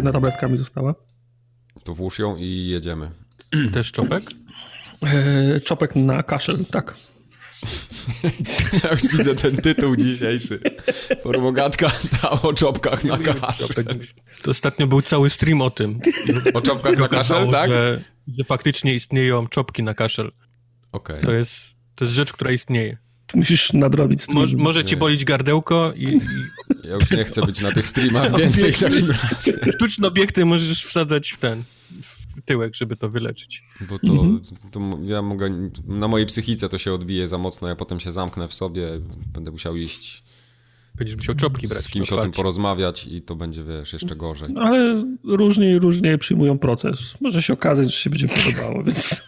jedna tabletka mi została. To włóż ją i jedziemy. Też czopek? Czopek na kaszel, tak. Ja już widzę ten tytuł dzisiejszy. Formogatka o czopkach na kaszel. To ostatnio był cały stream o tym. O czopkach na kaszel, tak? Że faktycznie istnieją czopki na kaszel. Okay. To jest rzecz, która istnieje. Musisz nadrobić stream. Może ci bolić gardełko i... Ja już nie chcę być na tych streamach więcej w takim razie. Sztuczne obiekty możesz wsadzać w tyłek, żeby to wyleczyć. Bo to ja mogę... Na mojej psychice to się odbije za mocno, ja potem się zamknę w sobie, będę musiał iść... Będziesz musiał czopki brać. Z kimś o tym porozmawiać i to będzie, wiesz, jeszcze gorzej. Ale różnie przyjmują proces. Może się okazać, że się będzie podobało, więc...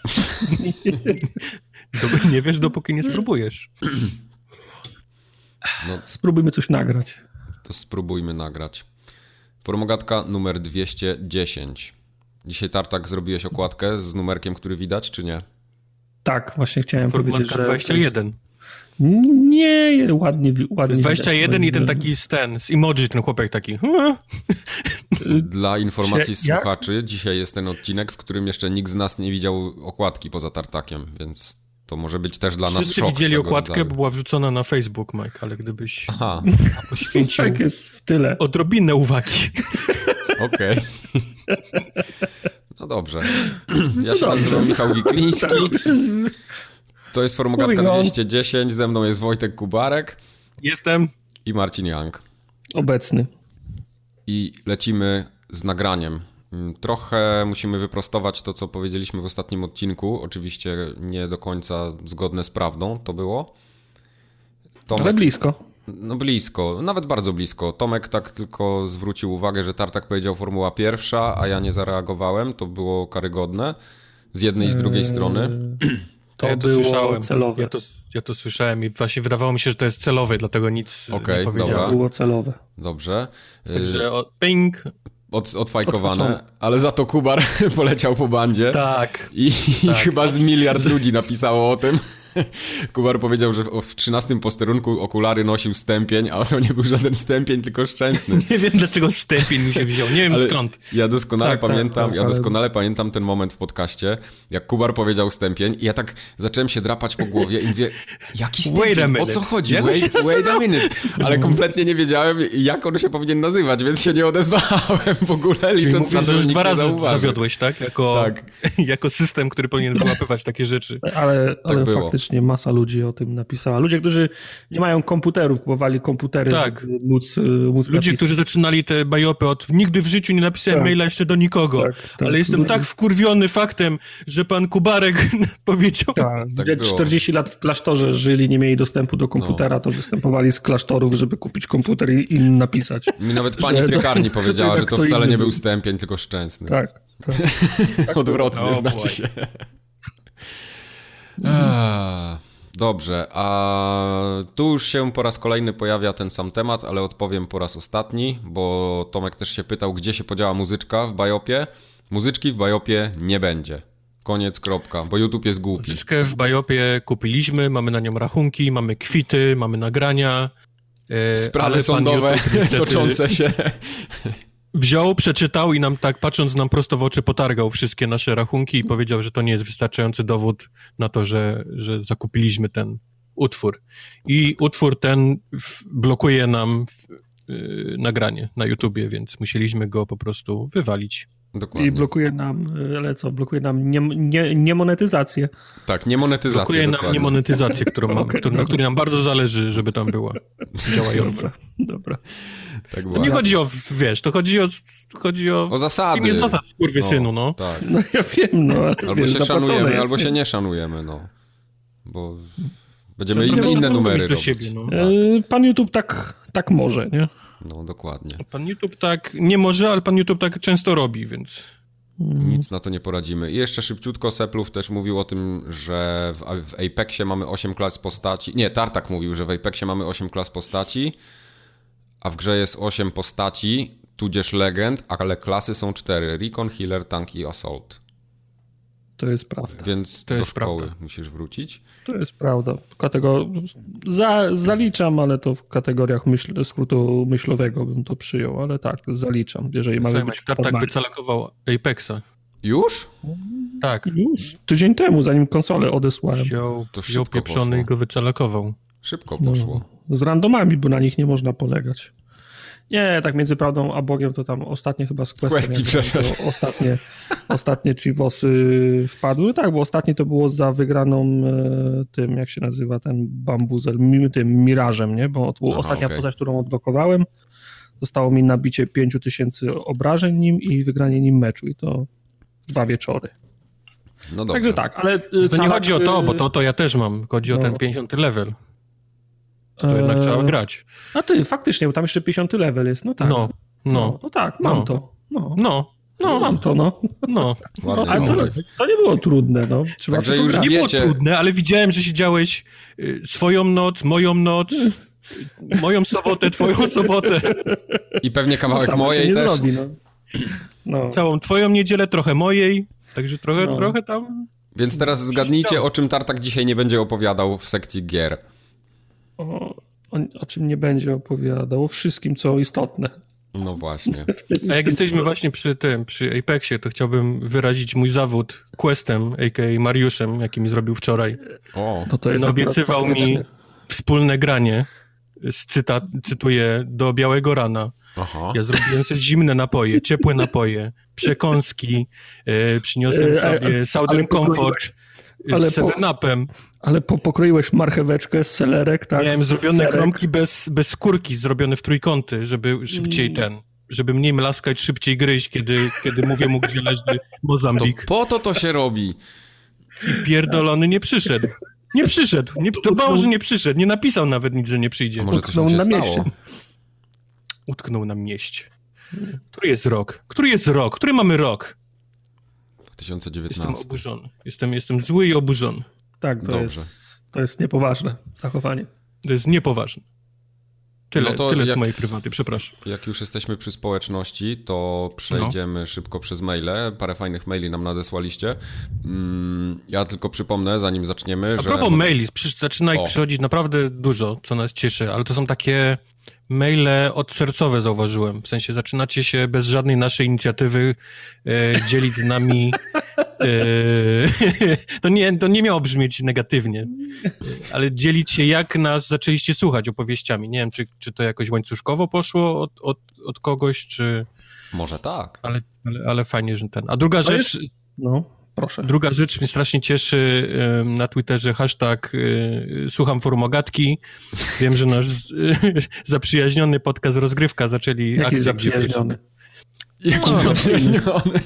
Nie wiesz, dopóki nie spróbujesz. No, spróbujmy coś nagrać. To spróbujmy nagrać. Formogatka numer 210. Dzisiaj, Tartak, zrobiłeś okładkę z numerkiem, który widać, czy nie? Tak, właśnie chciałem powiedzieć, że... 21. Nie, ładnie 21 i ten taki z emoji, ten chłopak taki. Dla informacji słuchaczy, dzisiaj jest ten odcinek, w którym jeszcze nikt z nas nie widział okładki poza Tartakiem, więc to może być też dla nas szok. Wszyscy widzieli okładkę, bo była wrzucona na Facebook, Mike, ale gdybyś poświęcił tak jest w tyle. Odrobinę uwagi. Okej. No dobrze. Ja się nazywam Michał Wikliński. To jest Formogatka 210, ze mną jest Wojtek Kubarek. Jestem. I Marcin Young. Obecny. I lecimy z nagraniem. Trochę musimy wyprostować to, co powiedzieliśmy w ostatnim odcinku. Oczywiście nie do końca zgodne z prawdą to było. Tomek, ale blisko. No blisko, nawet bardzo blisko. Tomek tak tylko zwrócił uwagę, że Tartak powiedział Formuła pierwsza, a ja nie zareagowałem. To było karygodne. Z jednej i z drugiej strony. To było celowe. Ja to słyszałem i właśnie wydawało mi się, że to jest celowe, dlatego nic nie powiedziałem. Dobra. To było celowe. Dobrze. Także ping. Odfajkowane, ale za to Kubar poleciał po bandzie. Tak. I chyba z miliard ludzi napisało o tym. Kubar powiedział, że w 13 posterunku okulary nosił stępień, a to nie był żaden stępień, tylko szczęsny. Nie wiem, dlaczego stępień mi się wziął, nie wiem ale skąd. Ja doskonale pamiętam ten moment w podcaście, jak Kubar powiedział stępień i ja tak zacząłem się drapać po głowie i mówię, jaki stępień? O co chodzi? Wait a minute. Ale kompletnie nie wiedziałem, jak on się powinien nazywać, więc się nie odezwałem w ogóle, licząc na to, że już nikt 2 razy nie zauważy. zawiodłeś, tak? Jako system, który powinien wyłapywać takie rzeczy. Ale tak było. Faktycznie masa ludzi o tym napisała. Ludzie, którzy nie mają komputerów, kupowali komputery, tak. żeby móc ludzie, napisać. którzy zaczynali te bajopy od nigdy w życiu nie napisałem maila jeszcze do nikogo, ale jestem tak wkurwiony faktem, że pan Kubarek powiedział... Tak 40 lat w klasztorze żyli, nie mieli dostępu do komputera, to występowali z klasztorów, żeby kupić komputer i im napisać. Mi nawet pani w piekarni powiedziała, że to wcale nie był stępień, tylko szczęsny. Tak. Odwrotny znaczy się. Dobrze, a tu już się po raz kolejny pojawia ten sam temat, ale odpowiem po raz ostatni, bo Tomek też się pytał, gdzie się podziała muzyczka w bajopie. Muzyczki w bajopie nie będzie. Koniec, kropka, bo YouTube jest głupi. Muzyczkę w bajopie kupiliśmy, mamy na nią rachunki, mamy kwity, mamy nagrania. Sprawy sądowe toczące się. Wziął, przeczytał i nam tak, patrząc nam prosto w oczy, potargał wszystkie nasze rachunki i powiedział, że to nie jest wystarczający dowód na to, że zakupiliśmy ten utwór. I utwór ten blokuje nam nagranie na YouTubie, więc musieliśmy go po prostu wywalić. Dokładnie. I blokuje nam, blokuje nam niemonetyzację. Tak, niemonetyzację. Blokuje nam niemonetyzację, którą mamy, na której nam bardzo zależy, żeby tam była działająca. Dobra. Tak nie chodzi o, wiesz, to chodzi o zasady. Imię zasad, kurwysynu, no. Tak. No ja wiem, no. Albo się szanujemy, albo się nie szanujemy, no. Bo będziemy inne numery robić. Siebie, no. Pan YouTube tak może, nie? No, dokładnie. Pan YouTube tak nie może, ale pan YouTube tak często robi, więc... Nic na to nie poradzimy. I jeszcze szybciutko Seplów też mówił o tym, że w Apexie mamy 8 klas postaci. Nie, Tartak mówił, że w Apexie mamy 8 klas postaci, a w grze jest 8 postaci, tudzież legend, ale klasy są 4. Recon, Healer, Tank i Assault. To jest prawda. Więc do szkoły musisz wrócić? To jest prawda. Zaliczam, ale to w kategoriach skrótu myślowego bym to przyjął, ale tak, zaliczam. Jeżeli mamy być tak wycalakował Apexa. Już? Tak. Już. Tydzień temu, zanim konsolę odesłałem. Wziął pieprzony i go wycalakował. Szybko poszło. Z randomami, bo na nich nie można polegać. Nie, tak między prawdą a Bogiem to tam ostatnie chyba z Questii przeszedł. Ostatnie Chivosy wpadły. Tak, bo ostatnie to było za wygraną tym, jak się nazywa ten bambuzel, tym Mirażem, nie? Bo to była ostatnia postać, którą odblokowałem. Zostało mi nabicie 5000 obrażeń nim i wygranie nim meczu i to 2 wieczory. No dobrze. Także tak, ale... To nie chodzi o to, bo to ja też mam. Chodzi o ten 50 level. To jednak trzeba grać. A ty, faktycznie, bo tam jeszcze 50 level jest, no tak. No tak, mam to. Mam to, ale to nie było trudne, no. Trzeba Także już nie było trudne, ale widziałem, że siedziałeś swoją noc, moją noc, moją sobotę, twoją sobotę. I pewnie kawałek mojej też. Zrobi, no. Całą twoją niedzielę, trochę mojej, także trochę tam... Więc teraz zgadnijcie, o czym Tartak dzisiaj nie będzie opowiadał w sekcji gier. O czym nie będzie opowiadał, o wszystkim, co istotne. No właśnie. A jak jesteśmy właśnie przy Apexie, to chciałbym wyrazić mój zawód Questem, a.k.a. Mariuszem, jaki mi zrobił wczoraj. To jest obiecywał mi wspólne granie, cytuję, do białego rana. Aha. Ja zrobiłem sobie zimne napoje, ciepłe napoje, przekąski, przyniosłem sobie Southern Comfort z 7-Upem. Ale pokroiłeś marcheweczkę z selerek, tak? Miałem zrobione kromki bez skórki, zrobione w trójkąty, żeby szybciej żeby mniej mlaskać, szybciej gryźć, kiedy mówię mu, gdzie leży Mozambik. To po to się robi. I pierdolony nie przyszedł. Dbało, że nie przyszedł. Nie napisał nawet nic, że nie przyjdzie. A może coś mu się stało? Utknął na mieście. Który jest rok? Który mamy rok? 2019. Jestem oburzony. Jestem zły i oburzony. Tak, to jest niepoważne zachowanie. To jest niepoważne. Tyle z mojej prywaty, przepraszam. Jak już jesteśmy przy społeczności, to przejdziemy szybko przez maile. Parę fajnych maili nam nadesłaliście. Ja tylko przypomnę, zanim zaczniemy, A propos maili, zaczyna ich przychodzić naprawdę dużo, co nas cieszy, ale to są takie maile odsercowe, zauważyłem. W sensie zaczynacie się bez żadnej naszej inicjatywy dzielić z nami. To nie miało brzmieć negatywnie, ale dzielić się, jak nas zaczęliście słuchać opowieściami. Nie wiem, czy to jakoś łańcuszkowo poszło od kogoś, czy... Może tak. Ale fajnie, że ten... A druga rzecz... Proszę. Druga rzecz mnie strasznie cieszy na Twitterze hashtag słucham forum Ogatki. Wiem, że nasz zaprzyjaźniony podcast Rozgrywka zaczęli akcję. Zaprzyjaźniony? Jaki zaprzyjaźniony?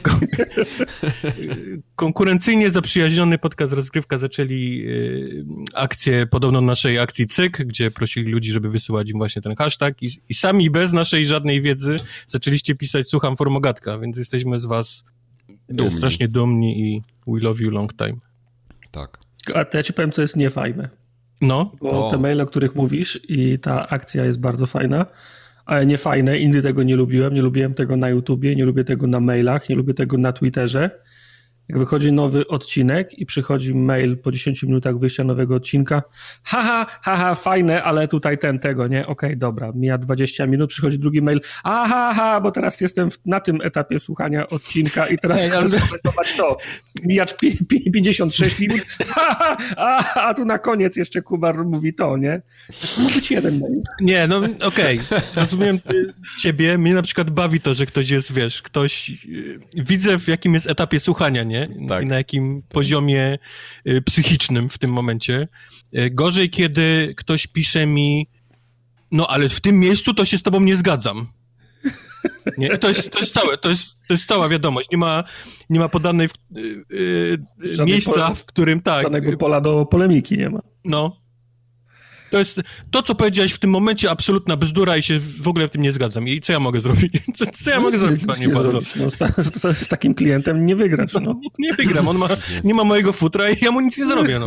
Konkurencyjnie zaprzyjaźniony podcast Rozgrywka zaczęli akcję, podobną naszej akcji CYK, gdzie prosili ludzi, żeby wysyłać im właśnie ten hashtag i sami bez naszej żadnej wiedzy zaczęliście pisać słucham forum Ogatka, więc jesteśmy z was strasznie dumni i we love you long time. Tak. A to ja ci powiem, co jest niefajne. Bo te maile, o których mówisz i ta akcja jest bardzo fajna, ale niefajne, inny tego nie lubiłem tego na YouTubie, nie lubię tego na mailach, nie lubię tego na Twitterze. Jak wychodzi nowy odcinek i przychodzi mail po 10 minutach wyjścia nowego odcinka, fajne, ale tutaj tego, nie? Okej, dobra, mija 20 minut, przychodzi drugi mail, bo teraz jestem na tym etapie słuchania odcinka i teraz chcę skomentować to. Mija 56 minut, a tu na koniec jeszcze Kubar mówi to, nie? To może być jeden mail. Nie, okej. Rozumiem ciebie, mnie na przykład bawi to, że ktoś jest, widzę w jakim jest etapie słuchania, nie? Tak. I na jakim poziomie psychicznym w tym momencie. Gorzej, kiedy ktoś pisze mi, ale w tym miejscu to się z tobą nie zgadzam. Nie? To jest cała wiadomość. Nie ma podanej miejsca, w którym tak. Żadnego pola do polemiki nie ma. To jest to, co powiedziałeś w tym momencie, absolutna bzdura i się w ogóle w tym nie zgadzam. I co ja mogę zrobić? Co ja mogę zrobić, panie Władzo? Z takim klientem nie wygrasz. Nie wygram, on nie ma mojego futra i ja mu nic nie zrobię.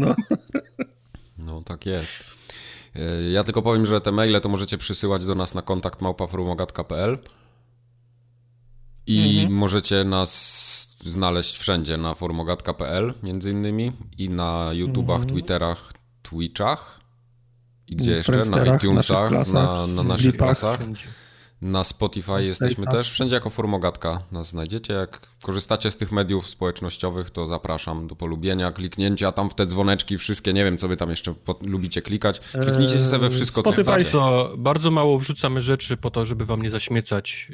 No, tak jest. Ja tylko powiem, że te maile to możecie przysyłać do nas na kontakt @forumogatka.pl i możecie nas znaleźć wszędzie, na forumogatka.pl między innymi i na YouTubach, Twitterach, Twitchach i gdzie jeszcze? Na iTunesach, na naszych klasach. Na Spotify jesteśmy też. Wszędzie jako Forumogatka nas znajdziecie. Jak korzystacie z tych mediów społecznościowych, to zapraszam do polubienia, kliknięcia tam w te dzwoneczki wszystkie. Nie wiem, co wy tam jeszcze lubicie klikać. Kliknijcie sobie we wszystko, Spotify, co chcecie. to bardzo mało wrzucamy rzeczy po to, żeby wam nie zaśmiecać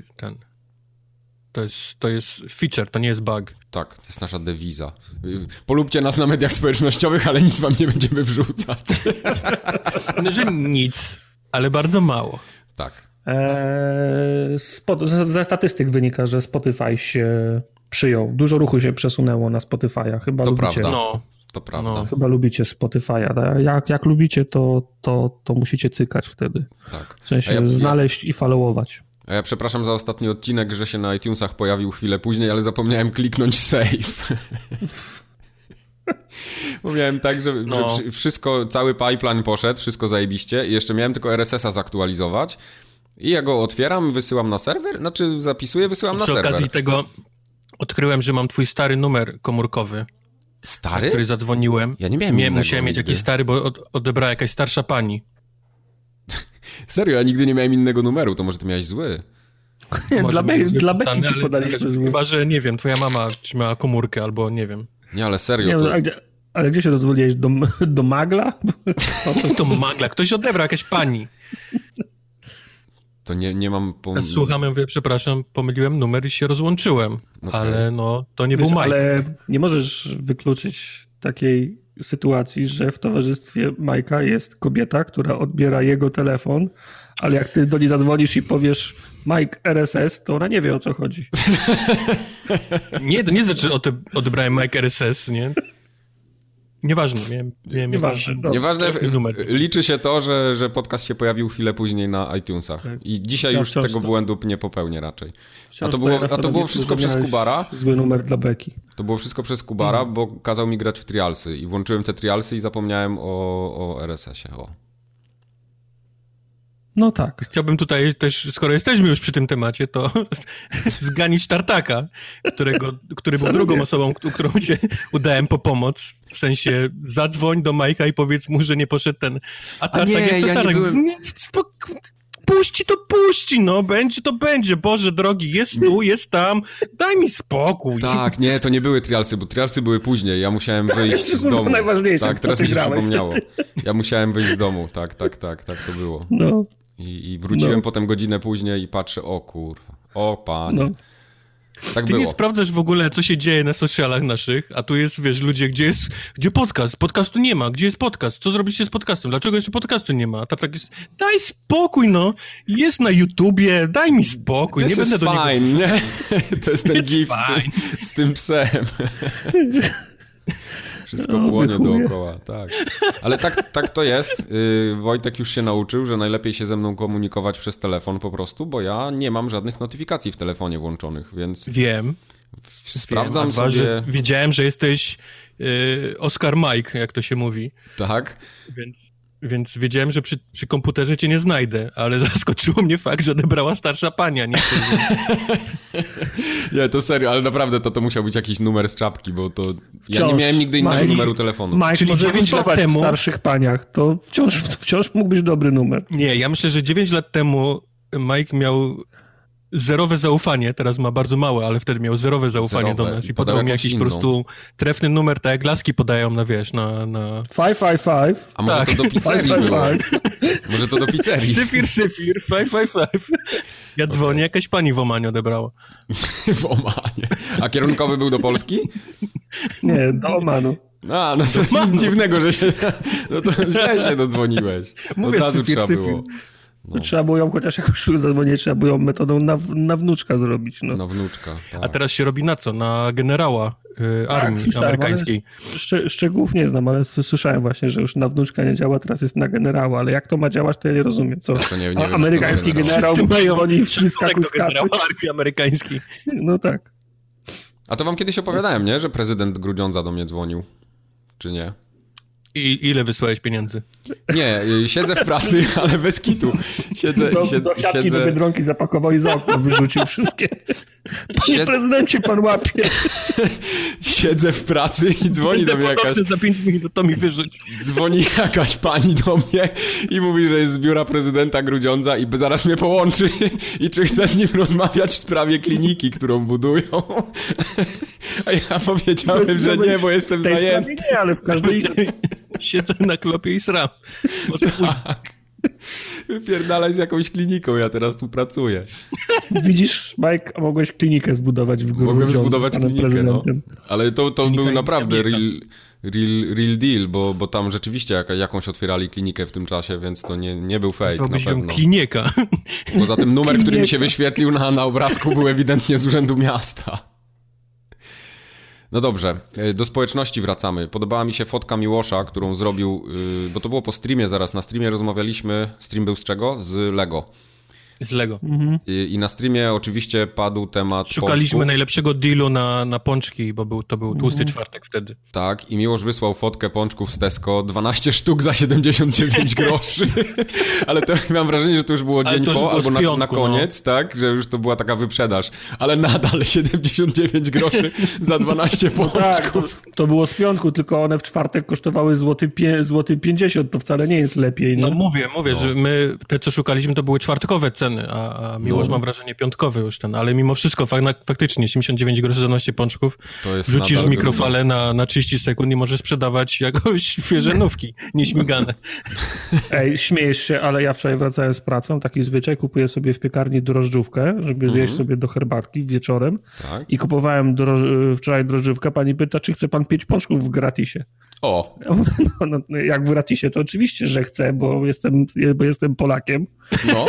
To jest feature, to nie jest bug. Tak, to jest nasza dewiza. Polubcie nas na mediach społecznościowych, ale nic wam nie będziemy wrzucać. No, że nic, ale bardzo mało. Tak. Ze statystyk wynika, że Spotify się przyjął. Dużo ruchu się przesunęło na Spotify'a. Chyba to lubicie. Prawda. To prawda. No. Chyba lubicie Spotify'a. Jak lubicie, to musicie cykać wtedy. Tak. W sensie znaleźć i followować. A ja przepraszam za ostatni odcinek, że się na iTunesach pojawił chwilę później, ale zapomniałem kliknąć save. Bo miałem tak, że wszystko, cały pipeline poszedł, wszystko zajebiście i jeszcze miałem tylko RSS-a zaktualizować i ja go otwieram, wysyłam na serwer, zapisuję, wysyłam na serwer. Przy okazji tego odkryłem, że mam twój stary numer komórkowy. Stary? Który zadzwoniłem. Ja nie miałem innego. Musiałem mieć jakiś stary, bo odebrała jakaś starsza pani. Serio, ja nigdy nie miałem innego numeru, to może ty miałeś zły. Dla Beki ci podaliśmy zły. Chyba, że nie wiem, twoja mama trzymała komórkę albo nie wiem. Nie, ale serio. Ale gdzie się dozwoliłeś? Do Magla? To Magla, ktoś odebrał, jakaś pani. To nie mam... Słucham, ja mówię, przepraszam, pomyliłem numer i się rozłączyłem. Okay. Ale to nie był Mike. Ale nie możesz wykluczyć takiej sytuacji, że w towarzystwie Majka jest kobieta, która odbiera jego telefon, ale jak ty do niej zadzwonisz i powiesz Mike RSS, to ona nie wie, o co chodzi. Nie, to nie znaczy, że odebrałem Mike RSS, nie? Nieważne, miałem Nieważne, liczy się to, że podcast się pojawił chwilę później na iTunesach. Tak. I dzisiaj już tego błędu nie popełnię raczej. A to było wszystko przez Kubara. Zły numer dla Beki. To było wszystko przez Kubara, bo kazał mi grać w trialsy i włączyłem te trialsy i zapomniałem o RSS-ie. No tak. Chciałbym tutaj też, skoro jesteśmy już przy tym temacie, to zganić Tartaka, który był drugą osobą, którą cię udałem po pomoc. W sensie zadzwoń do Majka i powiedz mu, że nie poszedł ten... A Tartak nie, ja nie byłem... Puści to puści, będzie to będzie, Boże drogi, jest tu, jest tam, daj mi spokój. Tak, nie, to nie były trialsy, bo trialsy były później, ja musiałem wyjść z domu. Najważniejsze, tak, teraz mi się przypomniało. Ja musiałem wyjść z domu, tak to było. No. I wróciłem potem godzinę później i patrzę, o kurwa, o panie. No. Tak Ty było. nie sprawdzasz w ogóle, co się dzieje na socialach naszych, a tu jest, wiesz, ludzie, gdzie podcast? Podcastu nie ma, gdzie jest podcast? Co zrobiliście z podcastem? Dlaczego jeszcze podcastu nie ma? Tak jest, daj spokój, jest na YouTubie, daj mi spokój. This nie będę do niego... nie? To jest ten gif z tym psem. Wszystko płonie dookoła, tak. Ale tak to jest. Wojtek już się nauczył, że najlepiej się ze mną komunikować przez telefon po prostu, bo ja nie mam żadnych notyfikacji w telefonie włączonych, więc... Wiem. Sprawdzam sobie... Wiedziałem, że jesteś Oscar Mike, jak to się mówi. Tak. Więc wiedziałem, że przy komputerze cię nie znajdę, ale zaskoczyło mnie fakt, że odebrała starsza pania. Nie, to serio, ale naprawdę to musiał być jakiś numer z czapki, bo to... Ja nie miałem nigdy innego numeru telefonu. Mike, czyli 9 lat temu... w starszych paniach, to wciąż mógł być dobry numer. Nie, ja myślę, że 9 lat temu Mike miał zerowe zaufanie, teraz ma bardzo małe, ale wtedy miał zerowe zaufanie do nas i podał mi jakiś po prostu trefny numer, tak jak laski podają na 555. A może to do pizzerii było? Może to do pizzerii. Syfir, 555. Ja dzwonię, jakaś pani w Omanie odebrała. W Omanie. A kierunkowy był do Polski? Nie, do Omanu. To nic dziwnego, że się... No to źle się dodzwoniłeś. Mówię, od razu trzeba było. No. Trzeba było ją, chociaż jak już zadzwonić, trzeba było ją metodą na wnuczka zrobić. Na wnuczka, tak. A teraz się robi na co? Na generała armii amerykańskiej. Szczegółów nie znam, ale słyszałem właśnie, że już na wnuczka nie działa, teraz jest na generała, ale jak to ma działać, to ja nie rozumiem. Co? Nie wiem, amerykański generał dzwoni w śliskaku z kasy. Armii amerykańskiej. No tak. A to wam kiedyś opowiadałem, nie? Że prezydent Grudziądza do mnie dzwonił. Czy nie? I ile wysłałeś pieniędzy? Nie, siedzę w pracy, ale bez kitu. Siedzę. Do Biedronki zapakował i za okno wyrzucił wszystkie. Panie prezydencie, pan łapie. Siedzę w pracy i dzwoni do mnie jakaś... Za 5 minut to mi wyrzuci. Dzwoni jakaś pani do mnie i mówi, że jest z biura prezydenta Grudziądza i zaraz mnie połączy i czy chcę z nim rozmawiać w sprawie kliniki, którą budują. A ja powiedziałem, że nie, bo jestem zajęty. Nie, ale w każdej... Siedzę na klopie i sram. Tak. Wypierdalaj z jakąś kliniką, ja teraz tu pracuję. Widzisz, Mike, mogłeś klinikę zbudować w Grudziądzu. Mogłem zbudować klinikę, no. Ale to był naprawdę real deal, bo tam rzeczywiście jakąś otwierali klinikę w tym czasie, więc to nie był fake na pewno. Klinika. Poza tym numer, który mi się wyświetlił na obrazku, był ewidentnie z Urzędu Miasta. No dobrze, do społeczności wracamy. Podobała mi się fotka Miłosza, którą zrobił, bo to było po streamie zaraz. Na streamie rozmawialiśmy, stream był z czego? Z Lego. Z Lego. I na streamie oczywiście padł temat Szukaliśmy pączków. najlepszego dealu na pączki, bo to był tłusty czwartek wtedy. Tak, i Miłosz wysłał fotkę pączków z Tesco, 12 sztuk za 79 groszy. Ale to mam wrażenie, że to już było dzień po, albo na koniec, tak? Że już to była taka wyprzedaż. Ale nadal 79 groszy za 12 pączków. Tak, to było z piątku, tylko one w czwartek kosztowały złoty 50, to wcale nie jest lepiej. No mówię, że my, te co szukaliśmy, to były czwartkowe ceny, a Miłosz mam wrażenie piątkowy już ten, ale mimo wszystko faktycznie 79 groszy za 12 pączków wrzucisz w mikrofalę na 30 sekund i możesz sprzedawać jakoś świeże nówki, nieśmigane. Ej, śmiejesz się, ale ja wczoraj wracałem z pracą, taki zwyczaj, kupuję sobie w piekarni drożdżówkę, żeby zjeść sobie do herbatki wieczorem i kupowałem wczoraj drożdżówkę, pani pyta, czy chce pan 5 pączków w gratisie. O! No, jak w gratisie, to oczywiście, że chcę, bo jestem Polakiem. No.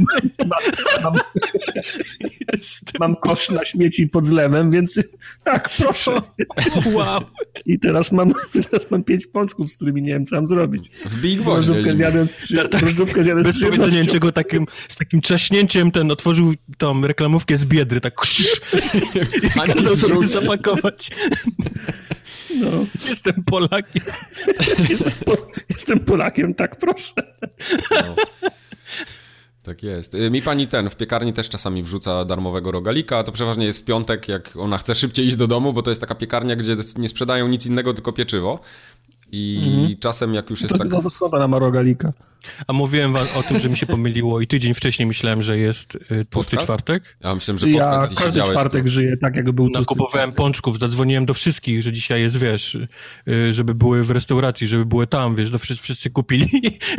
Mam kosz na śmieci pod zlewem, więc tak, proszę. Wow. I teraz mam 5 pączków, z którymi nie wiem, co mam zrobić. Wbij gwoździe. Drożdżówkę zjadłem z Bez powiedzenia niczego, z takim trzaśnięciem otworzył tą reklamówkę z Biedry, tak i kazał sobie zapakować. No. Jestem Polakiem. Jestem Polakiem, tak, proszę. No. Tak jest. Mi pani w piekarni też czasami wrzuca darmowego rogalika, to przeważnie jest w piątek, jak ona chce szybciej iść do domu, bo to jest taka piekarnia, gdzie nie sprzedają nic innego, tylko pieczywo. I czasem jak już jest to tak... To doskonale ma rogalika. A mówiłem wam o tym, że mi się pomyliło i tydzień wcześniej myślałem, że jest tłusty czwartek. Ja myślałem, że podcast ja każdy czwartek żyję tak, jakby był tłusty. Nakupowałem pączków, zadzwoniłem do wszystkich, że dzisiaj jest, wiesz, żeby były w restauracji, żeby były tam, wiesz, to wszyscy kupili.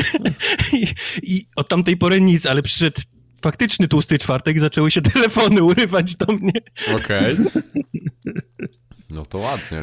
I od tamtej pory nic, ale przyszedł faktyczny tłusty czwartek i zaczęły się telefony urywać do mnie. Okej. No to ładnie.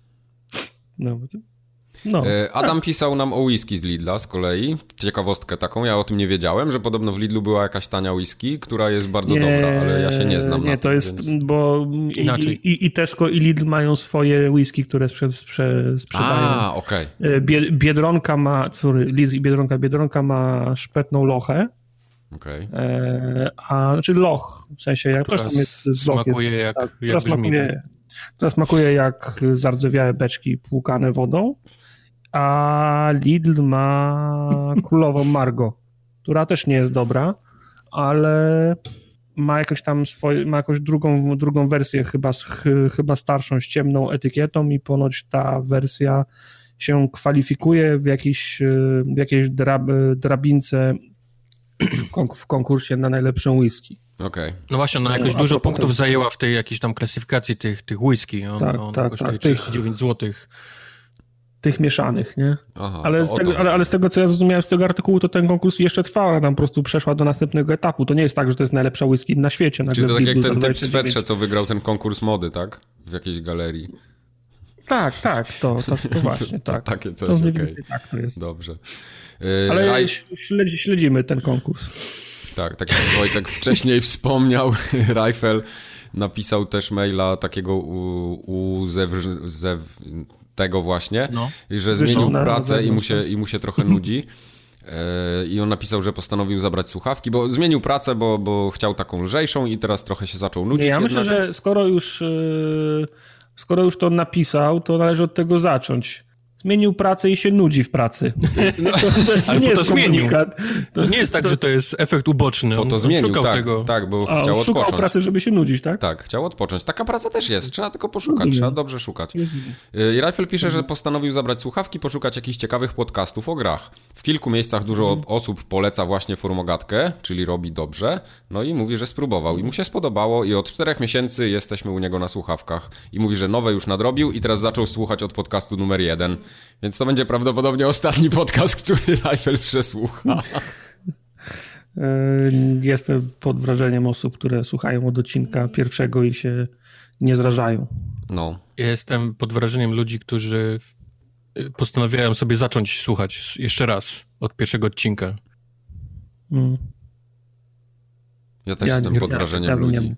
No. Adam pisał nam o whisky z Lidla z kolei. Ciekawostkę taką, ja o tym nie wiedziałem, że podobno w Lidlu była jakaś tania whisky, która jest bardzo dobra, ale ja się nie znam na tym. Nie, to jest, więc... bo inaczej. I Tesco i Lidl mają swoje whisky, które sprzedają. Okej. Biedronka ma, Lidl i Biedronka ma szpetną lochę. Okej. Znaczy loch, w sensie jak ktoś tam jest z lochem. Smakuje jak brzmi. Teraz smakuje jak zardzewiałe beczki płukane wodą, a Lidl ma królową Margot, która też nie jest dobra, ale ma jakąś tam ma jakąś drugą wersję, chyba starszą, z ciemną etykietą i ponoć ta wersja się kwalifikuje w jakiejś drabince w konkursie na najlepszą whisky. Okay. No właśnie, ona jakoś dużo punktów zajęła w tej jakiejś tam klasyfikacji tych whisky. On kosztuje 39 zł. Tych mieszanych, nie? Aha, ale z tego, co ja zrozumiałem z tego artykułu, to ten konkurs jeszcze trwał, ale tam po prostu przeszła do następnego etapu. To nie jest tak, że to jest najlepsza whisky na świecie. Czyli to tak jak ten typ swetrze, co wygrał ten konkurs mody, tak? W jakiejś galerii. Tak, to właśnie, tak. To takie coś, okej. Tak to jest. Dobrze. Ale śledzimy ten konkurs. Tak jak Wojtek wcześniej wspomniał, Rajfel napisał też maila takiego tego właśnie, że zmienił pracę i mu się trochę nudzi. I on napisał, że postanowił zabrać słuchawki, bo zmienił pracę, bo chciał taką lżejszą i teraz trochę się zaczął nudzić. Ja myślę, że skoro już to napisał, to należy od tego zacząć. Zmienił pracę i się nudzi w pracy. No, ale nie to zmienił. To nie jest tak, że to jest efekt uboczny. Bo to zmienił, tak, bo chciał odpocząć. Szukał pracy, żeby się nudzić, tak? Tak, chciał odpocząć. Taka praca też jest, trzeba tylko poszukać, trzeba dobrze szukać. I Rajfel pisze, że postanowił zabrać słuchawki, poszukać jakichś ciekawych podcastów o grach. W kilku miejscach dużo osób poleca właśnie Formogatkę, czyli robi dobrze, no i mówi, że spróbował i mu się spodobało i od 4 miesięcy jesteśmy u niego na słuchawkach i mówi, że nowe już nadrobił i teraz zaczął słuchać od podcastu numer 1. Więc to będzie prawdopodobnie ostatni podcast, który Rajfel przesłucha. Jestem pod wrażeniem osób, które słuchają od odcinka pierwszego i się nie zrażają. No. Ja jestem pod wrażeniem ludzi, którzy postanawiają sobie zacząć słuchać jeszcze raz od pierwszego odcinka. Ja też jestem pod wrażeniem ludzi.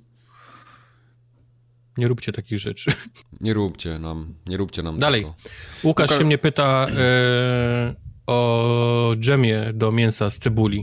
Nie róbcie takich rzeczy. Nie róbcie nam dalej. tego. Łukasz się mnie pyta o dżemie do mięsa z cebuli.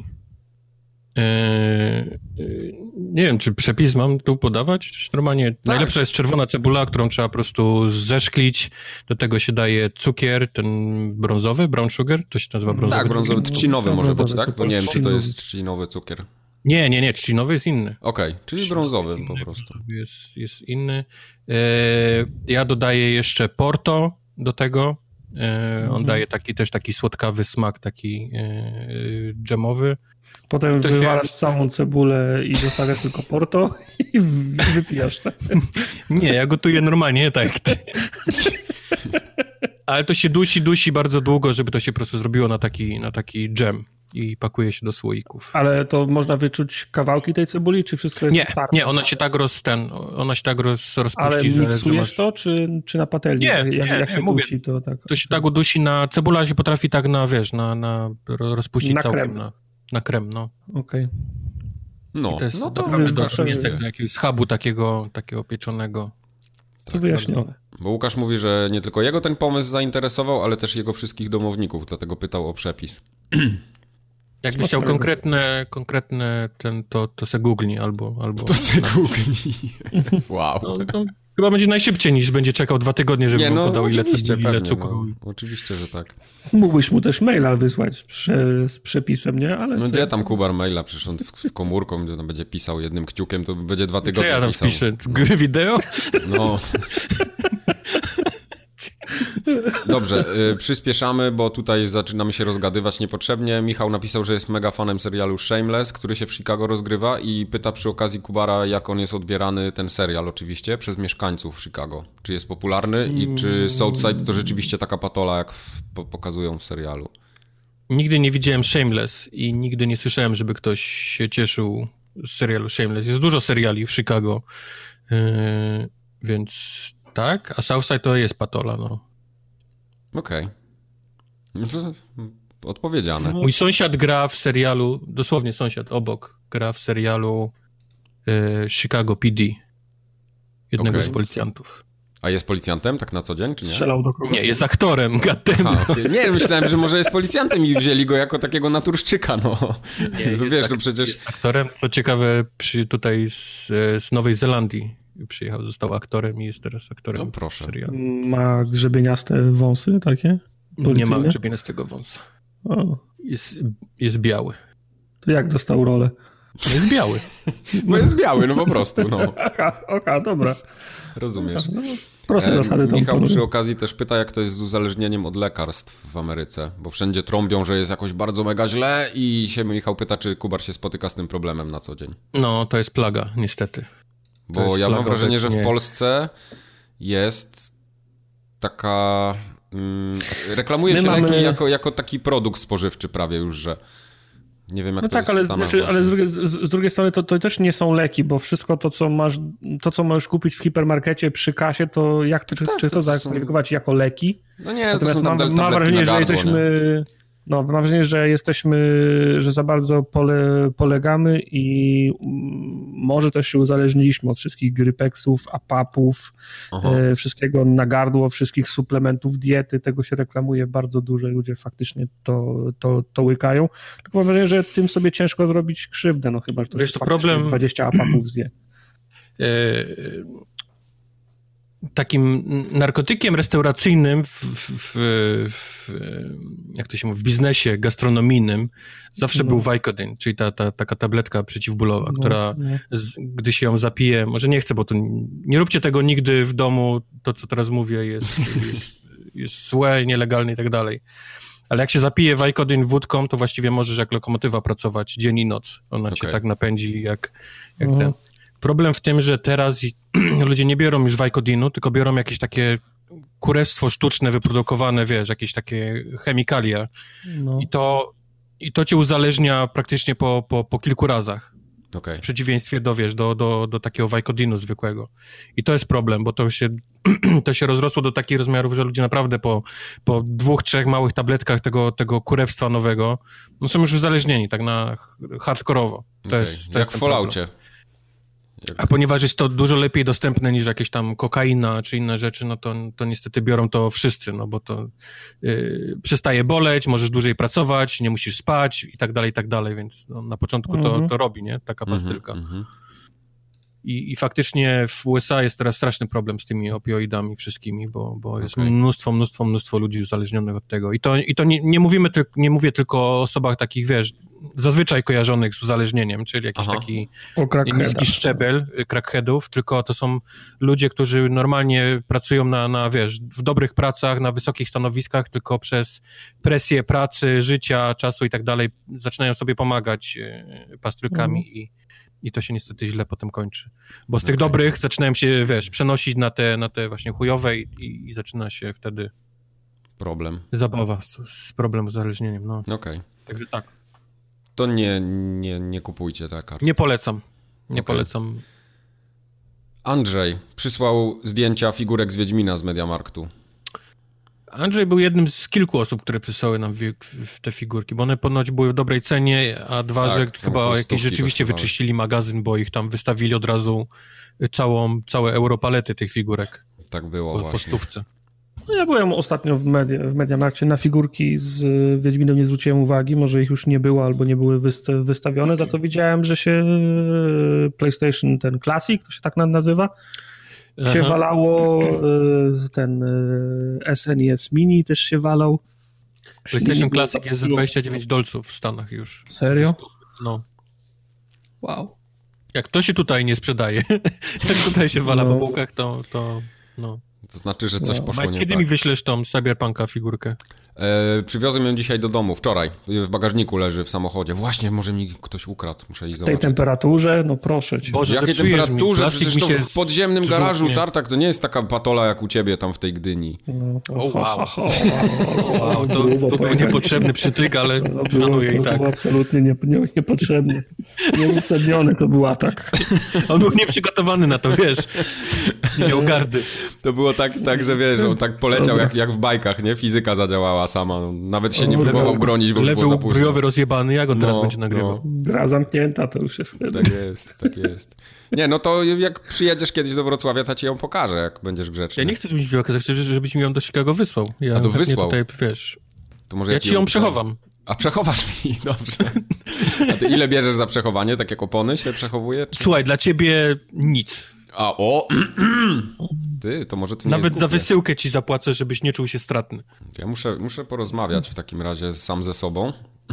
Nie wiem, czy przepis mam tu podawać? Normalnie tak. Najlepsza jest czerwona cebula, którą trzeba po prostu zeszklić. Do tego się daje cukier, ten brązowy, brown sugar, to się nazywa brązowy. Tak, brązowy, trzcinowy może być, tak? Bo nie wiem, czy to jest trzcinowy cukier. Nie, trzcinowy jest inny. Okej, czyli brązowy po prostu. Jest inny. Ja dodaję jeszcze Porto do tego. On daje taki słodkawy smak, taki dżemowy. Potem wywalasz całą cebulę i zostawiasz tylko Porto i wypijasz. Tak? Nie, ja gotuję normalnie, tak jak ty. Ale to się dusi bardzo długo, żeby to się po prostu zrobiło na taki dżem. I pakuje się do słoików. Ale to można wyczuć kawałki tej cebuli, czy wszystko jest starte? Nie, ona się tak rozpuści, ale miksujesz to, czy na patelni? Jak się mówię, dusi, to tak... To się tak udusi cebula się potrafi tak rozpuścić na całkiem krem. Na krem, no. Okej. No, to jest naprawdę do jakiegoś schabu takiego pieczonego. To wyjaśnione. Bo Łukasz mówi, że nie tylko jego ten pomysł zainteresował, ale też jego wszystkich domowników, dlatego pytał o przepis. Jakbyś chciał konkretne to se googlij albo... To se googlij. Wow. No, to chyba będzie najszybciej niż będzie czekał 2 tygodnie, żeby mu podał ile cukru. No, oczywiście, że tak. Mógłbyś mu też maila wysłać z przepisem, nie? Ale no gdzie tam Kubar maila? Przecież on w komórką, gdzie on będzie pisał jednym kciukiem, to będzie 2 tygodnie pisał. Co ja tam wpiszę? Gry wideo? No. Dobrze, przyspieszamy, bo tutaj zaczynamy się rozgadywać niepotrzebnie. Michał napisał, że jest mega fanem serialu Shameless, który się w Chicago rozgrywa i pyta przy okazji Kubara, jak on jest odbierany, ten serial oczywiście, przez mieszkańców Chicago. Czy jest popularny i czy Southside to rzeczywiście taka patola, jak pokazują w serialu? Nigdy nie widziałem Shameless i nigdy nie słyszałem, żeby ktoś się cieszył z serialu Shameless. Jest dużo seriali w Chicago, więc... Tak, a Southside to jest patola, no. Okej. No to odpowiedziane. Mój sąsiad gra w serialu, dosłownie sąsiad obok, gra w serialu Chicago PD. Jednego z policjantów. A jest policjantem tak na co dzień, czy nie? Strzelał do kogoś. Nie, jest aktorem, Nie, myślałem, że może jest policjantem i wzięli go jako takiego naturszczyka, no. Nie, wiesz, no przecież... Jest aktorem, to ciekawe, tutaj z Nowej Zelandii przyjechał, został aktorem i jest teraz aktorem. No proszę. Serialu. Ma grzebieniaste wąsy takie? Policyjne? Nie ma grzebieniastego wąsa. O. Jest biały. To jak dostał rolę? Jest biały. No jest biały, no po prostu, no. Aha, dobra. Rozumiesz. No, proste zasady. Michał przy okazji też pyta, jak to jest z uzależnieniem od lekarstw w Ameryce, bo wszędzie trąbią, że jest jakoś bardzo mega źle i się Michał pyta, czy Kubar się spotyka z tym problemem na co dzień. No, to jest plaga, niestety. Bo ja mam wrażenie, że w Polsce jest taka... reklamuje się leki jako taki produkt spożywczy prawie już, że... Nie wiem, jak no to tak, jest ale z drugiej strony to też nie są leki, bo wszystko to, co możesz kupić w hipermarkecie przy kasie, to czy to zakwalifikować jako leki? No nie, natomiast to są mam wrażenie, gardło, że jesteśmy... No, mam wrażenie, że za bardzo polegamy i może też się uzależniliśmy od wszystkich grypeksów, apapów, wszystkiego na gardło, wszystkich suplementów diety, tego się reklamuje bardzo dużo, ludzie faktycznie to łykają. Tylko mam wrażenie, że tym sobie ciężko zrobić krzywdę, no chyba, że to problem 20 apapów zje. takim narkotykiem restauracyjnym jak to się mówi, w biznesie gastronomijnym zawsze był Vicodin, czyli taka tabletka przeciwbólowa, która gdy się ją zapije, może nie chcę, bo to nie róbcie tego nigdy w domu, to co teraz mówię jest złe, nielegalne i tak dalej. Ale jak się zapije Vicodin wódką, to właściwie możesz jak lokomotywa pracować dzień i noc. Ona cię tak napędzi jak ten. Problem w tym, że teraz ludzie nie biorą już Vicodinu, tylko biorą jakieś takie kurestwo sztuczne wyprodukowane, wiesz, jakieś takie chemikalia. No. I to cię uzależnia praktycznie po kilku razach. W przeciwieństwie do takiego Vicodinu zwykłego. I to jest problem, bo to się rozrosło do takich rozmiarów, że ludzie naprawdę po 2-3 małych tabletkach tego kurewstwa nowego, no są już uzależnieni, tak na hardkorowo. To jest jak w Falloutie. A ponieważ jest to dużo lepiej dostępne niż jakieś tam kokaina czy inne rzeczy, no to niestety biorą to wszyscy, no bo to przestaje boleć, możesz dłużej pracować, nie musisz spać i tak dalej, więc no, na początku to robi, nie? Taka pastylka. I faktycznie w USA jest teraz straszny problem z tymi opioidami wszystkimi, bo jest mnóstwo ludzi uzależnionych od tego. I to nie mówię tylko o osobach takich, wiesz, zazwyczaj kojarzonych z uzależnieniem, czyli jakiś taki niski szczebel crackheadów, tylko to są ludzie, którzy normalnie pracują na wiesz, w dobrych pracach, na wysokich stanowiskach, tylko przez presję pracy, życia, czasu i tak dalej zaczynają sobie pomagać pastylkami i to się niestety źle potem kończy. Bo z tych dobrych zaczynają się, wiesz, przenosić na te właśnie chujowe i zaczyna się wtedy zabawa z problemem z uzależnieniem. No. Także tak. To nie kupujcie tak. Nie polecam. Polecam. Andrzej przysłał zdjęcia figurek z Wiedźmina z Mediamarktu. Andrzej był jednym z kilku osób, które przysłały nam te figurki, bo one ponoć były w dobrej cenie, a że chyba jakieś rzeczywiście wyczyścili magazyn, bo ich tam wystawili od razu całe europalety tych figurek. Tak było po stówce. No ja byłem ostatnio w Mediamarkcie, na figurki z Wiedźminem nie zwróciłem uwagi, może ich już nie było albo nie były wystawione, za to widziałem, że się PlayStation ten Classic, to się tak nazywa, się walało, ten SNES Mini też się walał. PlayStation Classic jest za $29 w Stanach już. Serio? No. Wow. Jak to się tutaj nie sprzedaje, jak tutaj się wala po półkach, to no. To znaczy, że coś poszło nie tak. Kiedy mi wyślesz tą Cyberpunka figurkę? Przywiozłem ją dzisiaj do domu, wczoraj. W bagażniku leży w samochodzie. Właśnie, może mi ktoś ukradł, muszę iść zobaczyć. W tej temperaturze? No proszę cię. Boże, w jakiej temperaturze? Przecież to w podziemnym garażu tartak to nie jest taka patola jak u ciebie tam w tej Gdyni. To był niepotrzebny przytyk, ale szanuję i tak. To był absolutnie niepotrzebny. Nieuzasadniony to był atak. On był nieprzygotowany na to, wiesz. Nie miał gardy. To było tak, że wiesz, on tak poleciał jak w bajkach, nie? Fizyka zadziałała sama. Nawet się nie próbował bronić, bo lewy było za późno. brojowy rozjebany, jak on teraz będzie nagrywał? Gra zamknięta, to już jest wtedy. Tak jest. Nie, no to jak przyjedziesz kiedyś do Wrocławia, to ci ją pokażę, jak będziesz grzeczny. Ja nie chcę, żebyś mi okazał, chcę, żebyś mi ją do Chicago wysłał. A to wysłał? Tutaj, wiesz, to może ja ci ją przechowam. A przechowasz mi, dobrze. A ty ile bierzesz za przechowanie? Tak jak opony się przechowuje? Czy... Słuchaj, dla ciebie nic. Ty, to może to nie nawet za wysyłkę ci zapłacę, żebyś nie czuł się stratny. Ja muszę porozmawiać w takim razie sam ze sobą.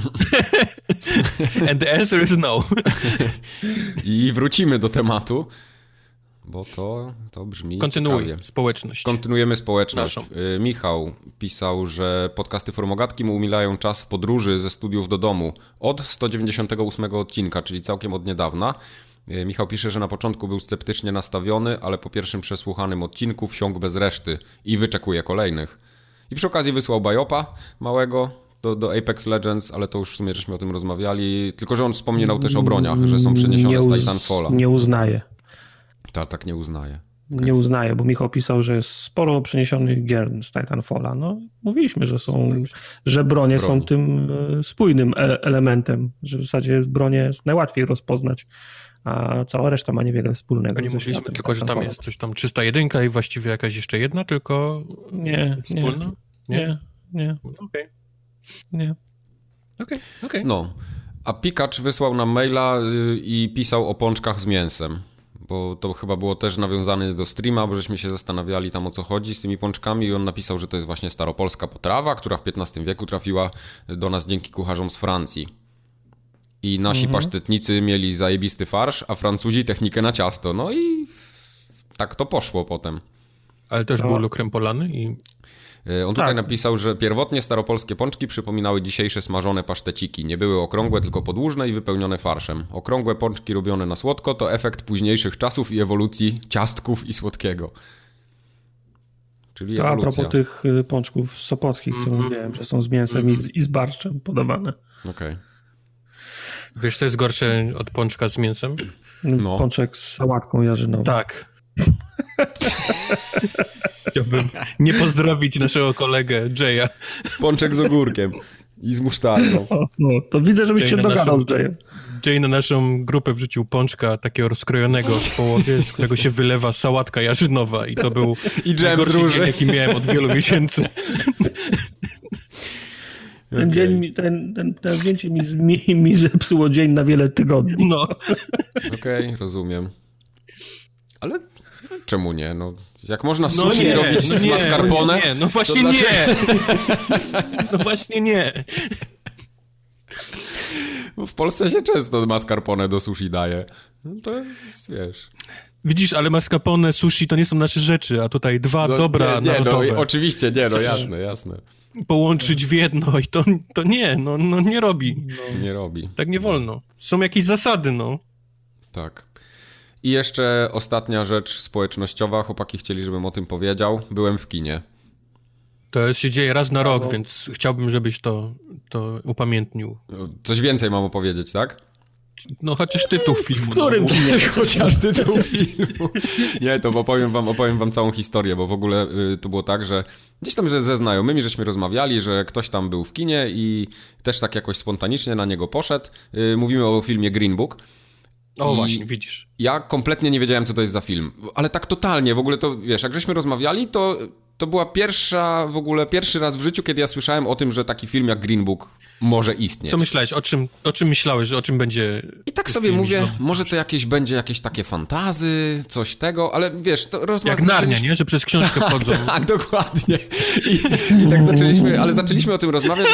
And the answer is no. I wrócimy do tematu, bo to brzmi ciekawie. Społeczność. Kontynuujemy społeczność. Michał pisał, że podcasty Formogatki mu umilają czas w podróży ze studiów do domu od 198 odcinka, czyli całkiem od niedawna. Michał pisze, że na początku był sceptycznie nastawiony, ale po pierwszym przesłuchanym odcinku wsiąkł bez reszty i wyczekuje kolejnych. I przy okazji wysłał bajopa małego do Apex Legends, ale to już w sumie żeśmy o tym rozmawiali, tylko że on wspominał też o broniach, że są przeniesione z Titanfalla. Nie uznaje. Tak nie uznaje. Okay. Nie uznaje, bo Michał pisał, że jest sporo przeniesionych gier z Titanfalla. No, mówiliśmy, że bronie są tym spójnym elementem, że w zasadzie bronie jest najłatwiej rozpoznać, a cała reszta ma niewiele wspólnego. Nie mówiliśmy tylko, że tam jest coś tam 301 i właściwie jakaś jeszcze jedna, tylko wspólna? Nie. Okej. Nie. Okej. No, a Pikacz wysłał nam maila i pisał o pączkach z mięsem. bo to chyba było też nawiązane do streama, bo żeśmy się zastanawiali tam o co chodzi z tymi pączkami i on napisał, że to jest właśnie staropolska potrawa, która w XV wieku trafiła do nas dzięki kucharzom z Francji. I nasi pasztetnicy mieli zajebisty farsz, a Francuzi technikę na ciasto. No i tak to poszło potem. Ale też był lukrem polany i... On tutaj napisał, że pierwotnie staropolskie pączki przypominały dzisiejsze smażone paszteciki. Nie były okrągłe, tylko podłużne i wypełnione farszem. Okrągłe pączki robione na słodko to efekt późniejszych czasów i ewolucji ciastków i słodkiego. Czyli ewolucja. A propos tych pączków sopockich, co mówiłem, że są z mięsem i z barszczem podawane. Okej. Wiesz, co jest gorsze od pączka z mięsem? No. Pączek z sałatką jarzynową. Tak. Chciałbym nie pozdrowić naszego kolegę Jaya. Pączek z ogórkiem i z musztardą. To widzę, żebyś się dogadał z Jayem. Jay na naszą grupę wrzucił pączka takiego rozkrojonego w połowie, z którego się wylewa sałatka jarzynowa i to był najgorszy dzień, jaki miałem od wielu miesięcy. Ten zdjęcie mi zepsuło dzień na wiele tygodni. No. Okej, rozumiem. Ale czemu nie? No, jak można sushi robić z mascarpone? No właśnie nie. No właśnie nie. Bo w Polsce się często mascarpone do sushi daje. No to jest, wiesz... Widzisz, ale mascarpone, sushi to nie są nasze rzeczy, a tutaj dwa dobra narodowe. No, oczywiście, jasne. Połączyć w jedno i to nie, nie robi. Nie robi. Tak nie wolno. Są jakieś zasady, Tak. I jeszcze ostatnia rzecz społecznościowa. Chłopaki chcieli, żebym o tym powiedział. Byłem w kinie. To się dzieje raz na rok, więc chciałbym, żebyś to upamiętnił. Coś więcej mam opowiedzieć, tak? No chociaż tytuł filmu. W którym kinie? Chociaż tytuł filmu. Nie, to opowiem wam całą historię, bo w ogóle to było tak, że gdzieś tam ze znajomymi żeśmy rozmawiali, że ktoś tam był w kinie i też tak jakoś spontanicznie na niego poszedł. Mówimy o filmie Green Book. O, właśnie, widzisz. Ja kompletnie nie wiedziałem, co to jest za film. Ale tak totalnie, w ogóle to, wiesz, jak żeśmy rozmawiali, to była pierwszy raz w życiu, kiedy ja słyszałem o tym, że taki film jak Green Book może istnieć. Co myślałeś? O czym myślałeś, że o czym będzie... I tak sobie mówię, może to będzie jakieś takie fantazy, coś tego, ale wiesz, to Jak Narnia, nie? Że przez książkę wchodzą. Tak, dokładnie. I tak zaczęliśmy o tym rozmawiać,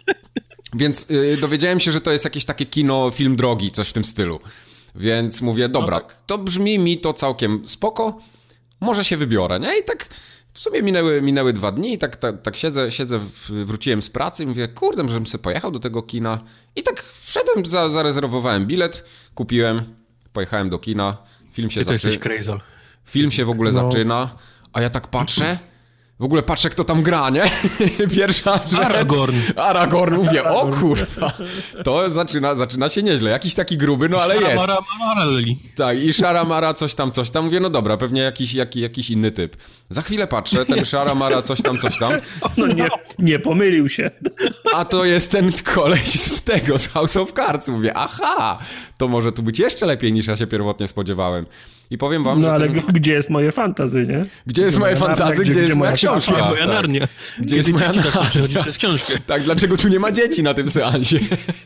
więc dowiedziałem się, że to jest jakieś takie film drogi, coś w tym stylu. Więc mówię, dobra, to brzmi mi to całkiem spoko, może się wybiorę, nie? I tak w sumie minęły 2 dni i tak siedzę, wróciłem z pracy i mówię, kurde, żebym sobie pojechał do tego kina. I tak wszedłem, zarezerwowałem bilet, kupiłem, pojechałem do kina, film się zaczyna. Film się w ogóle zaczyna, a ja tak patrzę, w ogóle patrzę, kto tam gra, nie? Pierwsza rzecz. Aragorn, mówię, o kurwa. To zaczyna się nieźle. Jakiś taki gruby, no ale jest. Tak, i Szaramara coś tam. Mówię, no dobra, pewnie jakiś inny typ. Za chwilę patrzę, ten Szaramara coś tam. No nie pomylił się. A to jest ten koleś z House of Cards. Mówię, aha, to może tu być jeszcze lepiej niż ja się pierwotnie spodziewałem. I powiem wam, że... ale gdzie jest moje fantazy, nie? Gdzie jest moje fantazy, gdzie jest moja książka? Gdzie moja Narnia? Gdzie jest moja Narnia? Przechodzi przez książkę. Tak, dlaczego tu nie ma dzieci na tym seansie?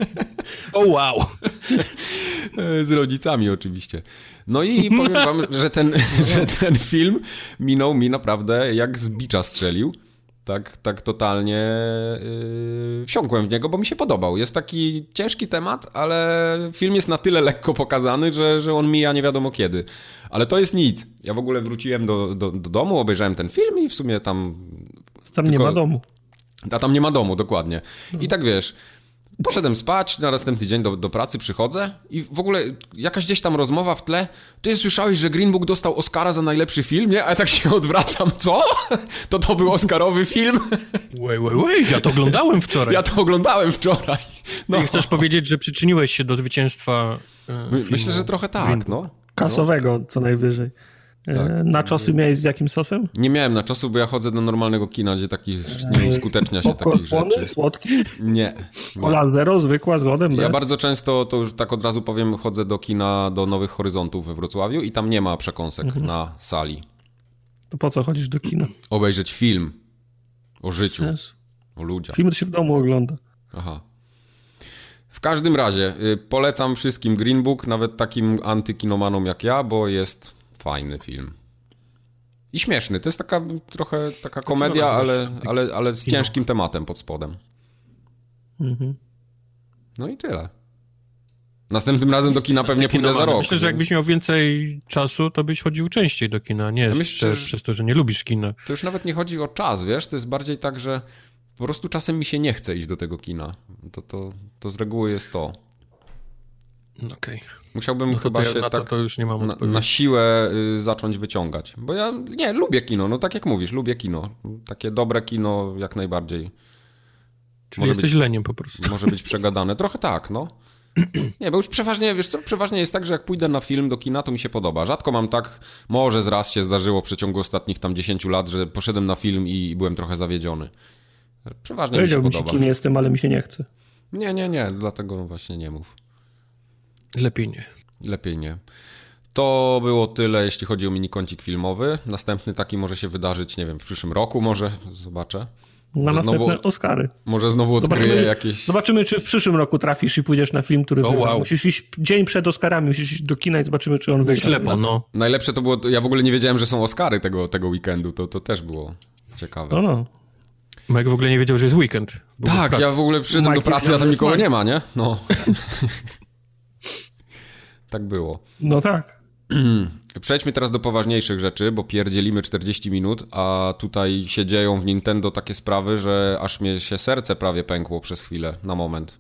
O wow! Z rodzicami oczywiście. No i powiem wam, że ten film minął mi naprawdę jak z bicza strzelił. Tak totalnie wsiąkłem w niego, bo mi się podobał. Jest taki ciężki temat, ale film jest na tyle lekko pokazany, że on mija nie wiadomo kiedy. Ale to jest nic. Ja w ogóle wróciłem do domu, obejrzałem ten film i w sumie tam nie ma domu. A tam nie ma domu, dokładnie. I tak wiesz... Poszedłem spać, na następny dzień do pracy przychodzę i w ogóle jakaś gdzieś tam rozmowa w tle. Ty słyszałeś, że Green Book dostał Oscara za najlepszy film, nie? A ja tak się odwracam, co? To był Oscarowy film? Wait, ja to oglądałem wczoraj. No. I chcesz powiedzieć, że przyczyniłeś się do zwycięstwa filmu? Myślę, że trochę tak, no. Kasowego co najwyżej. Tak. Naczosy miałeś z jakim sosem? Nie miałem naczosów, bo ja chodzę do normalnego kina, gdzie nie uskutecznia się takich rzeczy. Słodki? Nie. Cola zero, zwykła, z lodem? Ja bardzo często, to już tak od razu powiem, chodzę do kina do Nowych Horyzontów we Wrocławiu i tam nie ma przekąsek na sali. To po co chodzisz do kina? Obejrzeć film o życiu, o ludziach. Film to się w domu ogląda. Aha. każdym razie polecam wszystkim Green Book, nawet takim antykinomanom jak ja, bo jest fajny film. I śmieszny. To jest trochę taka komedia, ale z ciężkim tematem pod spodem. No i tyle. Następnym razem do kina pewnie pójdę za rok. Myślę, że jakbyś miał więcej czasu, to byś chodził częściej do kina. Nie przez to, że nie lubisz kina. To już nawet nie chodzi o czas, wiesz? To jest bardziej tak, że po prostu czasem mi się nie chce iść do tego kina. To z reguły jest to. Okej. Musiałbym chyba się to już nie mam na siłę zacząć wyciągać. Bo ja lubię kino, no tak jak mówisz, lubię kino. Takie dobre kino jak najbardziej. Czyli jesteś leniem po prostu. Może być przegadane. Trochę tak, no. Nie, bo już przeważnie, wiesz co, przeważnie jest tak, że jak pójdę na film do kina, to mi się podoba. Rzadko mam tak, może raz się zdarzyło w przeciągu ostatnich tam 10 lat, że poszedłem na film i byłem trochę zawiedziony. Przeważnie mi się podoba. Kim jestem, ale mi się nie chce. Nie, dlatego właśnie nie mów. Lepiej nie. To było tyle, jeśli chodzi o minikącik filmowy. Następny taki może się wydarzyć, nie wiem, w przyszłym roku może, zobaczę. Na następne Oscary. Może znowu odkryję jakieś... Zobaczymy, czy w przyszłym roku trafisz i pójdziesz na film, który musisz iść dzień przed Oscarami, musisz iść do kina i zobaczymy, czy on wyjdzie. Ślepo, no. Najlepsze to było, ja w ogóle nie wiedziałem, że są Oscary tego weekendu, to też było ciekawe. No. Mike w ogóle nie wiedział, że jest weekend. Tak, ja w ogóle przyszedłem do pracy, a tam nikogo nie ma, nie? No. Tak było. No tak. Przejdźmy teraz do poważniejszych rzeczy, bo pierdzielimy 40 minut, a tutaj się dzieją w Nintendo takie sprawy, że aż mnie się serce prawie pękło przez chwilę, na moment.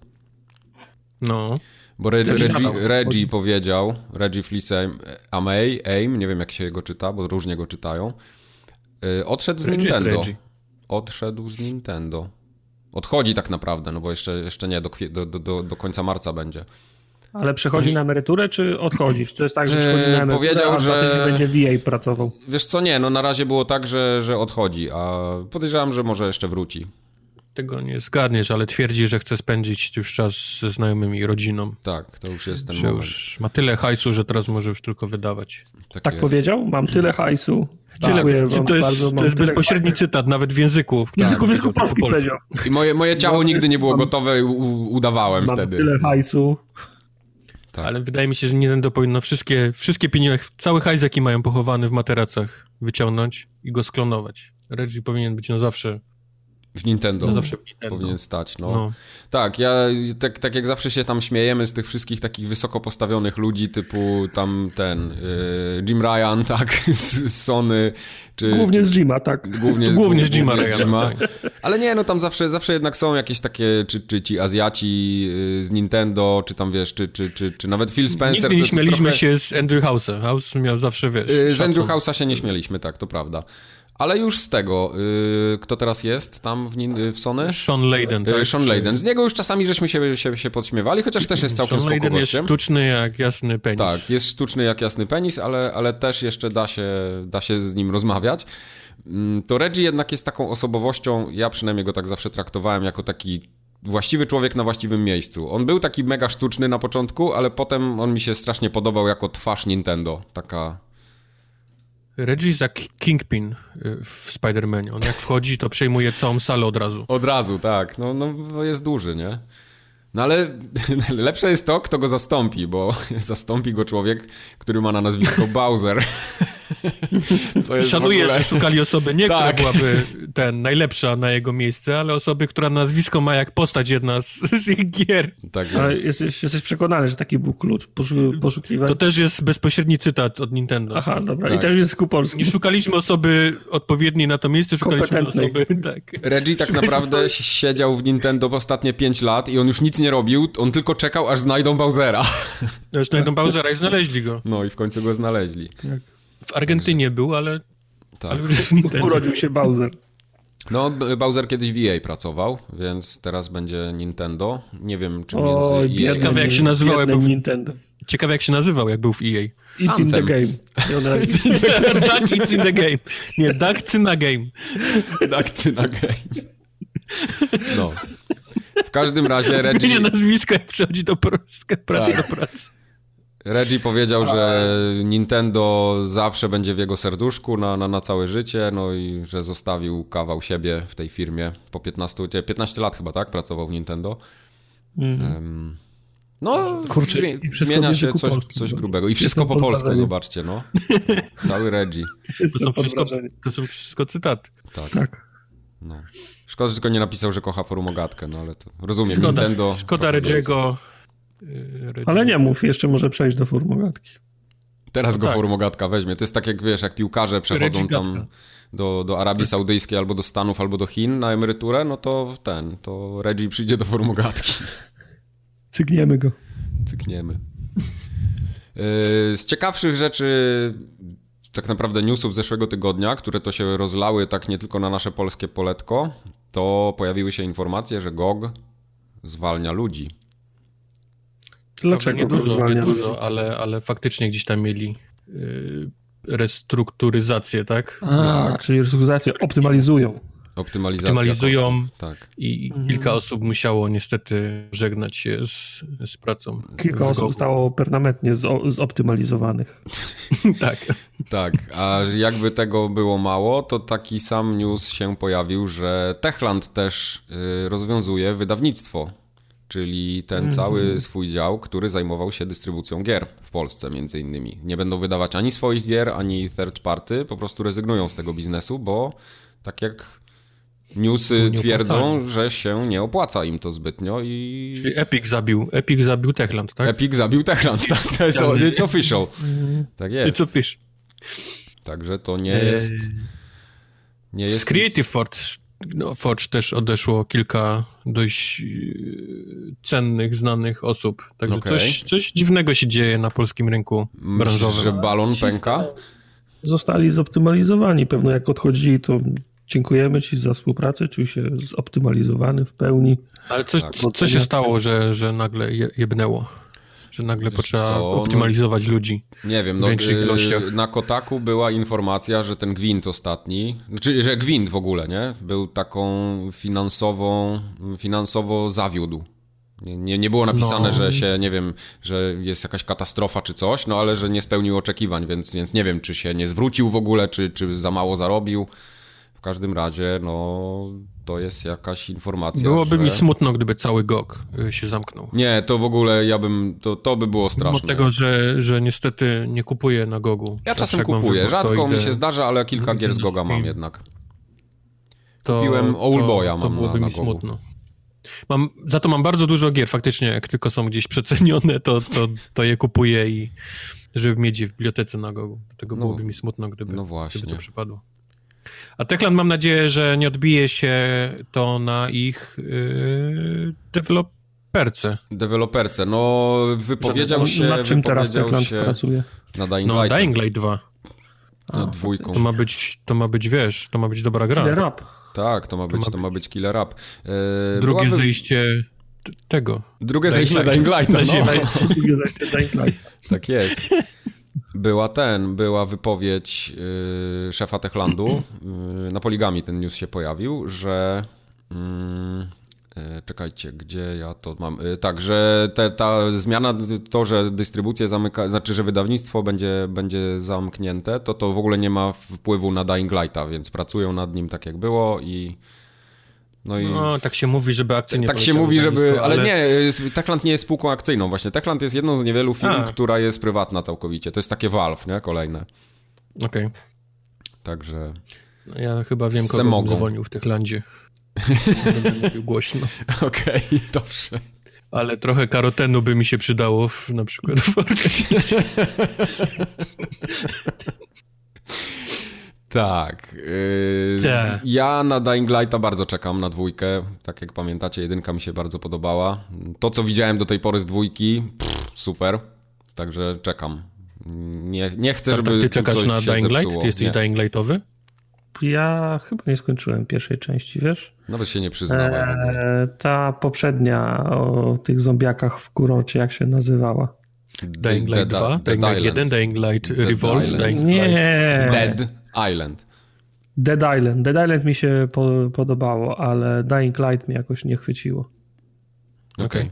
No. Bo Reggie powiedział, Reggie Fils-Aimé, nie wiem jak się go czyta, bo różnie go czytają, odszedł z Nintendo. Odszedł z Nintendo. Odchodzi tak naprawdę, no bo jeszcze nie, do końca marca będzie. Ale przechodzi na emeryturę, czy odchodzi? Czy to jest tak, że przechodzi na emeryturę, powiedział, że będzie w EA pracował? Wiesz co, nie, no na razie było tak, że odchodzi, a podejrzewam, że może jeszcze wróci. Tego nie zgadniesz, ale twierdzi, że chce spędzić już czas ze znajomymi i rodziną. Tak, to już jest ten moment. Już ma tyle hajsu, że teraz może już tylko wydawać. Tak powiedział? Mam tyle hajsu. Tak. To jest bezpośredni cytat, nawet w języku. W języku polskim powiedział. I moje ciało nigdy nie było gotowe, udawałem mam wtedy. Mam tyle hajsu. Tak. Ale wydaje mi się, że Nintendo powinno wszystkie pieniądze, cały hajs, jaki mają pochowany w materacach, wyciągnąć i go sklonować. Reggie powinien być na zawsze w Nintendo. Na zawsze w Nintendo. Powinien stać, no. Tak, ja tak jak zawsze się tam śmiejemy z tych wszystkich takich wysoko postawionych ludzi, typu tam Jim Ryan, tak, z Sony. Głównie z Jima, tak. Głównie z Jima Ryana. Tak. Ale nie, no tam zawsze jednak są jakieś takie, czy ci Azjaci z Nintendo, czy tam wiesz, czy nawet Phil Spencer. Nigdy nie śmieliśmy się z Andrew House'a. House miał zawsze, wiesz, z Andrew House'a się nie śmieliśmy, tak, to prawda. Ale już z tego, kto teraz jest tam w Sony? Sean Layden, tak? Sean Layden. Z niego już czasami żeśmy się podśmiewali, chociaż też jest całkiem spoko gościem. Sean Layden jest sztuczny jak jasny penis. Tak, jest sztuczny jak jasny penis, ale też jeszcze da się z nim rozmawiać. To Reggie jednak jest taką osobowością, ja przynajmniej go tak zawsze traktowałem jako taki właściwy człowiek na właściwym miejscu. On był taki mega sztuczny na początku, ale potem on mi się strasznie podobał jako twarz Nintendo. Taka... Reggie jest jak Kingpin w Spider-Manie. On jak wchodzi, to przejmuje całą salę od razu. Od razu, tak. No jest duży, nie? No ale lepsze jest to, kto go zastąpi, bo zastąpi go człowiek, który ma na nazwisko Bowser. Szanuję, że szukali osoby, nie która byłaby najlepsza na jego miejsce, ale osoby, która nazwisko ma jak postać jedna z ich gier. Tak jest. Ale jesteś przekonany, że taki był klucz poszukiwań? To też jest bezpośredni cytat od Nintendo. Aha, dobra. Tak. I też w języku polskim. Nie szukaliśmy osoby odpowiedniej na to miejsce, szukaliśmy osoby... Tak. Reggie tak naprawdę siedział w Nintendo po ostatnie 5 lat i on już nic nie robił, on tylko czekał, aż znajdą Bowsera. Już znajdą Bowsera i znaleźli go. No i w końcu go znaleźli. Tak. W Argentynie był, ale... Tak. Ale już w Nintendo. Urodził się Bowser. No, Bowser kiedyś w EA pracował, więc teraz będzie Nintendo. Nie wiem, czy między EA... Ciekawe, jak się nazywał, jak był w Nintendo. Ciekawe, jak się nazywał, jak był w EA. It's in the game. Duck, it's in the game. Nie, Duck Cyna Game. Duck Cyna Game. No. W każdym razie Reggie... Zmienia nazwisko, jak przychodzi do pracy. Reggie powiedział, że Nintendo zawsze będzie w jego serduszku na całe życie, no i że zostawił kawał siebie w tej firmie po 15 lat chyba, tak? Pracował w Nintendo. No, kurczę, zmienia się coś grubego. I wszystko po polsku, zobaczcie, no. Cały Reggie. To są wszystko cytaty. Tak. No. Szkoda, że tylko nie napisał, że kocha Formogatkę, no ale to rozumiem. Szkoda, Nintendo... Szkoda Reggie'ego. Ale nie mów, jeszcze może przejść do Formogatki. Teraz go Formogatka weźmie. To jest tak jak, wiesz, jak piłkarze przechodzą tam do Arabii Saudyjskiej albo do Stanów, albo do Chin na emeryturę, no to to Reggie przyjdzie do Formogatki. Cykniemy go. Cykniemy. Z ciekawszych rzeczy, tak naprawdę newsów zeszłego tygodnia, które to się rozlały tak nie tylko na nasze polskie poletko, to pojawiły się informacje, że GOG zwalnia ludzi. Dlaczego? Nie dużo, ale faktycznie gdzieś tam mieli restrukturyzację, tak? Czyli restrukturyzację optymalizują. Optymalizują tak. I kilka osób musiało niestety żegnać się z pracą. Kilka osób zostało permanentnie zoptymalizowanych. Tak, a jakby tego było mało, to taki sam news się pojawił, że Techland też rozwiązuje wydawnictwo, czyli ten cały swój dział, który zajmował się dystrybucją gier w Polsce między innymi. Nie będą wydawać ani swoich gier, ani third party, po prostu rezygnują z tego biznesu, bo tak jak newsy twierdzą, że się nie opłaca im to zbytnio i... Czyli Epic zabił Techland, tak? Epic zabił Techland, tak. To jest it's official. Tak jest. It's official. Także to nie jest... Z Creative Forge też odeszło kilka dość cennych, znanych osób. Także coś dziwnego się dzieje na polskim rynku branżowym. Myślisz, że balon pęka? Zostali zoptymalizowani. Pewno jak odchodzili, to dziękujemy ci za współpracę, czuł się zoptymalizowany w pełni. Ale co się stało, że nagle jebnęło? Że nagle potrzeba optymalizować ludzi. Nie wiem, w większych ilościach. Na Kotaku była informacja, że ten Gwint ostatni, znaczy, że Gwint w ogóle, nie? Był taką finansowo zawiódł. Nie było napisane, że się, nie wiem, że jest jakaś katastrofa czy coś, no ale że nie spełnił oczekiwań, więc nie wiem, czy się nie zwrócił w ogóle, czy za mało zarobił. W każdym razie, no, to jest jakaś informacja, byłoby mi smutno, gdyby cały GOG się zamknął. Nie, to w ogóle to by było straszne. Mimo tego, że niestety nie kupuję na GOG-u. Ja czasem kupuję, rzadko mi się zdarza, ale kilka gier z GOG-a mam jednak. Kupiłem Oldboya mam byłoby na mi GOG-u. Smutno. Za to mam bardzo dużo gier, faktycznie, jak tylko są gdzieś przecenione, to je kupuję i żeby mieć je w bibliotece na GOG-u. Dlatego byłoby mi smutno, gdyby to przypadło. A Techland, mam nadzieję, że nie odbije się to na ich deweloperce. No, wypowiedział się... Nad czym teraz Techland pracuje? Na Dying Light 2. Nad dwójką. To ma być, wiesz, to ma być dobra gra. Killer App. Tak, to ma być Killer App. Drugie zejście tego. Drugie zejście Dying Lighta. Drugie zejście Dying Lighta. Tak jest. Była wypowiedź szefa Techlandu, na Poligami ten news się pojawił, że czekajcie, gdzie ja to mam, tak, że ta zmiana, to, że dystrybucję zamyka, znaczy, że wydawnictwo będzie zamknięte, to w ogóle nie ma wpływu na Dying Lighta, więc pracują nad nim tak jak było i no, tak się mówi, żeby akcje nie tak się mówi, ale nie, Techland nie jest spółką akcyjną właśnie. Techland jest jedną z niewielu firm, która jest prywatna całkowicie. To jest takie Valve, nie? Kolejne. Okej. Także... No, ja chyba wiem, kogo bym zwolnił w Techlandzie. Będę mówił głośno. Okej, dobrze. Ale trochę karotenu by mi się przydało na przykład w organizacji. Tak. Ja na Dying Lighta bardzo czekam, na dwójkę. Tak jak pamiętacie, jedynka mi się bardzo podobała. To, co widziałem do tej pory z dwójki, super. Także czekam. Nie chcę, żeby ty czekasz na Dying Light? Ty jesteś Dying Lightowy? Ja chyba nie skończyłem pierwszej części, wiesz? Nawet się nie przyznałem. Ta poprzednia o tych zombiakach w kurorcie, jak się nazywała? Dying Light 2? Dying Light 1? Dying Light Revolve? Nie. Dead Island. Dead Island mi się podobało, ale Dying Light mnie jakoś nie chwyciło. Okej.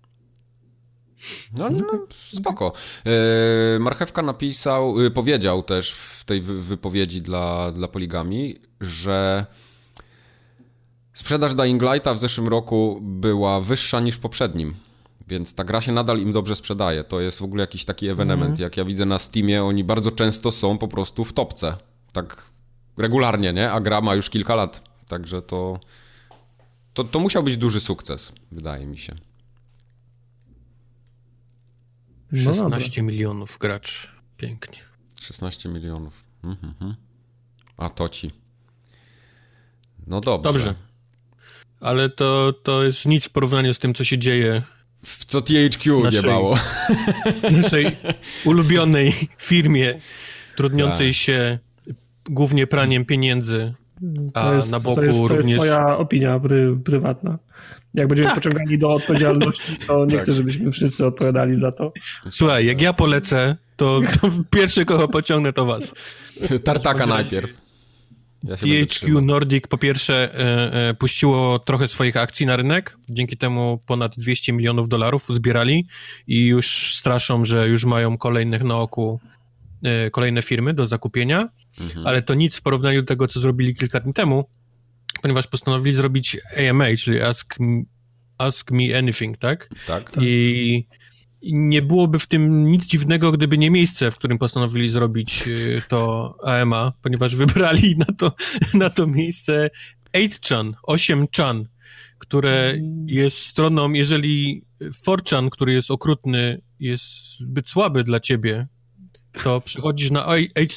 No, spoko. Marchewka powiedział też w tej wypowiedzi dla Poligami, że sprzedaż Dying Lighta w zeszłym roku była wyższa niż w poprzednim. Więc ta gra się nadal im dobrze sprzedaje. To jest w ogóle jakiś taki ewenement. Jak ja widzę na Steamie, oni bardzo często są po prostu w topce. Tak regularnie, nie? A gra ma już kilka lat. Także to musiał być duży sukces, wydaje mi się. 16 milionów gracz. Pięknie. 16 milionów. A to ci. No dobrze. Dobrze. Ale to jest nic w porównaniu z tym, co się dzieje w co THQ jebało. W naszej ulubionej firmie, trudniącej się głównie praniem pieniędzy, a na boku również... To jest twoja opinia prywatna. Jak będziemy pociągani do odpowiedzialności, to nie chcę, żebyśmy wszyscy odpowiadali za to. Słuchaj, jak ja polecę, to pierwszy, kogo pociągnę, to was. Tartaka najpierw. THQ Nordic po pierwsze puściło trochę swoich akcji na rynek, dzięki temu ponad $200 milionów zbierali i już straszą, że już mają kolejnych na oku kolejne firmy do zakupienia, ale to nic w porównaniu do tego, co zrobili kilka dni temu, ponieważ postanowili zrobić AMA, czyli Ask Me Anything, tak? Tak. I nie byłoby w tym nic dziwnego, gdyby nie miejsce, w którym postanowili zrobić to AMA, ponieważ wybrali na to miejsce 8chan, które jest stroną, jeżeli 4chan, który jest okrutny, jest zbyt słaby dla ciebie, to przechodzisz na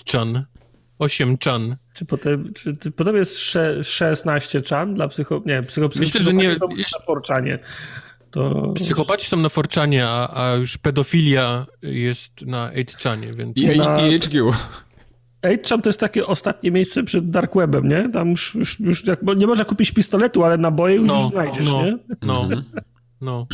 8chan. Czy potem jest 16chan dla Myślę, że nie. Są na 4chanie. To... Psychopaci są na 4chanie, a już pedofilia jest na 8chanie, więc... I THQ. 8chan to jest takie ostatnie miejsce przed Dark Webem, nie? Tam już bo nie można kupić pistoletu, ale naboje już znajdziesz, nie? No.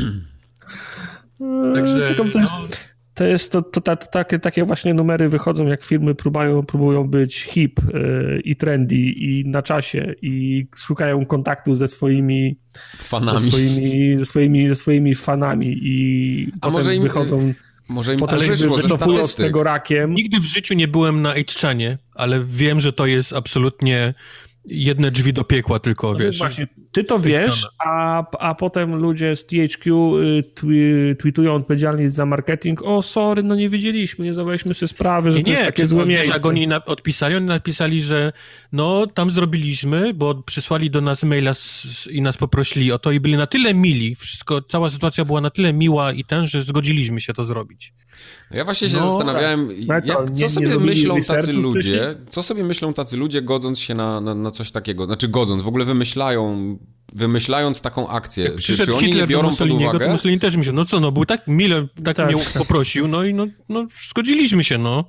Także... To jest takie właśnie numery wychodzą, jak firmy próbują być hip i trendy i na czasie i szukają kontaktu ze swoimi fanami. Ze swoimi fanami i a może im wychodzą... Może im wycofują z tego rakiem. Nigdy w życiu nie byłem na 8chanie, ale wiem, że to jest absolutnie jedne drzwi do piekła tylko, wiesz. Właśnie, ty to wiesz, a potem ludzie z THQ tweetują odpowiedzialni za marketing. O, sorry, no nie wiedzieliśmy, nie zdawaliśmy sobie sprawy, że to jest takie złe miejsce. Jak oni oni napisali, że no, tam zrobiliśmy, bo przysłali do nas maila i nas poprosili o to i byli na tyle mili, cała sytuacja była na tyle miła i że zgodziliśmy się to zrobić. Ja właśnie się zastanawiałem, co sobie myślą tacy ludzie, godząc się na coś takiego, znaczy godząc, w ogóle wymyślając taką akcję. Czy oni Hitler nie biorą do Mussoliniego, pod uwagę? To Mussolini też myślał, był tak mile, mnie poprosił, no i zgodziliśmy się, no.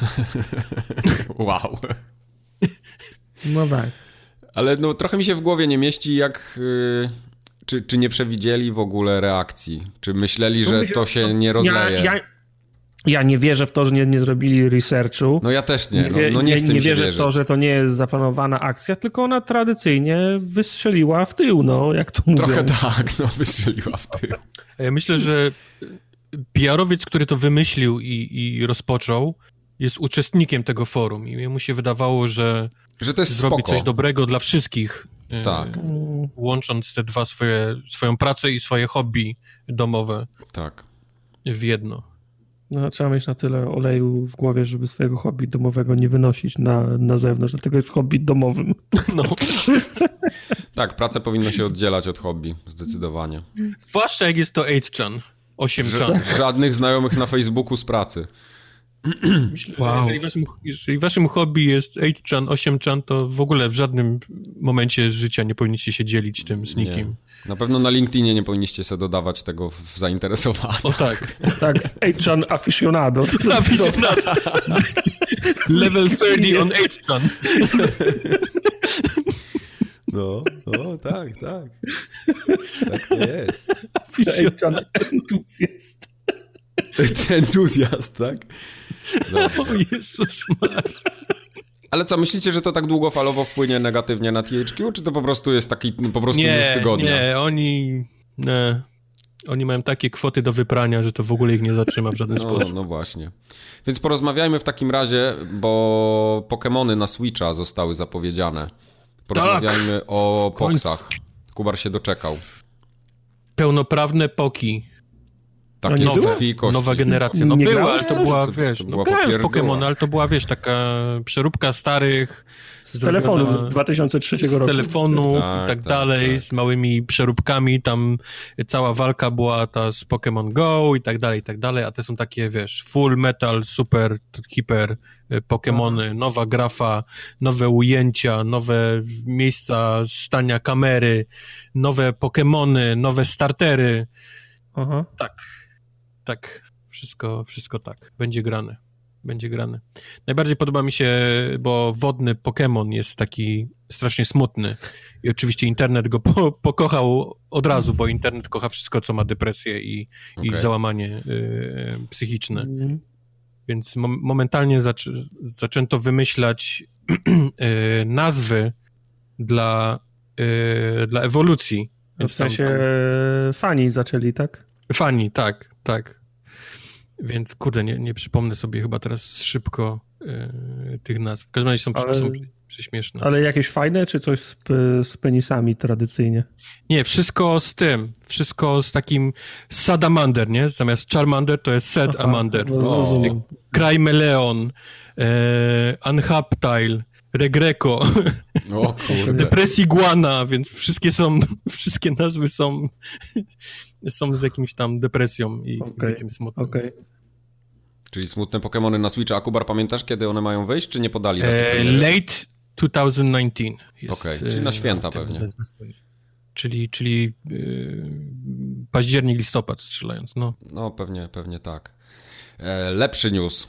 Wow. No tak. Ale trochę mi się w głowie nie mieści, jak... Czy nie przewidzieli w ogóle reakcji? Czy myśleli, że to się nie rozleje? Ja nie wierzę w to, że nie zrobili researchu. No ja też nie. Nie chcę nie wierzę w to, że to nie jest zaplanowana akcja, tylko ona tradycyjnie wystrzeliła w tył, jak to mówią. Trochę tak, wystrzeliła w tył. Ja myślę, że PR-owiec, który to wymyślił i rozpoczął, jest uczestnikiem tego forum i mu się wydawało, że to jest zrobi spoko. coś dobrego dla wszystkich. Tak. Łącząc te dwa swoją pracę i swoje hobby domowe. Tak. W jedno. Trzeba mieć na tyle oleju w głowie, żeby swojego hobby domowego nie wynosić na zewnątrz, dlatego jest hobby domowym. Tak, pracę powinno się oddzielać od hobby, zdecydowanie. Zwłaszcza jak jest to 8chan. 8chan. Żadnych znajomych na Facebooku z pracy. Myślę, że jeżeli waszym hobby jest 8chan, 8chan, to w ogóle w żadnym momencie życia nie powinniście się dzielić tym z nikim. Nie. Na pewno na LinkedInie nie powinniście sobie dodawać tego w zainteresowaniu. O tak. Tak, 8chan aficionado. Level 30 on 8chan. Tak. Tak to jest. 8chan entuzjast. Entuzjast, tak? O Jezus Maria. Ale co, myślicie, że to tak długofalowo wpłynie negatywnie na THQ, czy to po prostu jest taki news tygodnia? Nie, oni mają takie kwoty do wyprania, że to w ogóle ich nie zatrzyma w żaden sposób. No właśnie. Więc porozmawiajmy w takim razie, bo Pokemony na Switcha zostały zapowiedziane. Porozmawiajmy o Poksach. Kubar się doczekał. Pełnoprawne Poki. Takie nowa generacja. No była, ale to była, wiesz, grałem w Pokémon, ale to była, wiesz, taka przeróbka starych... Z telefonów z 2003 roku. Z telefonów i tak dalej, z małymi przeróbkami, tam cała walka była ta z Pokémon Go i tak dalej, a te są takie, wiesz, full metal, super, hiper Pokémony, nowa grafa, nowe ujęcia, nowe miejsca stania kamery, nowe Pokémony, nowe startery. Aha. Tak, wszystko tak, będzie grane. Najbardziej podoba mi się, bo wodny Pokémon jest taki strasznie smutny i oczywiście internet go pokochał od razu, bo internet kocha wszystko, co ma depresję i załamanie psychiczne. Więc momentalnie zaczęto wymyślać nazwy dla ewolucji. W sensie fani zaczęli, tak? Fani, tak. Więc kurde, nie przypomnę sobie chyba teraz szybko tych nazw. W każdym razie są prześmieszne. Ale jakieś fajne, czy coś z penisami tradycyjnie? Nie, wszystko z tym. Wszystko z takim Sadamander, nie? Zamiast Charmander to jest Sedamander. Crimeleon, Unhaptile, Regreko, Depresiguana, więc wszystkie nazwy są z jakimś tam depresją i takim smutnym. Okay. Czyli smutne Pokemony na Switcha. A Kubar, pamiętasz, kiedy one mają wyjść, czy nie podali? Late 2019 jest. Okej, czyli na święta pewnie. Czyli październik, listopad strzelając, no. No, pewnie tak. Lepszy news.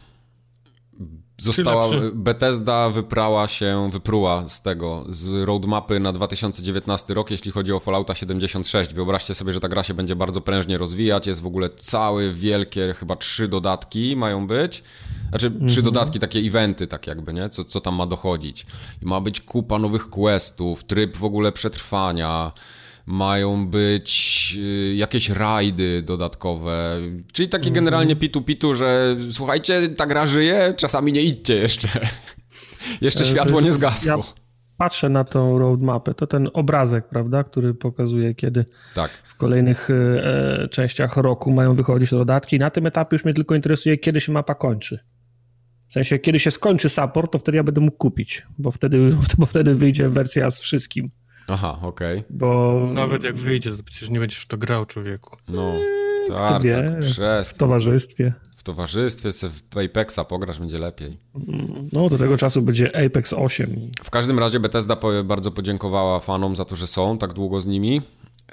Bethesda wypruła z roadmapy na 2019 rok, jeśli chodzi o Fallouta 76. Wyobraźcie sobie, że ta gra się będzie bardzo prężnie rozwijać. Jest w ogóle całe wielkie, chyba 3 dodatki mają być. Znaczy 3 dodatki, takie eventy, tak jakby, nie? Co tam ma dochodzić. I ma być kupa nowych questów, tryb w ogóle przetrwania. Mają być jakieś rajdy dodatkowe, czyli takie generalnie pitu, że słuchajcie, ta gra żyje, czasami nie idźcie jeszcze. Jeszcze światło nie zgasło. Ja patrzę na tą roadmapę, to ten obrazek, prawda, który pokazuje, kiedy w kolejnych częściach roku mają wychodzić dodatki. Na tym etapie już mnie tylko interesuje, kiedy się mapa kończy. W sensie, kiedy się skończy support, to wtedy ja będę mógł kupić, bo wtedy wyjdzie wersja z wszystkim. Aha, okej. Bo nawet jak wyjdzie, to przecież nie będziesz w to grał, człowieku. No, kto wie, w towarzystwie. W towarzystwie sobie w Apexa pograsz, będzie lepiej. No, do tego czasu będzie Apex 8. W każdym razie Bethesda bardzo podziękowała fanom za to, że są tak długo z nimi.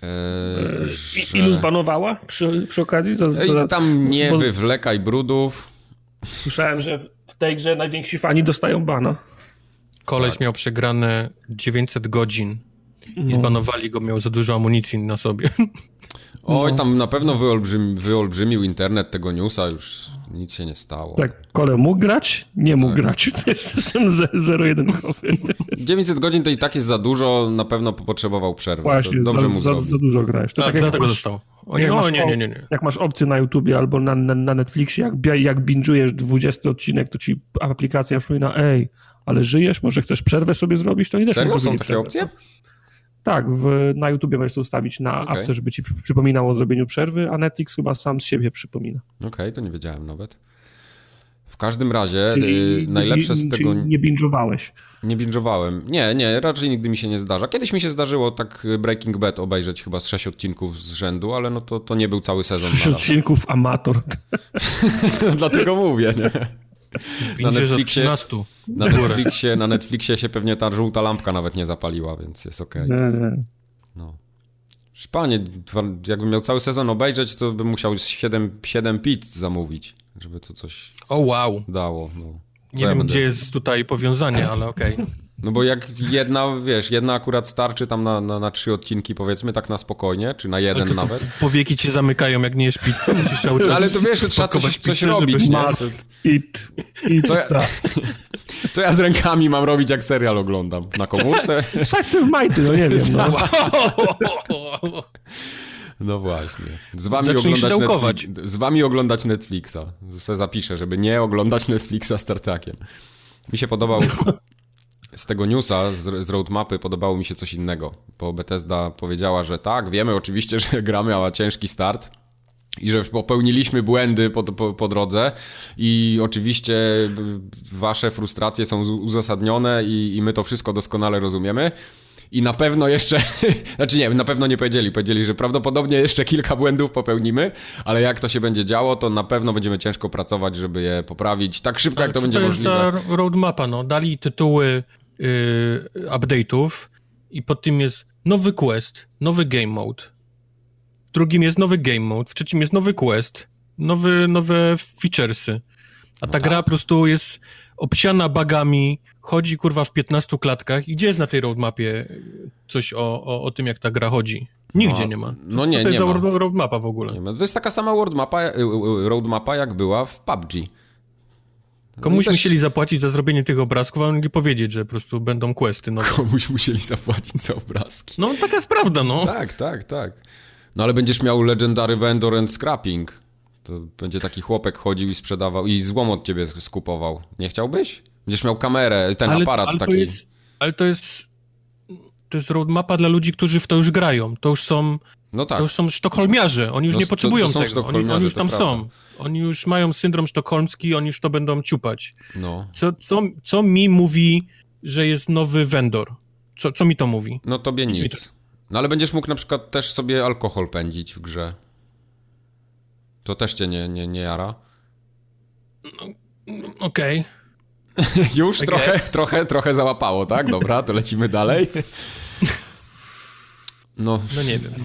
Ilu zbanowała przy okazji? Tam nie wywlekaj brudów. Słyszałem, że w tej grze najwięksi fani dostają bana. Koleś miał przegrane 900 godzin i zbanowali go, miał za dużo amunicji na sobie. Oj, tam na pewno wyolbrzymił internet tego newsa, już nic się nie stało. Tak, Kole mógł grać? Nie mógł grać. To jest system zero-jedynkowy. 900 godzin to i tak jest za dużo, na pewno potrzebował przerwy. Właśnie, dobrze mu zrobić. Za dużo grałeś. To tak dlatego dostał. Nie. Jak masz opcję na YouTubie albo na Netflixie, jak binge'ujesz 20 odcinek, to ci aplikacja przypomina, ale żyjesz? Może chcesz przerwę sobie zrobić? To nie też są takie przerwę. Opcje? Tak, na YouTubie możesz to ustawić na apce, żeby ci przypominało o zrobieniu przerwy, a Netflix chyba sam z siebie przypomina. Okej, to nie wiedziałem nawet. W każdym razie najlepsze z tego... Nie binge'owałeś. Nie binge'owałem. Nie, raczej nigdy mi się nie zdarza. Kiedyś mi się zdarzyło tak Breaking Bad obejrzeć chyba z 6 odcinków z rzędu, ale no to nie był cały sezon. 6 odcinków amator. Dlatego mówię, nie? Na Netflixie się pewnie ta żółta lampka nawet nie zapaliła, więc jest okej. Nie. No. Szpanie, jakbym miał cały sezon obejrzeć, to bym musiał 7 pizz zamówić, żeby to coś dało. No. Nie wiem, gdzie jest tutaj powiązanie, ale okej. No bo jak jedna akurat starczy tam na 3 odcinki, powiedzmy, tak na spokojnie, czy na jeden nawet. Powieki ci zamykają, jak nie jesz pizzy, musisz cały czas... Ale to wiesz, że trzeba coś robić, nie? Co ja z rękami mam robić, jak serial oglądam? Na komórce? Wsadź sobie w majty, no nie wiem. No właśnie. Z wami oglądać Netflixa. Sobie zapiszę, żeby nie oglądać Netflixa z Tartakiem. Mi się podobał... Z tego newsa, z roadmapy podobało mi się coś innego, bo Bethesda powiedziała, że tak, wiemy oczywiście, że gra miała ciężki start, i że popełniliśmy błędy po drodze i oczywiście wasze frustracje są uzasadnione i my to wszystko doskonale rozumiemy. I na pewno jeszcze, znaczy nie, na pewno nie powiedzieli, że prawdopodobnie jeszcze kilka błędów popełnimy, ale jak to się będzie działo, to na pewno będziemy ciężko pracować, żeby je poprawić tak szybko, jak to będzie możliwe. To jest ta roadmapa, no. Dali tytuły update'ów i pod tym jest nowy quest, nowy game mode. W drugim jest nowy game mode, w trzecim jest nowy quest, nowe featuresy. A ta gra po prostu jest obsiana bugami, chodzi kurwa w 15 klatkach i gdzie jest na tej roadmapie coś o tym, jak ta gra chodzi? Nigdzie nie ma. No nie, co to jest nie za ma. roadmapa w ogóle? Nie ma. To jest taka sama roadmapa, jak była w PUBG. Komuś musieli zapłacić za zrobienie tych obrazków, a oni mogli powiedzieć, że po prostu będą questy nowe. Komuś musieli zapłacić za obrazki. No taka jest prawda, no. Tak. No ale będziesz miał Legendary Vendor and Scrapping. To będzie taki chłopek chodził i sprzedawał i złom od ciebie skupował. Nie chciałbyś? Będziesz miał kamerę, aparat taki. To jest roadmapa dla ludzi, którzy w to już grają. To już są... No tak. To już są sztokholmiarze, oni już nie potrzebują tego, oni już tam są. Oni już mają syndrom sztokholmski, oni już to będą ciupać. No. Co mi mówi, że jest nowy vendor? Co mi to mówi? No tobie nic. No ale będziesz mógł na przykład też sobie alkohol pędzić w grze. To też cię nie jara? Okej. Już trochę załapało, tak? Dobra, to lecimy dalej. No nie wiem.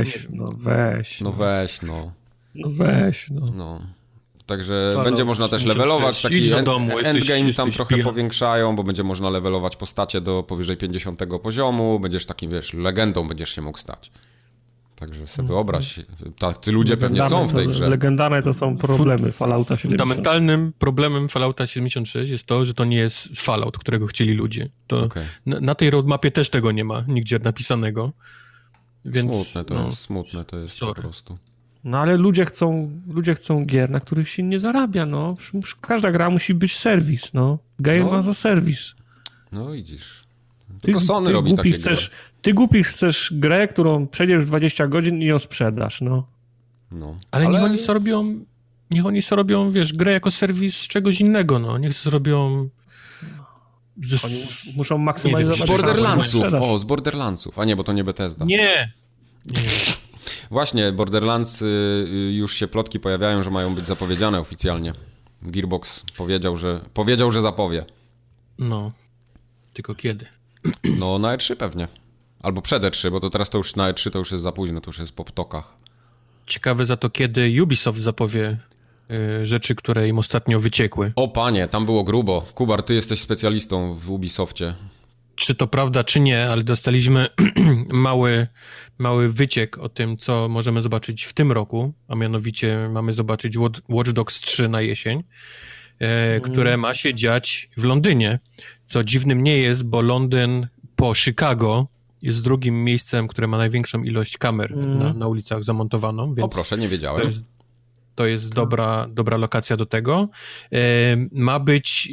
Weź. No. Także będzie można też levelować, taki endgame tam trochę powiększają, bo będzie można levelować postacie do powyżej 50 poziomu, będziesz takim, legendą będziesz się mógł stać. Także sobie wyobraź, tacy ludzie pewnie są w tej grze. Legendarne to są problemy Fallouta 76. Fundamentalnym problemem Fallouta 76 jest to, że to nie jest Fallout, którego chcieli ludzie. To na tej roadmapie też tego nie ma nigdzie napisanego. Więc, smutne to jest po prostu. No ale ludzie chcą gier, na których się nie zarabia, no. Każda gra musi być serwis, no. Game ma za serwis. No widzisz. Tylko Sony robi takie gry. Ty głupi chcesz grę, którą przejdziesz w 20 godzin i ją sprzedasz, no. Ale niech oni sobie robią, wiesz, grę jako serwis z czegoś innego, no. Niech sobie robią... Oni muszą maksymalizować... Z Borderlandsów. A nie, bo to nie Bethesda. Nie. Właśnie, Borderlands już się plotki pojawiają, że mają być zapowiedziane oficjalnie. Gearbox powiedział, że zapowie. No. Tylko kiedy? No na E3 pewnie. Albo przed E3, bo to teraz to już na E3 to już jest za późno, to już jest po ptokach. Ciekawe za to, kiedy Ubisoft zapowie rzeczy, które im ostatnio wyciekły. O panie, tam było grubo. Kubar, ty jesteś specjalistą w Ubisoftie. Czy to prawda, czy nie, ale dostaliśmy mały wyciek o tym, co możemy zobaczyć w tym roku, a mianowicie mamy zobaczyć Watch Dogs 3 na jesień, które ma się dziać w Londynie, co dziwnym nie jest, bo Londyn po Chicago jest drugim miejscem, które ma największą ilość kamer na ulicach zamontowaną. Więc o proszę, nie wiedziałem. To jest dobra lokacja do tego. Ma być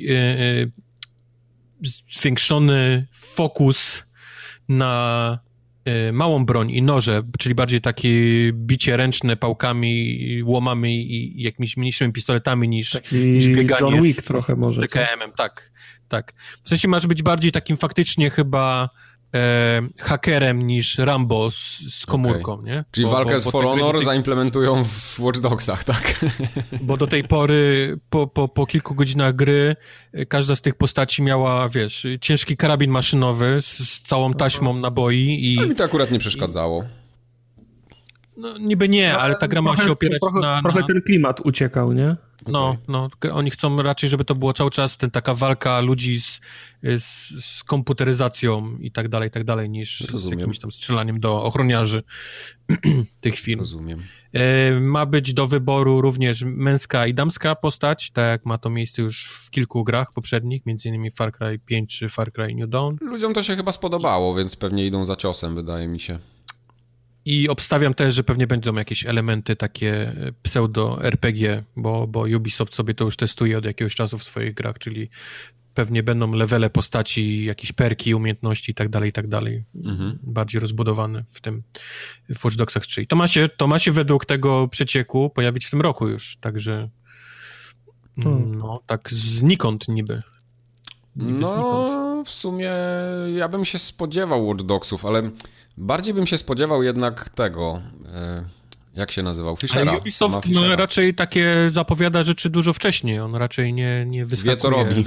zwiększony fokus na małą broń i noże, czyli bardziej takie bicie ręczne pałkami, łomami i jakimiś mniejszymi pistoletami niż bieganie John Wick trochę może. DKM-em, tak. W sensie masz być bardziej takim faktycznie chyba hakerem niż Rambo z komórką, nie? Czyli walkę z For Honor zaimplementują w Watch Dogsach, tak? Bo do tej pory, po kilku godzinach gry, każda z tych postaci miała, wiesz, ciężki karabin maszynowy z całą taśmą naboi i... A mi to akurat nie przeszkadzało. No niby nie, ale ta gra ma się opierać na... Trochę ten klimat uciekał, nie? No, oni chcą raczej, żeby to było cały czas taka walka ludzi z komputeryzacją i tak dalej, niż z jakimś tam strzelaniem do ochroniarzy tych firm. Rozumiem. Ma być do wyboru również męska i damska postać, tak jak ma to miejsce już w kilku grach poprzednich, m.in. Far Cry 5 czy Far Cry New Dawn. Ludziom to się chyba spodobało, więc pewnie idą za ciosem, wydaje mi się. I obstawiam też, że pewnie będą jakieś elementy takie pseudo-RPG, bo Ubisoft sobie to już testuje od jakiegoś czasu w swoich grach, czyli pewnie będą levele postaci, jakieś perki, umiejętności i tak dalej, bardziej rozbudowane w Watch Dogsach 3. To ma się według tego przecieku pojawić w tym roku już, także no, tak znikąd niby. Znikąd. W sumie ja bym się spodziewał Watch Dogsów, ale bardziej bym się spodziewał jednak tego... Jak się nazywał? Fischera. Ale Ubisoft raczej takie zapowiada rzeczy dużo wcześniej. On raczej nie wyskakuje. Wie, co robi.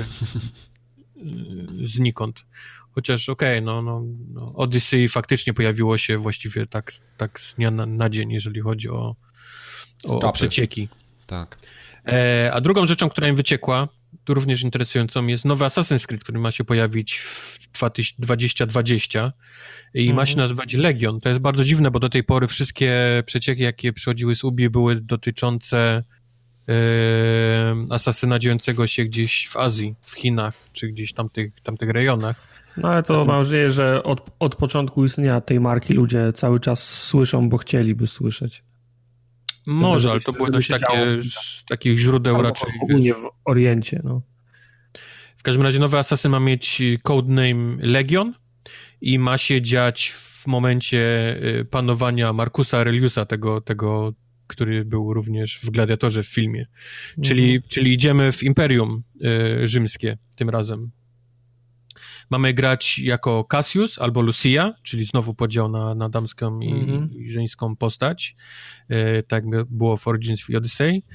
Znikąd. Chociaż no Odyssey faktycznie pojawiło się właściwie tak z dnia na dzień, jeżeli chodzi o przecieki. Tak. A drugą rzeczą, która im wyciekła, tu również interesującą, jest nowy Assassin's Creed, który ma się pojawić w 2020 i ma się nazywać Legion. To jest bardzo dziwne, bo do tej pory wszystkie przecieki, jakie przychodziły z Ubi, były dotyczące asasyna dziejącego się gdzieś w Azji, w Chinach, czy gdzieś w tamtych rejonach. No ale to mam nadzieję, że od początku istnienia tej marki ludzie cały czas słyszą, bo chcieliby słyszeć. Może, ale to były dość takie z takich źródeł raczej. Ogólnie w Oriencie, no. W każdym razie nowy Assassin ma mieć codename Legion i ma się dziać w momencie panowania Marcusa Aureliusa, tego który był również w Gladiatorze w filmie. Czyli idziemy w Imperium Rzymskie tym razem. Mamy grać jako Cassius albo Lucia, czyli znowu podział na damską i żeńską postać, tak jak było w Origins i Odyssey.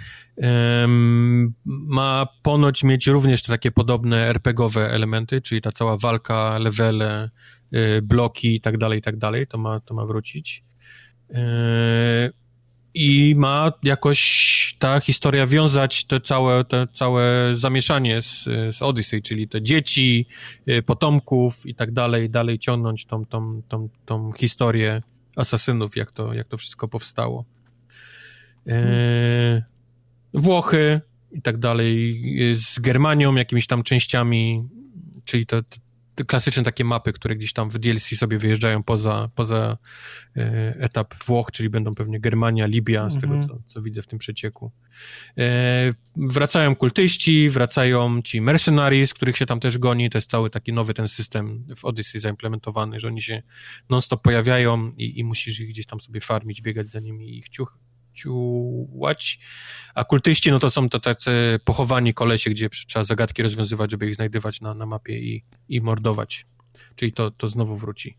Ma ponoć mieć również te takie podobne RPG-owe elementy, czyli ta cała walka, levele, bloki i tak dalej, to ma wrócić. I ma jakoś ta historia wiązać te całe zamieszanie z Odyssey, czyli te dzieci, potomków i tak dalej ciągnąć tą historię asasynów, jak to wszystko powstało. Włochy i tak dalej, z Germanią, jakimiś tam częściami, czyli te klasyczne takie mapy, które gdzieś tam w DLC sobie wyjeżdżają poza etap Włoch, czyli będą pewnie Germania, Libia, z tego co widzę w tym przecieku. Wracają kultyści, wracają ci mercenaries, których się tam też goni, to jest cały taki nowy ten system w Odyssey zaimplementowany, że oni się non-stop pojawiają i musisz ich gdzieś tam sobie farmić, biegać za nimi i ich ciułać. A kultyści, no to są to tacy pochowani kolesie, gdzie trzeba zagadki rozwiązywać, żeby ich znajdywać na mapie i mordować. Czyli to znowu wróci.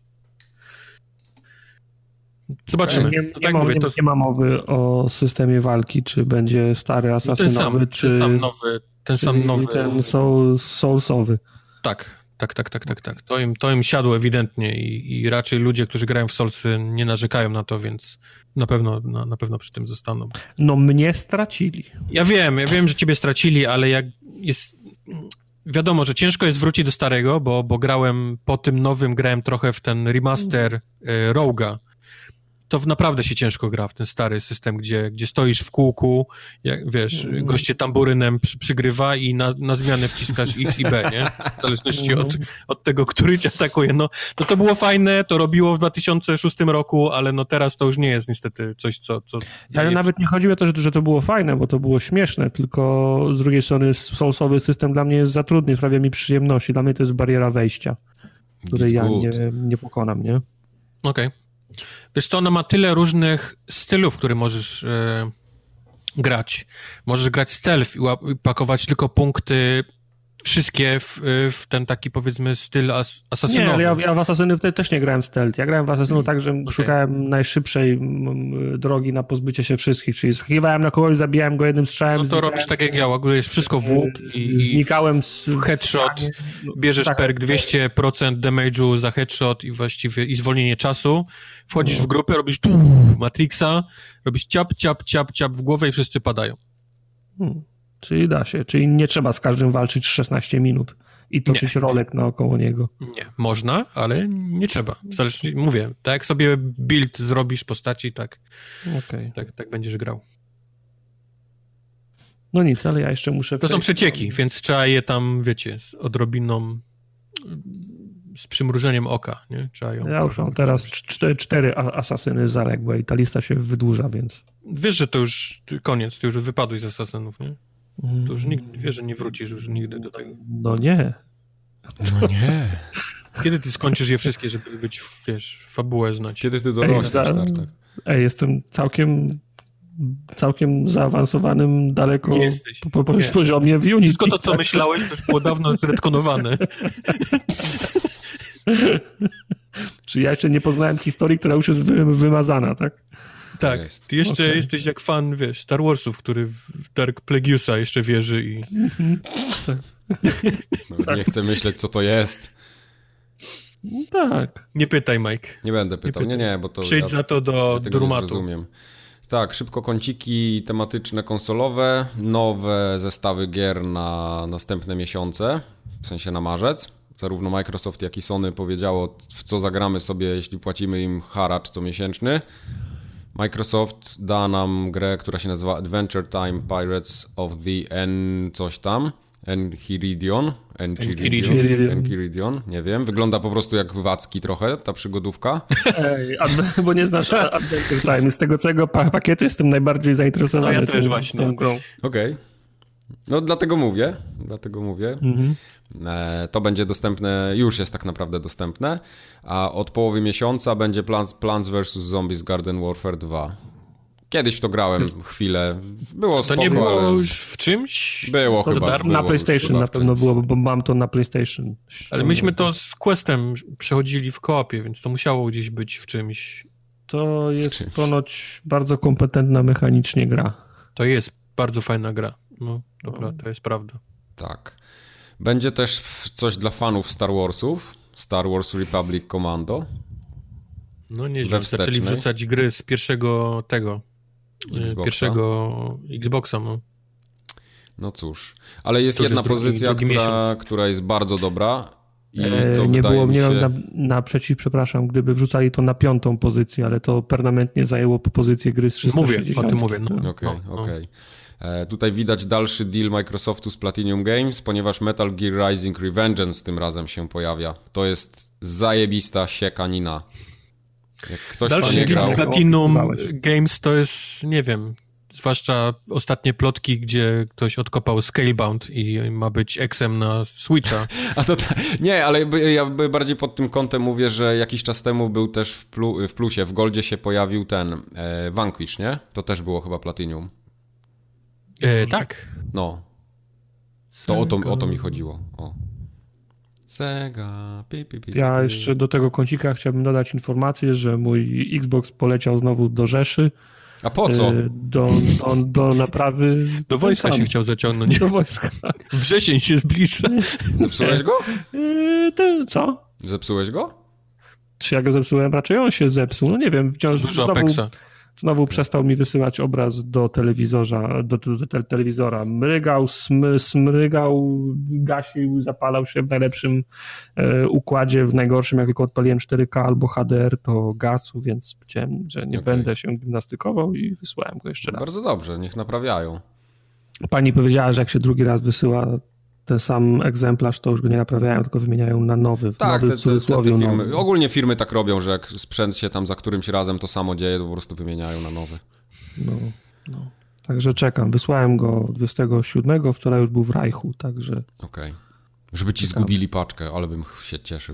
Zobaczymy. Nie ma mowy o systemie walki, czy będzie stary asasynowy, ten sam nowy. Ten soulsowy. Tak. To im siadło ewidentnie i raczej ludzie, którzy grają w Soulsy, nie narzekają na to, więc na pewno przy tym zostaną. No mnie stracili. Ja wiem, że ciebie stracili, ale jak jest... Wiadomo, że ciężko jest wrócić do starego, bo grałem po tym nowym, grałem trochę w ten remaster Rogue'a. To naprawdę się ciężko gra w ten stary system, gdzie stoisz w kółku, wiesz, goście tamburynem przygrywa i na zmianę wciskasz X i B, nie? W zależności od tego, który cię atakuje. No, to było fajne, to robiło w 2006 roku, ale no teraz to już nie jest niestety coś, co... Ale nawet nie chodziło o to, że to było fajne, bo to było śmieszne, tylko z drugiej strony soulsowy system dla mnie jest za trudny, sprawia mi przyjemności. Dla mnie to jest bariera wejścia, której ja nie pokonam, nie? Okej. Wiesz co, ona ma tyle różnych stylów, które możesz grać. Możesz grać stealth i pakować tylko punkty wszystkie w ten taki, powiedzmy, styl asasynowy. Nie, ale ja w Asasyny też nie grałem stealth. Ja grałem w Asasynu tak, że szukałem najszybszej drogi na pozbycie się wszystkich, czyli skakiwałem na kogoś, zabijałem go jednym strzałem. No to robisz tak jak ja, ładujesz wszystko w łuk i znikałem w headshot, bierzesz perk 200% damage'u za headshot i właściwie i zwolnienie czasu, wchodzisz w grupę, robisz Matrixa, robisz ciap w głowę i wszyscy padają. Czyli da się, czyli nie trzeba z każdym walczyć 16 minut i toczyć rolek naokoło niego. Nie, można, ale nie trzeba. Zależy, mówię, tak jak sobie build zrobisz postaci, tak będziesz grał. No nic, ale ja jeszcze muszę... To są przecieki, więc trzeba je tam, wiecie, z odrobiną, z przymrużeniem oka, nie? Trzeba ją... Ja już mam teraz 4 asasyny zaległe i ta lista się wydłuża, więc... Wiesz, że to już koniec, ty już wypadłeś z asasynów, nie? To już nikt wie, że nie wrócisz już nigdy do tego. No nie. No nie. Kiedy ty skończysz je wszystkie, żeby być, wiesz, fabułę znać? Kiedy ty dorośniesz, tak. Jestem całkiem zaawansowanym daleko po poziomie w Unity. Wszystko to, co myślałeś, to już było dawno zretkonowane. Czy ja jeszcze nie poznałem historii, która już jest wymazana, tak? Tak, ty jeszcze jesteś jak fan, wiesz, Star Warsów, który w Dark Plagueusa jeszcze wierzy i... No, nie chcę myśleć, co to jest. Tak. Nie pytaj, Mike. Nie będę pytał. Nie, bo to... Przyjdź za to do Drumatu. Rozumiem. Tak, szybko kąciki tematyczne konsolowe, nowe zestawy gier na następne miesiące, w sensie na marzec. Zarówno Microsoft, jak i Sony powiedziało, w co zagramy sobie, jeśli płacimy im haracz comiesięczny. Microsoft da nam grę, która się nazywa Adventure Time Pirates of the coś tam. Enchiridion, nie wiem. Wygląda po prostu jak Wacki trochę, ta przygodówka. Bo nie znasz Adventure Time. Z tego całego pakietu jestem najbardziej zainteresowany. Ja też właśnie. Tą grą. Okej. No dlatego mówię. Mhm. To będzie dostępne, już jest tak naprawdę dostępne, a od połowy miesiąca będzie Plants vs. Zombies Garden Warfare 2. Kiedyś w to grałem chwilę. Było spoko, to nie było ale... już w czymś? Było to chyba. Na PlayStation na pewno było, bo mam to na PlayStation. Ale myśmy to z Questem przechodzili w koopie, więc to musiało gdzieś być w czymś. To jest ponoć bardzo kompetentna mechanicznie gra. To jest bardzo fajna gra. No, dobra, to jest prawda. Tak. Będzie też coś dla fanów Star Warsów. Star Wars Republic Commando. No nieźle. Zaczęli wrzucać gry z pierwszego Xboxa. No cóż. Ale jest jedna pozycja, która jest bardzo dobra. I to nie było mnie naprzeciw, przepraszam, gdyby wrzucali to na 5. pozycję, ale to permanentnie zajęło pozycję gry z 360. O tym mówię. No. Okej. Tutaj widać dalszy deal Microsoftu z Platinum Games, ponieważ Metal Gear Rising Revengeance tym razem się pojawia. To jest zajebista siekanina. Jak ktoś dalszy deal z Platinum Games to jest, nie wiem, zwłaszcza ostatnie plotki, gdzie ktoś odkopał Scalebound i ma być Xem na Switcha. Nie, ale ja bardziej pod tym kątem mówię, że jakiś czas temu był też w plusie, w Goldzie się pojawił ten Vanquish, nie? To też było chyba Platinum. Tak. No. To o to mi chodziło. O. Sega. Ja jeszcze do tego kącika chciałbym dodać informację, że mój Xbox poleciał znowu do Rzeszy. A po co? Do naprawy. Do wojska się chciał zaciągnąć. Do wojska. Wrzesień się zbliża. Zepsułeś go? Co? Zepsułeś go? Czy ja go zepsułem? Raczej on się zepsuł. No nie wiem, wciąż znowu przestał mi wysyłać obraz do telewizora. Mrygał, smrygał, gasił, zapalał się w najlepszym układzie, w najgorszym, jak tylko odpaliłem 4K albo HDR, to gasł, więc powiedziałem, że nie będę się gimnastykował i wysłałem go jeszcze raz. Bardzo dobrze, niech naprawiają. Pani powiedziała, że jak się drugi raz wysyła ten sam egzemplarz, to już go nie naprawiają, tylko wymieniają na nowy. Tak, te firmy. Ogólnie firmy tak robią, że jak sprzęt się tam za którymś razem to samo dzieje, to po prostu wymieniają na nowy. No. Także czekam. Wysłałem go 27, wczoraj już był w Reichu, także... Okej. Żeby ci zgubili paczkę, ale bym się cieszył.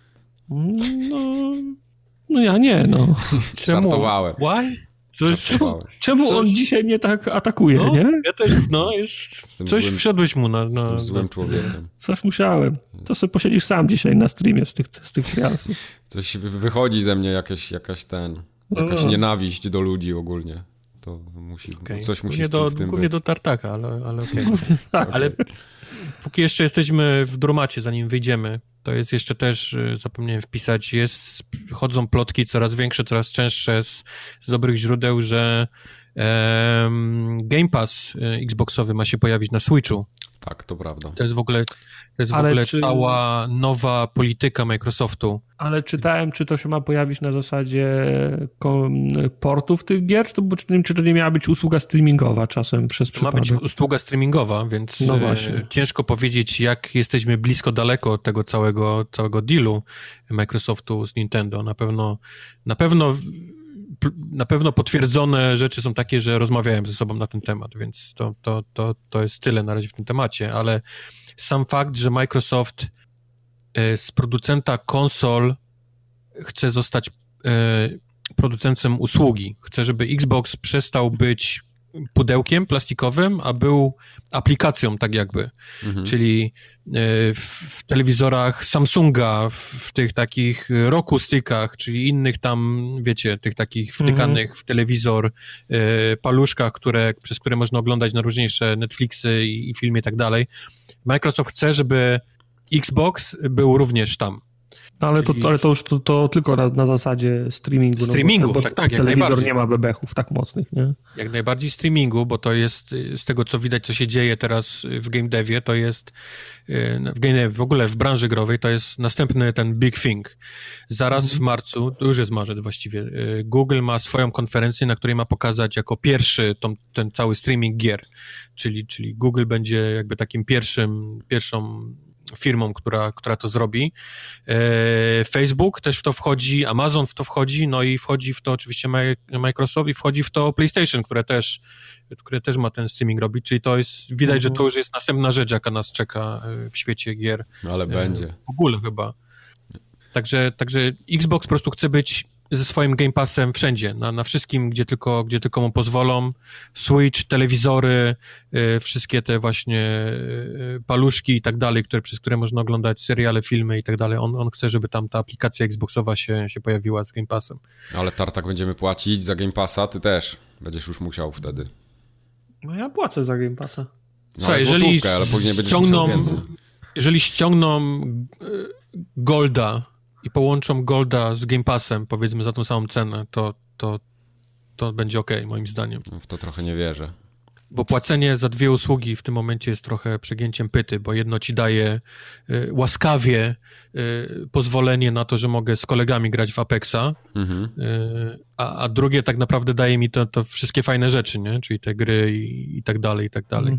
No ja nie, no. Żartowałem. Why? Czemu on dzisiaj mnie tak atakuje, nie? Ja też, coś wszedłeś mu na... Z tym złym człowiekiem. Coś musiałem. To sobie posiedzisz sam dzisiaj na streamie z tych trialsów. Coś wychodzi ze mnie, jakaś nienawiść do ludzi ogólnie. To coś musi w tym głównie być. do Tartaka, ale okej. Tak. Ale póki jeszcze jesteśmy w Drumacie, zanim wyjdziemy, to jest jeszcze też, zapomniałem wpisać, chodzą plotki coraz większe, coraz częstsze z dobrych źródeł, że Game Pass Xboxowy ma się pojawić na Switchu. Tak, to prawda. To jest w ogóle cała nowa polityka Microsoftu. Ale czytałem, czy to się ma pojawić na zasadzie portów tych gier, czy to nie miała być usługa streamingowa czasem przez przypadek? Ma być usługa streamingowa, więc ciężko powiedzieć, jak jesteśmy daleko od tego całego dealu Microsoftu z Nintendo. Na pewno na pewno potwierdzone rzeczy są takie, że rozmawiałem ze sobą na ten temat, więc to jest tyle na razie w tym temacie, ale sam fakt, że Microsoft z producenta konsol chce zostać producentem usługi. Chce, żeby Xbox przestał być pudełkiem plastikowym, a był aplikacją tak jakby. Czyli w telewizorach Samsunga, w tych takich Roku stickach, czyli innych tam, wiecie, tych takich wtykanych w telewizor paluszkach, przez które można oglądać najróżniejsze Netflixy i filmy i tak dalej. Microsoft chce, żeby Xbox był również tam. Ale to już to tylko na zasadzie streamingu. Streamingu, bo tak, telewizor nie ma bebechów tak mocnych, nie? Jak najbardziej streamingu, bo to jest, z tego co widać, co się dzieje teraz w game devie, to jest, w ogóle w branży growej, to jest następny ten big thing. Zaraz w marcu, to już jest marzec właściwie, Google ma swoją konferencję, na której ma pokazać jako pierwszy ten cały streaming gier, czyli Google będzie jakby takim pierwszą firmą, która to zrobi. Facebook też w to wchodzi, Amazon w to wchodzi, no i wchodzi w to oczywiście Microsoft i wchodzi w to PlayStation, które też ma ten streaming robić, czyli to jest, widać, że to już jest następna rzecz, jaka nas czeka w świecie gier. Ale będzie. W ogóle chyba. Także Xbox po prostu chce być ze swoim Game Passem wszędzie, na wszystkim, gdzie tylko mu pozwolą. Switch, telewizory, wszystkie te właśnie paluszki i tak dalej, przez które można oglądać seriale, filmy i tak dalej. On chce, żeby tam ta aplikacja Xboxowa się pojawiła z Game Passem. Ale Tartak będziemy płacić za Game Passa, ty też będziesz już musiał wtedy. No ja płacę za Game Passa. Co, jeżeli ściągną Golda i połączą Golda z Game Passem, powiedzmy za tą samą cenę, to będzie okej, moim zdaniem. W to trochę nie wierzę. Bo płacenie za dwie usługi w tym momencie jest trochę przegięciem pyty, bo jedno ci daje łaskawie pozwolenie na to, że mogę z kolegami grać w Apexa, a drugie tak naprawdę daje mi to wszystkie fajne rzeczy, nie? Czyli te gry i tak dalej, i tak dalej.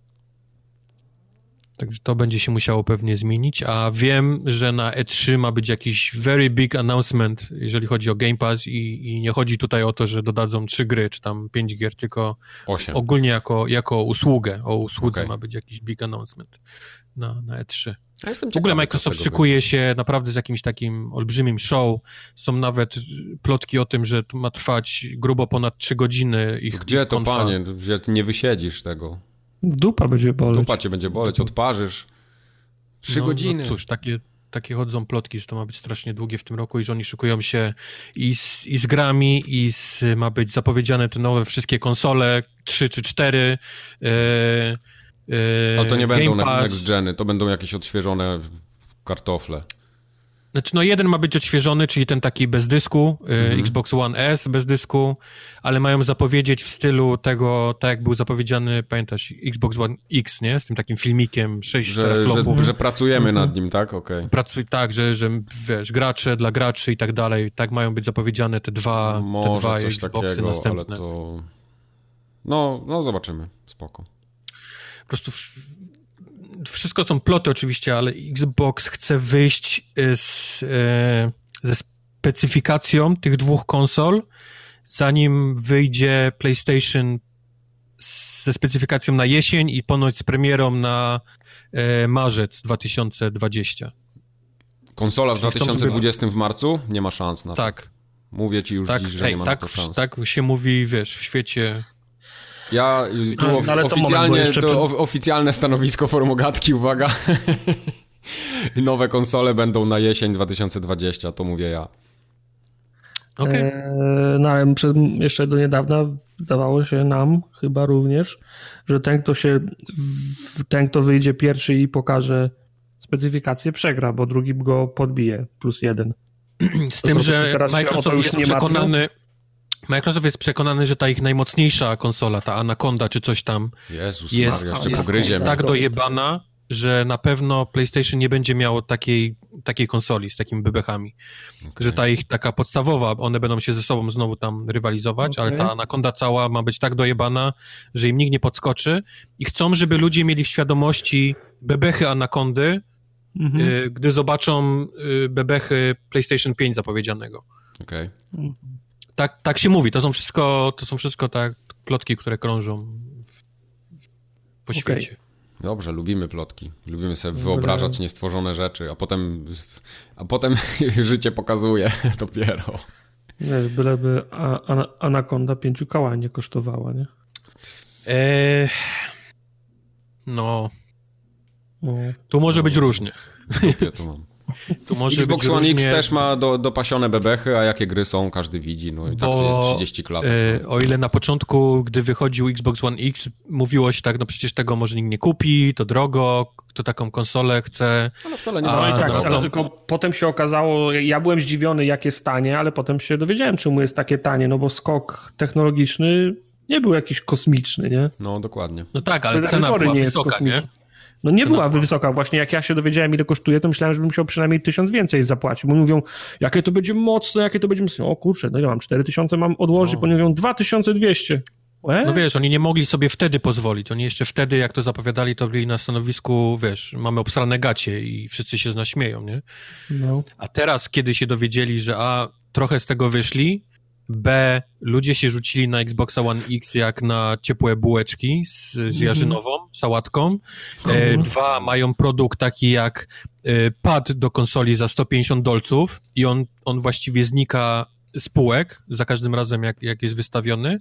Także to będzie się musiało pewnie zmienić, a wiem, że na E3 ma być jakiś very big announcement, jeżeli chodzi o Game Pass i nie chodzi tutaj o to, że dodadzą 3 gry, czy tam 5 gier, tylko 8. Ogólnie jako usługę. O usłudze ma być jakiś big announcement na E3. W ogóle Microsoft szykuje się naprawdę z jakimś takim olbrzymim show. Są nawet plotki o tym, że to ma trwać grubo ponad 3 godziny. Gdzie to, panie? Gdzie ty nie wysiedzisz tego? Dupa będzie boleć. Dupa cię będzie boleć, odparzysz. 3 godziny. No cóż, takie chodzą plotki, że to ma być strasznie długie w tym roku i że oni szykują się i z grami, ma być zapowiedziane te nowe wszystkie konsole, 3 czy 4. Ale to nie będą next geny, to będą jakieś odświeżone kartofle. Znaczy, jeden ma być odświeżony, czyli ten taki bez dysku, Xbox One S bez dysku, ale mają zapowiedzieć w stylu tego, tak jak był zapowiedziany, pamiętasz, Xbox One X, nie? Z tym takim filmikiem, 6 teraflopów. Że pracujemy nad nim, tak? Okej. Tak, że wiesz, gracze dla graczy i tak dalej, tak mają być zapowiedziane te dwa Xboxy takiego, następne. Ale to... No, zobaczymy. Spoko. Po prostu wszystko są ploty oczywiście, ale Xbox chce wyjść ze specyfikacją tych 2 konsol, zanim wyjdzie PlayStation ze specyfikacją na jesień i ponoć z premierą na marzec 2020. Konsola w 2020 w marcu? Nie ma szans na to. Tak. Mówię ci już dziś, że nie ma na to szans. Tak się mówi, wiesz, w świecie... Ja oficjalne stanowisko Formogatki, uwaga. Nowe konsole będą na jesień 2020, to mówię ja. Okay. Jeszcze do niedawna wydawało się nam chyba również, że ten, kto wyjdzie pierwszy i pokaże specyfikację, przegra, bo drugi go podbije +1. Z tym, że Microsoft jest przekonany, że ta ich najmocniejsza konsola, ta Anaconda czy coś tam, jest tak dojebana, że na pewno PlayStation nie będzie miało takiej konsoli z takimi bebechami. Okay. Że ta ich taka podstawowa, one będą się ze sobą znowu tam rywalizować, ale ta Anaconda cała ma być tak dojebana, że im nikt nie podskoczy i chcą, żeby ludzie mieli w świadomości bebechy Anacondy, gdy zobaczą bebechy PlayStation 5 zapowiedzianego. Okej. Tak się mówi, to są wszystko tak plotki, które krążą po świecie. Dobrze, lubimy plotki. Lubimy sobie wyobrażać niestworzone rzeczy, a potem życie pokazuje dopiero. Wiesz, byleby Anaconda 5 koła nie kosztowała, nie? No. Tu może być różnie. To mam. Xbox One X też ma dopasione bebechy, a jakie gry są, każdy widzi, no i tak jest 30 klatek. O ile na początku, gdy wychodził Xbox One X, mówiło się tak, no przecież tego może nikt nie kupi, to drogo, kto taką konsolę chce. Ale wcale nie ma ale tylko potem się okazało, ja byłem zdziwiony, jak jest tanie, ale potem się dowiedziałem, czemu jest takie tanie, no bo skok technologiczny nie był jakiś kosmiczny, nie? No, dokładnie. No tak, ale cena była wysoka, nie? No nie była wysoka. Właśnie jak ja się dowiedziałem, ile kosztuje, to myślałem, że bym musiał przynajmniej 1000 więcej zapłacić. Bo mówią, jakie to będzie mocne, jakie to będzie mocne. O kurczę, no ja mam 4000, mam odłożyć, bo oni mówią 2200. No wiesz, oni nie mogli sobie wtedy pozwolić. Oni jeszcze wtedy, jak to zapowiadali, to byli na stanowisku, wiesz, mamy obsrane gacie i wszyscy się z nas śmieją, nie? No. A teraz, kiedy się dowiedzieli, że trochę z tego wyszli, B, ludzie się rzucili na Xboxa One X jak na ciepłe bułeczki z jarzynową, sałatką. 2, mają produkt taki jak pad do konsoli za $150 i on właściwie znika z półek za każdym razem, jak jest wystawiony.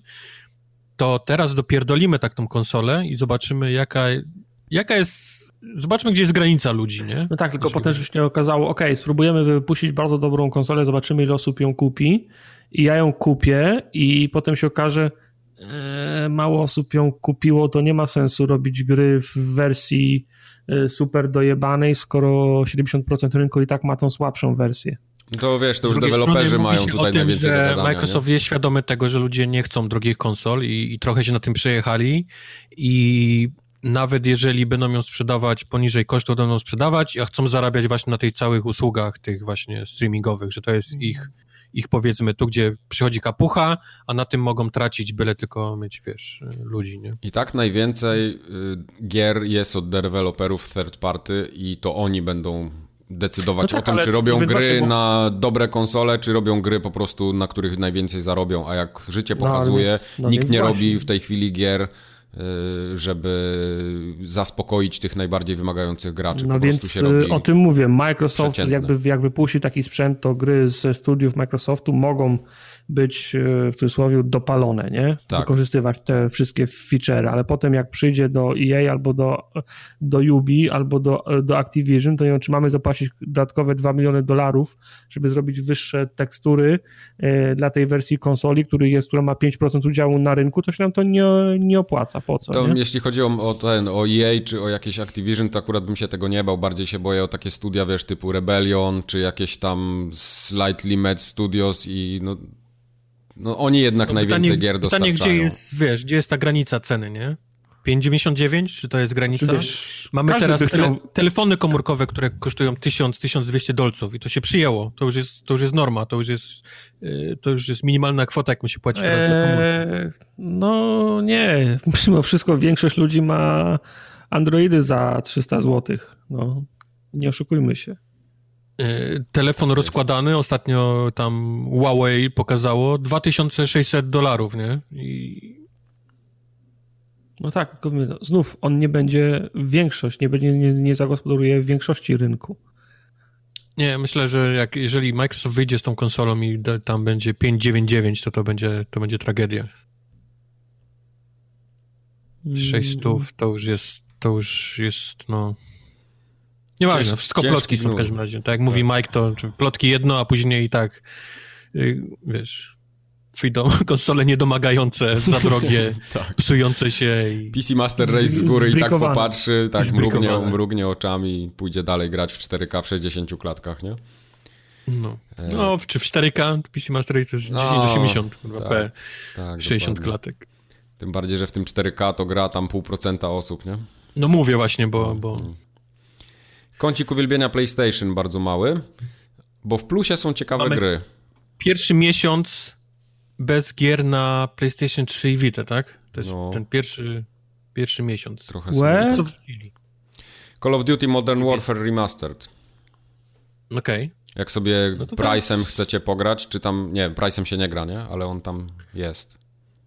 To teraz dopierdolimy tak tą konsolę i zobaczymy, jaka jest... Zobaczmy, gdzie jest granica ludzi, nie? No tak, tylko potem już się okazało, spróbujemy wypuścić bardzo dobrą konsolę, zobaczymy, ile osób ją kupi i ja ją kupię i potem się okaże, mało osób ją kupiło, to nie ma sensu robić gry w wersji super dojebanej, skoro 70% rynku i tak ma tą słabszą wersję. To wiesz, to już deweloperzy mają tutaj najwięcej do gadania. Microsoft jest świadomy tego, że ludzie nie chcą drogich konsol i trochę się na tym przejechali i nawet jeżeli będą ją sprzedawać poniżej kosztu, będą ją sprzedawać, a chcą zarabiać właśnie na tych całych usługach, tych właśnie streamingowych, że to jest ich powiedzmy tu, gdzie przychodzi kapucha, a na tym mogą tracić, byle tylko mieć, wiesz, ludzi, nie? I tak najwięcej gier jest od deweloperów third party i to oni będą decydować o tym, czy robią gry na dobre konsole, czy robią gry po prostu, na których najwięcej zarobią, a jak życie pokazuje, nikt nie robi w tej chwili gier, żeby zaspokoić tych najbardziej wymagających graczy. No więc się robi o tym mówię. Microsoft jak wypuści taki sprzęt, to gry ze studiów Microsoftu mogą być w cudzysłowie dopalone, nie? Tak. Wykorzystywać te wszystkie feature'y, ale potem jak przyjdzie do EA albo do Ubi albo do Activision, to nie wiem, czy mamy zapłacić dodatkowe $2 miliony, żeby zrobić wyższe tekstury dla tej wersji konsoli, która ma 5% udziału na rynku, to się nam to nie opłaca. Po co? To nie? jeśli chodzi o EA czy o jakieś Activision, to akurat bym się tego nie bał. Bardziej się boję o takie studia, wiesz, typu Rebellion, czy jakieś tam Slightly Mad Studios i no oni jednak najwięcej gier dostarczają. Pytanie, gdzie jest ta granica ceny, nie? 5,99? Czy to jest granica? Wiesz, mamy teraz telefony komórkowe, które kosztują $1,000–1,200 i to się przyjęło. To już jest norma, to już jest minimalna kwota, jak mi się płaci teraz za komórkę. No nie, mimo wszystko większość ludzi ma Androidy za $300. No, nie oszukujmy się. Telefon rozkładany, ostatnio tam Huawei pokazało $2,600, nie? No tak, tylko znów on nie będzie nie zagospodaruje większości rynku. Nie, myślę, że jeżeli Microsoft wyjdzie z tą konsolą i tam będzie 599, to będzie tragedia. 600 to już jest no... Nieważne, wszystko plotki są w każdym razie. Tak jak mówi Mike, to plotki jedno, a później i tak, wiesz, wyjdą konsole niedomagające, za drogie, tak. Psujące się. PC Master Race z góry i tak popatrzy, tak mrugnie oczami i pójdzie dalej grać w 4K w 60 klatkach, nie? No, czy w 4K PC Master Race to jest 1080 p, tak, 60 dokładnie. Klatek. Tym bardziej, że w tym 4K to gra tam 0,5% osób, nie? No mówię właśnie, bo... Kącik uwielbienia PlayStation bardzo mały, bo w plusie są ciekawe gry. Pierwszy miesiąc bez gier na PlayStation 3 i Vita, tak? To jest ten pierwszy miesiąc. Trochę co wrzucili. Call of Duty Modern Warfare Remastered. Okej. Jak sobie Price'em chcecie pograć, czy tam... Nie, Price'em się nie gra, nie? Ale on tam jest.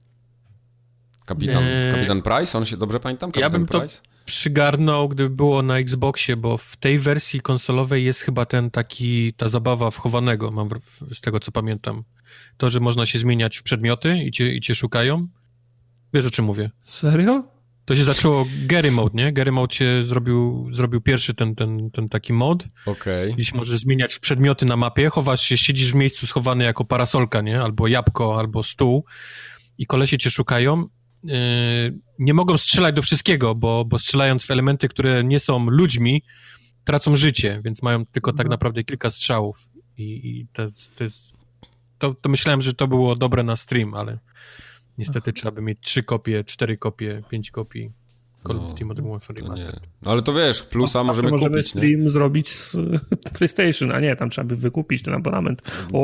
Kapitan Price? On się dobrze pamiętam? Ja bym Price? To przygarnął, gdyby było na Xboxie, bo w tej wersji konsolowej jest chyba ta zabawa wchowanego, z tego co pamiętam. To, że można się zmieniać w przedmioty i cię szukają. Wiesz, o czym mówię? Serio? To się zaczęło Gary Mode, nie? Gary Mode się zrobił pierwszy ten taki mod. Okej. Gdzie się możesz zmieniać w przedmioty na mapie, chowasz się, siedzisz w miejscu schowany jako parasolka, nie? Albo jabłko, albo stół i kolesie cię szukają. Nie mogą strzelać do wszystkiego, bo strzelając w elementy, które nie są ludźmi, tracą życie, więc mają tylko tak naprawdę kilka strzałów. I to myślałem, że to było dobre na stream, ale niestety trzeba by mieć 3 kopie, 4 kopie, 5 kopii Call of Duty Modern Warfare Remastered. No ale to wiesz, plusa możemy kupić, stream nie? Zrobić z PlayStation, a nie, tam trzeba by wykupić ten abonament.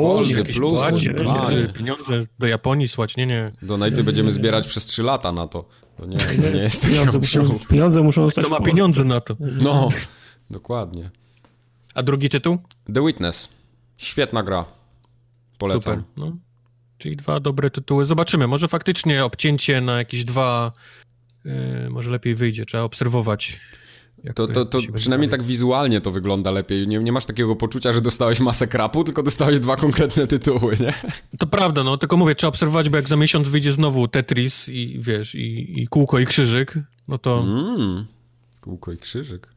Pieniądze do Japonii słać, nie. Donaty będziemy zbierać przez 3 lata na to. To nie jest pieniądze muszą zostać. Kto ma pieniądze na to? No, dokładnie. A drugi tytuł? The Witness. Świetna gra. Polecam. Super, no. Czyli 2 dobre tytuły. Zobaczymy, może faktycznie obcięcie na jakieś 2 może lepiej wyjdzie, trzeba obserwować. To przynajmniej tak wizualnie to wygląda lepiej. Nie masz takiego poczucia, że dostałeś masę krapu, tylko dostałeś 2 konkretne tytuły, nie? To prawda, no tylko mówię, trzeba obserwować, bo jak za miesiąc wyjdzie znowu Tetris i wiesz, i kółko i krzyżyk, no to... Kółko i krzyżyk.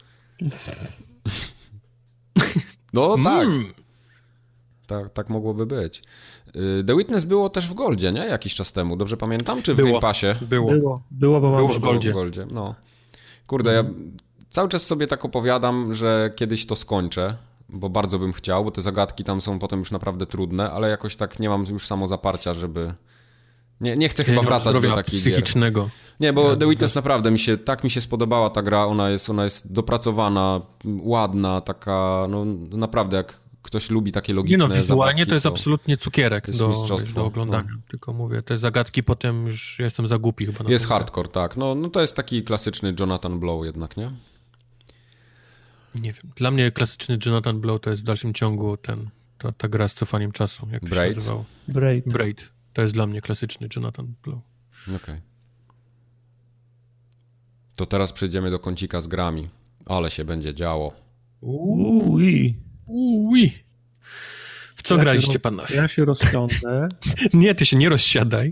No tak. Tak mogłoby być. The Witness było też w Goldzie, nie? Jakiś czas temu, dobrze pamiętam? Czy w Game Passie? Było w Goldzie. No. Kurde, ja cały czas sobie tak opowiadam, że kiedyś to skończę, bo bardzo bym chciał, bo te zagadki tam są potem już naprawdę trudne, ale jakoś tak nie mam już samozaparcia, żeby... Nie chcę chyba wracać do takich psychicznego. Gier. Nie, bo The Witness naprawdę mi się spodobała ta gra, ona jest dopracowana, ładna, taka, no naprawdę jak ktoś lubi takie logiczne zabawki. Wizualnie to jest absolutnie cukierek do oglądania. No. Tylko mówię, te zagadki potem już jestem za głupi chyba. Jest hardcore, tak. No to jest taki klasyczny Jonathan Blow jednak, nie? Nie wiem. Dla mnie klasyczny Jonathan Blow to jest w dalszym ciągu ta gra z cofaniem czasu. Jak to się nazywało? Braid. To jest dla mnie klasyczny Jonathan Blow. Okej. To teraz przejdziemy do kącika z grami. Ale się będzie działo. W co graliście, panowie? Ja się rozsiądę. Nie, ty się nie rozsiadaj.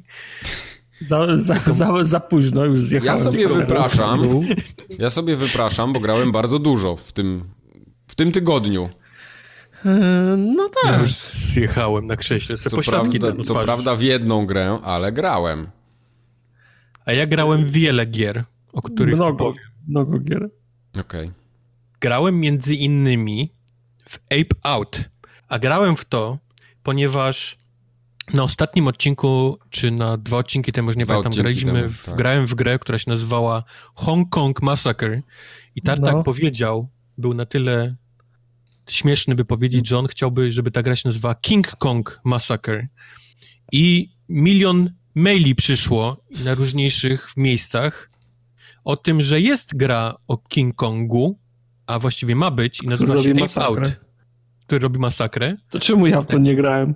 Za późno już zjechałem. Ja sobie wypraszam, bo grałem bardzo dużo w tym tygodniu. No tak. Ja już zjechałem na krześle. Co prawda w jedną grę, ale grałem. A ja grałem wiele gier, o których Mnogo gier. Okej. Grałem między innymi w Ape Out. A grałem w to, ponieważ na ostatnim odcinku, czy na 2 odcinki temu, już nie pamiętam, grałem w grę, która się nazywała Hong Kong Massacre i Tartak powiedział, był na tyle śmieszny, by powiedzieć, że on chciałby, żeby ta gra się nazywała King Kong Massacre i 1 milion maili przyszło na różniejszych miejscach o tym, że jest gra o King Kongu, a właściwie ma być i nazywa się Ape Out, który robi masakrę. To czemu ja w to nie grałem?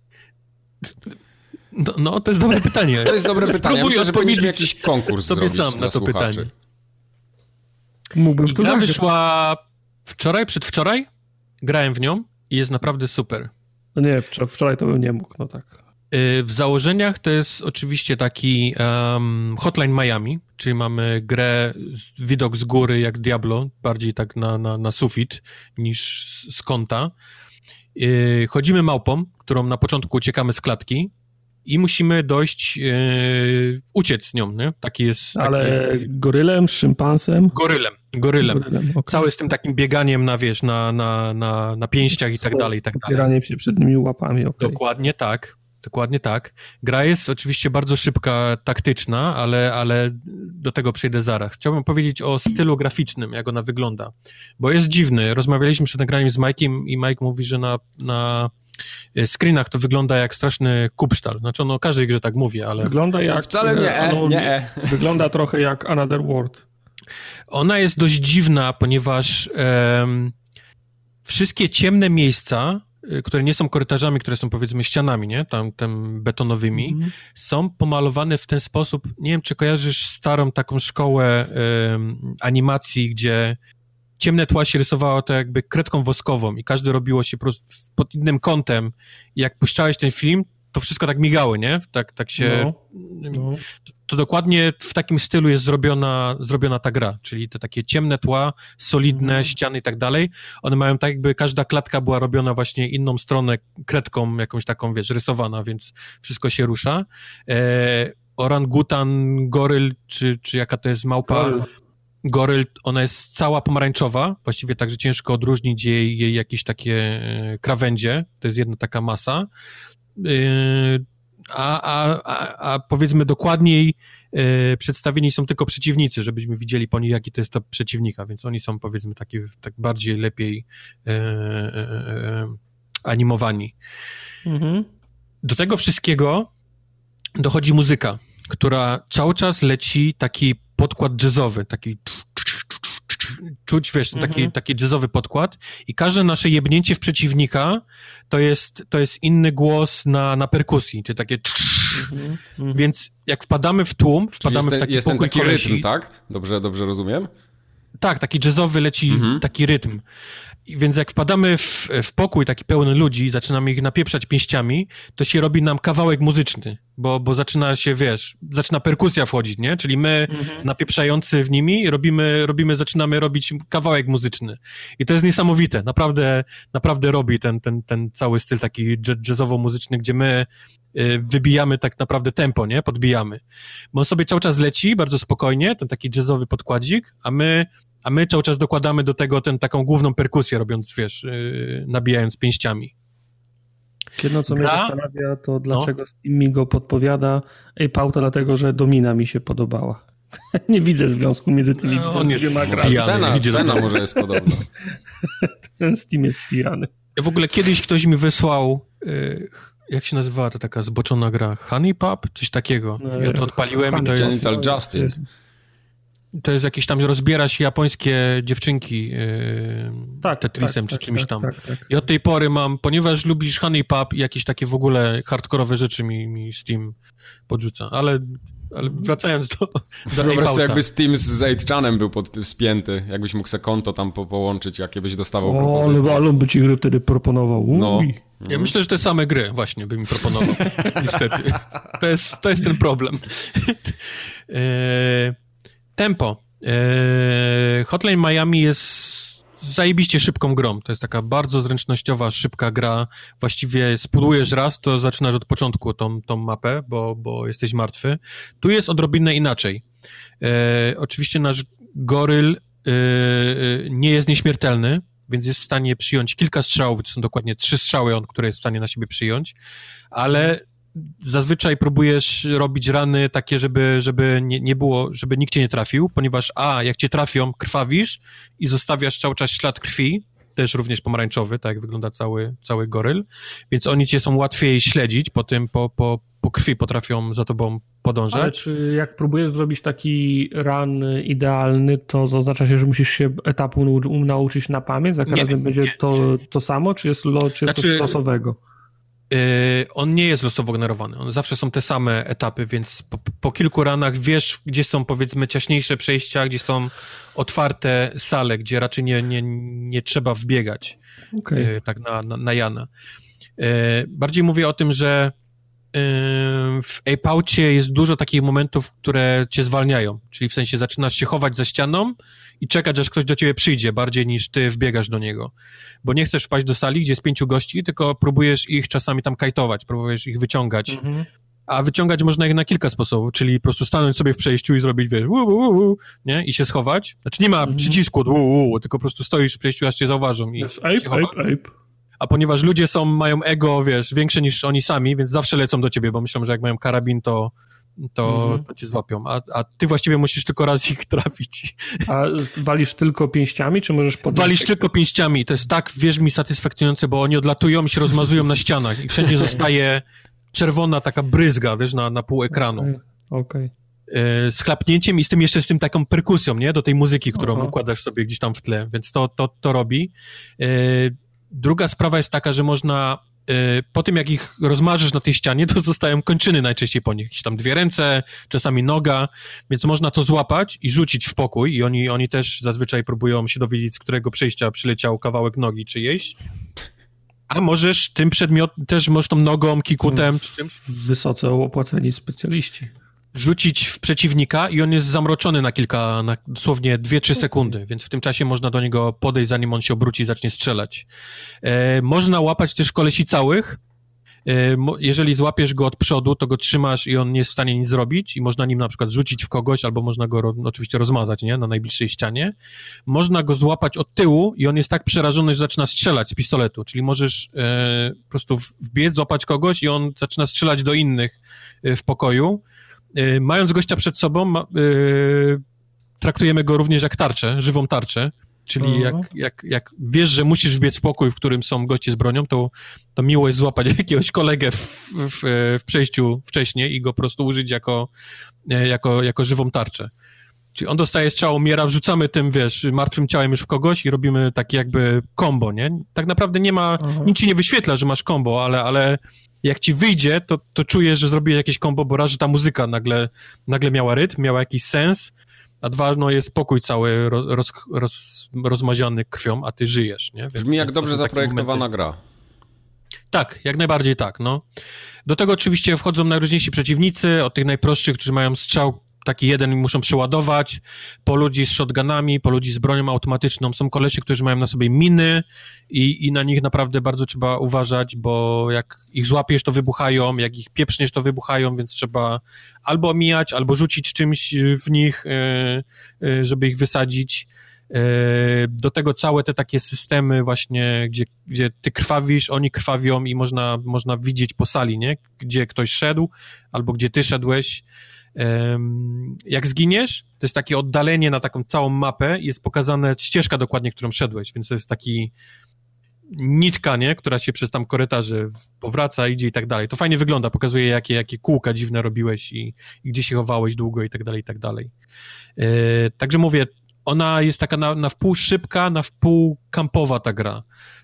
No, to jest dobre pytanie. To jest dobre pytanie. Myślę, że powinniśmy jakiś konkurs sobie zrobić sam na to słuchaczy. pytanie. Mógłbym w to gra wyszła przedwczoraj. Grałem w nią i jest naprawdę super. No nie, wczoraj to bym nie mógł, no tak. W założeniach to jest oczywiście taki Hotline Miami, czyli mamy grę, widok z góry jak Diablo, bardziej tak na sufit niż z kąta. Chodzimy małpą, którą na początku uciekamy z klatki i musimy uciec z nią, nie? Taki jest... Ale gorylem, szympansem? Gorylem. Okay. Cały z tym takim bieganiem na pięściach i tak dalej, i tak dalej. Zbieraniem się przednimi łapami, okej. Dokładnie tak. Gra jest oczywiście bardzo szybka, taktyczna, ale do tego przejdę zaraz. Chciałbym powiedzieć o stylu graficznym, jak ona wygląda, bo jest dziwny. Rozmawialiśmy przed nagraniem z Mike'iem i Mike mówi, że na screenach to wygląda jak straszny kupsztal. Znaczy o każdej grze tak mówi, ale... Wygląda jak... Wcale nie. Wygląda trochę jak Another World. Ona jest dość dziwna, ponieważ wszystkie ciemne miejsca które nie są korytarzami, które są powiedzmy ścianami, nie? Tam betonowymi, są pomalowane w ten sposób, nie wiem, czy kojarzysz starą taką szkołę animacji, gdzie ciemne tła się rysowało to jakby kredką woskową i każdy robiło się po prostu pod innym kątem i jak puszczałeś ten film, to wszystko tak migało, nie? Tak się... No. To dokładnie w takim stylu jest zrobiona ta gra, czyli te takie ciemne tła, solidne ściany i tak dalej. One mają tak jakby każda klatka była robiona właśnie inną stronę kredką jakąś taką, wiesz, rysowana, więc wszystko się rusza. Orangutan, goryl, czy jaka to jest małpa? Goryl, ona jest cała pomarańczowa, właściwie tak, że ciężko odróżnić jej jakieś takie krawędzie. To jest jedna taka masa. A powiedzmy dokładniej przedstawieni są tylko przeciwnicy, żebyśmy widzieli po nich, jaki to jest to przeciwnika, więc oni są powiedzmy tak bardziej, lepiej animowani. Do tego wszystkiego dochodzi muzyka, która cały czas leci taki podkład jazzowy, taki czuć, wiesz, taki jazzowy podkład i każde nasze jebnięcie w przeciwnika to jest inny głos na perkusji, czy takie więc jak wpadamy w tłum, wpadamy w taki jest pokój taki kolesi, rytm, tak? Dobrze rozumiem? Tak, taki jazzowy leci taki rytm. I więc jak wpadamy w pokój taki pełny ludzi i zaczynamy ich napieprzać pięściami, to się robi nam kawałek muzyczny, bo zaczyna się, wiesz, zaczyna perkusja wchodzić, nie? Czyli my, napieprzający w nimi, zaczynamy robić kawałek muzyczny. I to jest niesamowite. Naprawdę robi ten cały styl taki jazzowo-muzyczny, gdzie my wybijamy tak naprawdę tempo, nie? Podbijamy. Bo on sobie cały czas leci, bardzo spokojnie, ten taki jazzowy podkładzik, a my cały czas dokładamy do tego taką główną perkusję, robiąc, wiesz, nabijając pięściami. Jedno, co mnie zastanawia, to dlaczego Steam mi go podpowiada. Ape to dlatego, że Domina mi się podobała. Nie widzę związku między tymi dwiema grami. Cena może jest podobna. Ten Steam jest pijany. Ja w ogóle kiedyś ktoś mi wysłał, jak się nazywała ta taka zboczona gra? Honey Pop? Coś takiego. Ja to odpaliłem i to jest... Genital Justice. To jest jakieś tam, rozbierasz japońskie dziewczynki Tetrisem czy czymś tam. Tak. I od tej pory ponieważ lubisz Honey Pop i jakieś takie w ogóle hardkorowe rzeczy mi Steam podrzuca. Ale wracając do Wyobraź sobie, jakby Steam z 8chanem był spięty, jakbyś mógł se konto tam połączyć, jakie byś dostawał propozycje. Ale on by ci gry wtedy proponował. No. Ja myślę, że te same gry właśnie by mi proponował. Niestety. To jest ten problem. Tempo. Hotline Miami jest zajebiście szybką grą. To jest taka bardzo zręcznościowa, szybka gra. Właściwie spudujesz raz, to zaczynasz od początku tą mapę, bo jesteś martwy. Tu jest odrobinę inaczej. Oczywiście nasz goryl nie jest nieśmiertelny, więc jest w stanie przyjąć kilka strzałów. To są dokładnie 3 strzały, które jest w stanie na siebie przyjąć, ale zazwyczaj próbujesz robić rany takie, żeby nie było, żeby nikt cię nie trafił, ponieważ jak cię trafią, krwawisz i zostawiasz cały czas ślad krwi, też również pomarańczowy, tak jak wygląda cały goryl, więc oni cię są łatwiej śledzić, po krwi potrafią za tobą podążać. Ale czy jak próbujesz zrobić taki run idealny, to oznacza się, że musisz się etapu nauczyć na pamięć? Za każdym razem będzie to samo, czy jest coś losowego? On nie jest losowo generowany. One zawsze są te same etapy, więc po kilku ranach wiesz, gdzie są powiedzmy ciaśniejsze przejścia, gdzie są otwarte sale, gdzie raczej nie trzeba wbiegać. Okay. Tak na Jana. Bardziej mówię o tym, że w Ape-Outie jest dużo takich momentów, które cię zwalniają, czyli w sensie zaczynasz się chować za ścianą i czekać, aż ktoś do ciebie przyjdzie, bardziej niż ty wbiegasz do niego, bo nie chcesz wpaść do sali, gdzie jest 5 gości, tylko próbujesz ich czasami tam kajtować, próbujesz ich wyciągać, a wyciągać można ich na kilka sposobów, czyli po prostu stanąć sobie w przejściu i zrobić, wiesz, nie? I się schować, znaczy nie ma przycisku tylko po prostu stoisz w przejściu, aż cię zauważą i Ape. A ponieważ ludzie mają ego, wiesz, większe niż oni sami, więc zawsze lecą do ciebie, bo myślą, że jak mają karabin, to cię złapią. A ty właściwie musisz tylko raz ich trafić. A walisz tylko pięściami, czy możesz podnieść? Walisz tylko pięściami. To jest tak, wierz mi, satysfakcjonujące, bo oni odlatują i się rozmazują na ścianach i wszędzie zostaje czerwona taka bryzga, wiesz, na pół ekranu. Okej. Z chlapnięciem i z tym taką perkusją, nie? Do tej muzyki, którą układasz sobie gdzieś tam w tle, więc to robi. Druga sprawa jest taka, że można, po tym jak ich rozmarzysz na tej ścianie, to zostają kończyny najczęściej po nich. Jakieś tam 2 ręce, czasami noga, więc można to złapać i rzucić w pokój i oni też zazwyczaj próbują się dowiedzieć, z którego przejścia przyleciał kawałek nogi czyjejś. A możesz tym też możesz tą nogą, kikutem czy czymś wysoce opłaceni specjaliści rzucić w przeciwnika i on jest zamroczony na dosłownie 2-3 sekundy, więc w tym czasie można do niego podejść, zanim on się obróci i zacznie strzelać. Można łapać też kolesi całych. Jeżeli złapiesz go od przodu, to go trzymasz i on nie jest w stanie nic zrobić i można nim na przykład rzucić w kogoś, albo można go oczywiście rozmazać, nie? Na najbliższej ścianie. Można go złapać od tyłu i on jest tak przerażony, że zaczyna strzelać z pistoletu, czyli możesz po prostu wbiec, złapać kogoś i on zaczyna strzelać do innych w pokoju. Mając gościa przed sobą, traktujemy go również jak tarczę, żywą tarczę, czyli jak wiesz, że musisz wbiec w pokój, w którym są goście z bronią, to miło jest złapać jakiegoś kolegę w przejściu wcześniej i go po prostu użyć jako żywą tarczę. Czyli on dostaje strzał, umiera, wrzucamy tym, martwym ciałem już w kogoś i robimy takie jakby combo, nie? Tak naprawdę nie ma, nic ci nie wyświetla, że masz combo, ale jak ci wyjdzie, to czujesz, że zrobiłeś jakieś combo, bo raz, że ta muzyka nagle miała rytm, miała jakiś sens, a dwa, jest pokój cały rozmaziany krwią, a ty żyjesz, nie? Więc brzmi jak dobrze zaprojektowana gra. Tak, jak najbardziej tak, no. Do tego oczywiście wchodzą najróżniejsi przeciwnicy, od tych najprostszych, którzy mają strzał taki jeden i muszą przeładować, po ludzi z shotgunami, po ludzi z bronią automatyczną. Są kolesie, którzy mają na sobie miny i na nich naprawdę bardzo trzeba uważać, bo jak ich złapiesz, to wybuchają, jak ich pieprzniesz, to wybuchają, więc trzeba albo omijać, albo rzucić czymś w nich, żeby ich wysadzić. Do tego całe te takie systemy właśnie, gdzie ty krwawisz, oni krwawią i można widzieć po sali, nie? Gdzie ktoś szedł, albo gdzie ty szedłeś. Jak zginiesz, to jest takie oddalenie na taką całą mapę i jest pokazana ścieżka dokładnie, którą szedłeś, więc to jest taki nitka, nie? Która się przez tam korytarze powraca, idzie i tak dalej. To fajnie wygląda, pokazuje jakie kółka dziwne robiłeś i gdzie się chowałeś długo i tak dalej, i tak dalej. Także mówię, ona jest taka na wpół szybka, na wpół kampowa ta gra.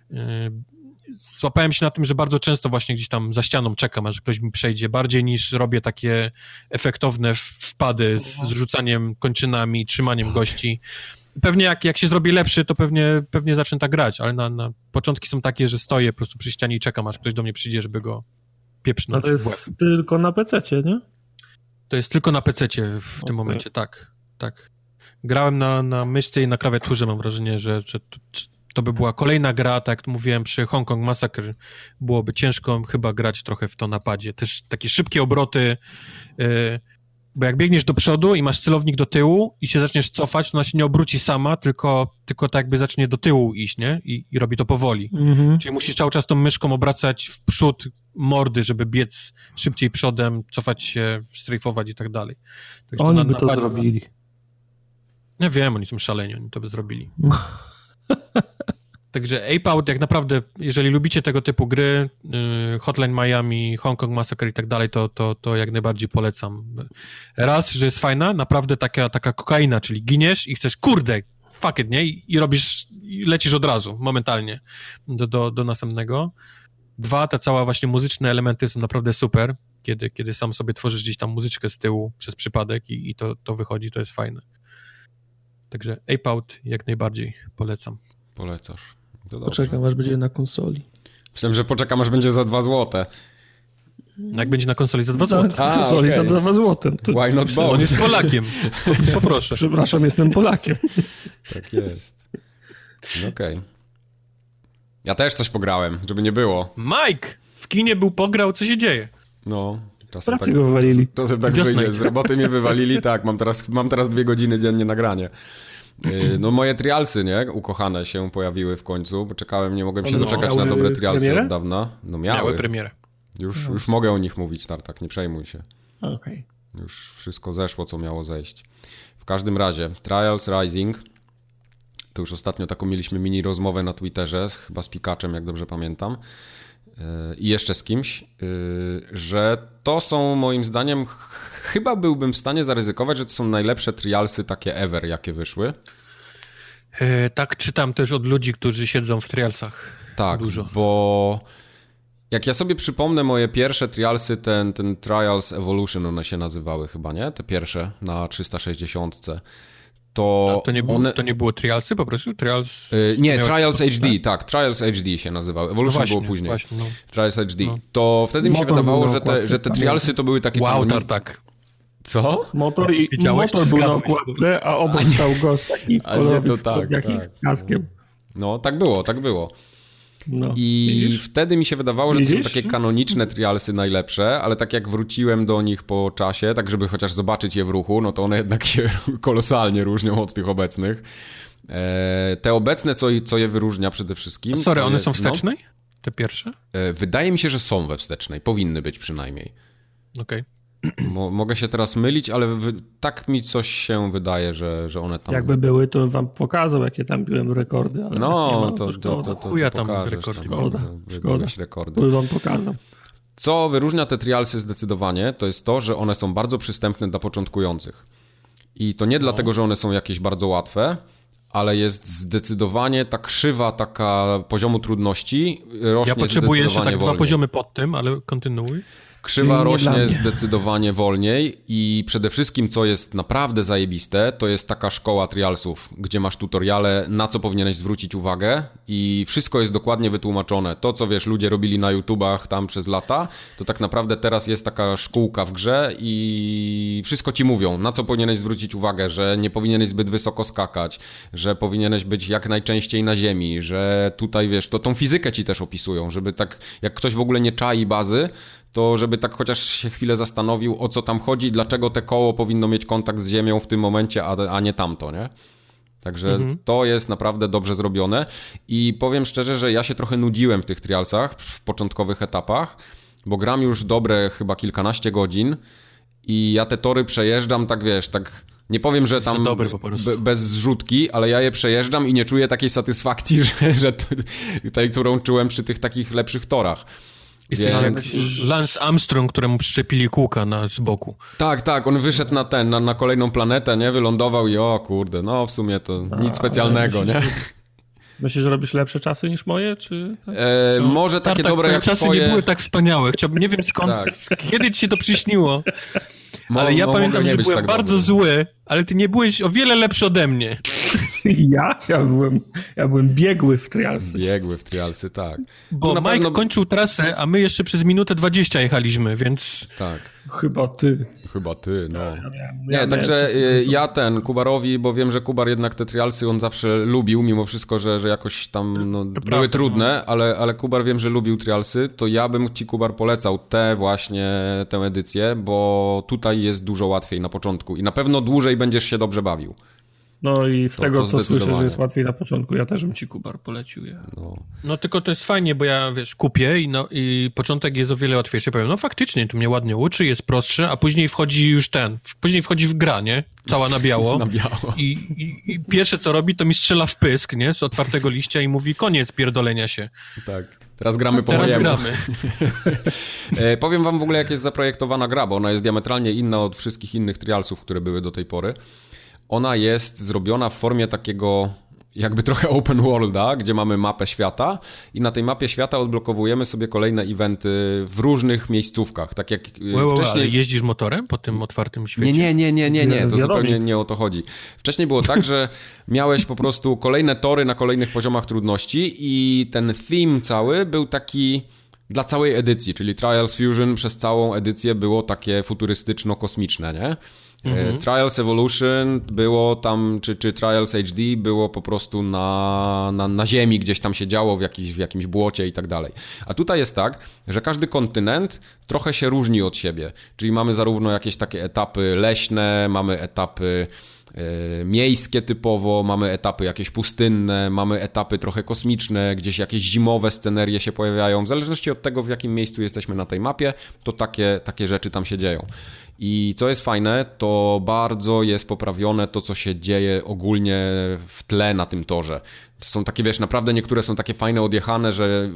Złapałem się na tym, że bardzo często właśnie gdzieś tam za ścianą czekam, aż ktoś mi przejdzie, bardziej niż robię takie efektowne wpady z rzucaniem kończynami, trzymaniem gości. Pewnie jak się zrobi lepszy, to pewnie zacznę tak grać, ale na początki są takie, że stoję po prostu przy ścianie i czekam, aż ktoś do mnie przyjdzie, żeby go pieprznąć. A to jest tylko na PC-cie, nie? To jest tylko na PC-cie w tym momencie, tak. Grałem na myszce i na klawiaturze, mam wrażenie, że to by była kolejna gra, tak jak mówiłem, przy Hong Kong Massacre byłoby ciężko chyba grać trochę w to na padzie. Też takie szybkie obroty, bo jak biegniesz do przodu i masz celownik do tyłu i się zaczniesz cofać, to ona się nie obróci sama, tylko tak jakby zacznie do tyłu iść, nie? I robi to powoli. Czyli musisz cały czas tą myszką obracać w przód mordy, żeby biec szybciej przodem, cofać się, strajfować i tak dalej. Także oni by to zrobili. Ja wiem, oni są szaleni, oni to by zrobili. Także Ape Out, jak naprawdę, jeżeli lubicie tego typu gry, Hotline Miami, Hong Kong Massacre i tak dalej, to jak najbardziej polecam. Raz, że jest fajna, naprawdę taka kokaina, czyli giniesz i chcesz, kurde, fuck it, nie? I robisz, i lecisz od razu, momentalnie do następnego. Dwa, te całe właśnie muzyczne elementy są naprawdę super, kiedy sam sobie tworzysz gdzieś tam muzyczkę z tyłu przez przypadek i to wychodzi, to jest fajne. Także Ape Out jak najbardziej polecam. Polecasz. Poczekam, aż będzie na konsoli. Myślałem, że poczekam, aż będzie za 2 złote. Jak będzie na konsoli za 2 złote? Na konsoli za 2 złote. Why not both? On jest Polakiem. Poproszę. Przepraszam, jestem Polakiem. Tak jest. No okej. Ja też coś pograłem, żeby nie było. Mike! W kinie pograł, co się dzieje? No. Czasem tak, go wywalili. Czasem tak wyjdzie. Z roboty mnie wywalili, tak. Mam teraz 2 godziny dziennie nagranie. No moje trialsy, nie? Ukochane się pojawiły w końcu, bo czekałem, nie mogłem się doczekać na dobre trialsy premierę? Od dawna. No miały premierę. Już mogę o nich mówić, Tartak, nie przejmuj się. Okej. Już wszystko zeszło, co miało zejść. W każdym razie, Trials Rising, to już ostatnio taką mieliśmy mini rozmowę na Twitterze, chyba z Pikaczem, jak dobrze pamiętam, i jeszcze z kimś, że to są moim zdaniem, chyba byłbym w stanie zaryzykować, że to są najlepsze trialsy takie ever, jakie wyszły. Tak czytam też od ludzi, którzy siedzą w trialsach. Tak, dużo. Bo jak ja sobie przypomnę moje pierwsze trialsy, ten Trials Evolution one się nazywały chyba, nie? Te pierwsze na 360. To nie było Trialsy po prostu? Trials HD, tak, Trials HD się nazywały. Evolution było później. Właśnie, no. Trials HD. No. To wtedy mi się wydawało, że te trialsy to były takie... Wow, tak. Co? Motor był na okładce, a obok stał gość taki w kolorowych spodniach i z kaskiem. No, tak było. No, i widzisz? wtedy mi się wydawało, że to są takie kanoniczne trialsy najlepsze, ale tak jak wróciłem do nich po czasie, tak żeby chociaż zobaczyć je w ruchu, no to one jednak się kolosalnie różnią od tych obecnych. Te obecne, co je wyróżnia przede wszystkim... one są wstecznej? Te pierwsze? Wydaje mi się, że są we wstecznej. Powinny być przynajmniej. Okej. Mogę się teraz mylić, ale tak mi coś się wydaje, że one tam... Jakby były, to bym wam pokazał, jakie tam byłem rekordy. Ale to chuja tam rekordy. Szkoda. Rekordy. To wam pokazał. Co wyróżnia te trialsy zdecydowanie, to jest to, że one są bardzo przystępne dla początkujących. I to nie dlatego, że one są jakieś bardzo łatwe, ale jest zdecydowanie ta krzywa taka poziomu trudności rośnie. Ja potrzebuję jeszcze tak wolniej. 2 poziomy pod tym, ale kontynuuj. Krzywa rośnie zdecydowanie wolniej i przede wszystkim, co jest naprawdę zajebiste, to jest taka szkoła trialsów, gdzie masz tutoriale, na co powinieneś zwrócić uwagę i wszystko jest dokładnie wytłumaczone. To, co wiesz, ludzie robili na YouTubach tam przez lata, to tak naprawdę teraz jest taka szkółka w grze i wszystko ci mówią, na co powinieneś zwrócić uwagę, że nie powinieneś zbyt wysoko skakać, że powinieneś być jak najczęściej na ziemi, że tutaj, wiesz, to tą fizykę ci też opisują, żeby tak, jak ktoś w ogóle nie czai bazy, to żeby tak chociaż się chwilę zastanowił, o co tam chodzi, dlaczego te koło powinno mieć kontakt z ziemią w tym momencie, a nie tamto, nie? Także to jest naprawdę dobrze zrobione i powiem szczerze, że ja się trochę nudziłem w tych trialsach w początkowych etapach, bo gram już dobre chyba kilkanaście godzin i ja te tory przejeżdżam tak, wiesz, tak... Nie powiem, że tam bez zrzutki, ale ja je przejeżdżam i nie czuję takiej satysfakcji, że tej, którą czułem przy tych takich lepszych torach. Lance Armstrong, któremu przyczepili kółka z boku. Tak, on wyszedł na kolejną planetę, nie? Wylądował i o kurde, no w sumie to nic specjalnego, nie? Myślisz, że robisz lepsze czasy niż moje, czy... Tak? Może takie dobre jak czasy twoje... nie były tak wspaniałe. Nie wiem skąd, kiedy ci się to przyśniło. Ale ja pamiętam, że byłem bardzo zły, ale ty nie byłeś o wiele lepszy ode mnie. Ja byłem biegły w trialsy. Biegły w trialsy, tak. Bo Mike kończył trasę, a my jeszcze przez minutę 20 jechaliśmy, więc... Tak. Chyba ty, no. Także Kubarowi, bo wiem, że Kubar jednak te trialsy on zawsze lubił, mimo wszystko, że jakoś tam były trudne, ale Kubar wiem, że lubił trialsy, to ja bym ci, Kubar, polecał tę edycję, bo tutaj jest dużo łatwiej na początku i na pewno dłużej będziesz się dobrze bawił. No i z tego, co słyszę, że jest łatwiej na początku, ja też bym ci, Kubar, polecił. No tylko to jest fajnie, bo ja, kupię i początek jest o wiele łatwiejszy. Powiem, no faktycznie, to mnie ładnie uczy, jest prostsze, a później wchodzi już później wchodzi w gra, nie? Cała na biało. Na biało. I pierwsze, co robi, to mi strzela w pysk, nie? Z otwartego liścia i mówi, koniec pierdolenia się. Tak. Teraz gramy po mojemu. Powiem wam w ogóle, jak jest zaprojektowana gra, bo ona jest diametralnie inna od wszystkich innych trialsów, które były do tej pory. Ona jest zrobiona w formie takiego jakby trochę open worlda, gdzie mamy mapę świata i na tej mapie świata odblokowujemy sobie kolejne eventy w różnych miejscówkach, tak jak wcześniej... Ale jeździsz motorem po tym otwartym świecie? Nie, to zupełnie nie o to chodzi. Wcześniej było tak, że miałeś po prostu kolejne tory na kolejnych poziomach trudności i ten theme cały był taki dla całej edycji, czyli Trials Fusion przez całą edycję było takie futurystyczno-kosmiczne, nie? Trials Evolution było tam, czy Trials HD było po prostu na ziemi, gdzieś tam się działo w jakimś błocie i tak dalej. A tutaj jest tak, że każdy kontynent trochę się różni od siebie. Czyli mamy zarówno jakieś takie etapy leśne, mamy etapy miejskie typowo, mamy etapy jakieś pustynne, mamy etapy trochę kosmiczne, gdzieś jakieś zimowe scenerie się pojawiają. W zależności od tego, w jakim miejscu jesteśmy na tej mapie, to takie rzeczy tam się dzieją. I co jest fajne, to bardzo jest poprawione to, co się dzieje ogólnie w tle na tym torze. To są takie, wiesz, naprawdę niektóre są takie fajne, odjechane, że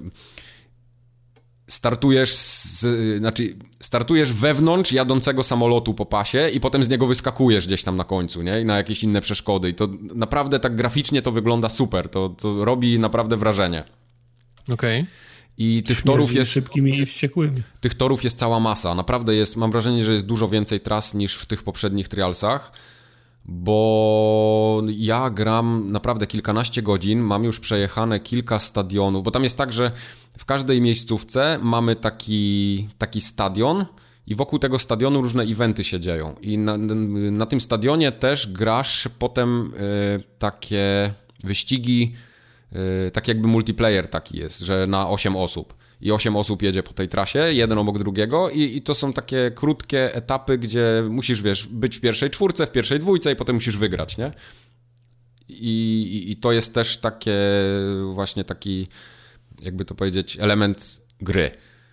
startujesz wewnątrz jadącego samolotu po pasie i potem z niego wyskakujesz gdzieś tam na końcu, nie? I na jakieś inne przeszkody. I to naprawdę tak graficznie to wygląda super. To robi naprawdę wrażenie. Okej. I tych torów jest... szybkimi i wściekłymi. Tych torów jest cała masa. Naprawdę jest, mam wrażenie, że jest dużo więcej tras niż w tych poprzednich trialsach, bo ja gram naprawdę kilkanaście godzin, mam już przejechane kilka stadionów, bo tam jest tak, że w każdej miejscówce mamy taki stadion i wokół tego stadionu różne eventy się dzieją. I na tym stadionie też grasz potem takie wyścigi, tak jakby multiplayer taki jest, że na 8 osób. I 8 osób jedzie po tej trasie, jeden obok drugiego i to są takie krótkie etapy, gdzie musisz, wiesz, być w pierwszej czwórce, w pierwszej dwójce i potem musisz wygrać, nie? I to jest też takie właśnie taki, jakby to powiedzieć, element gry.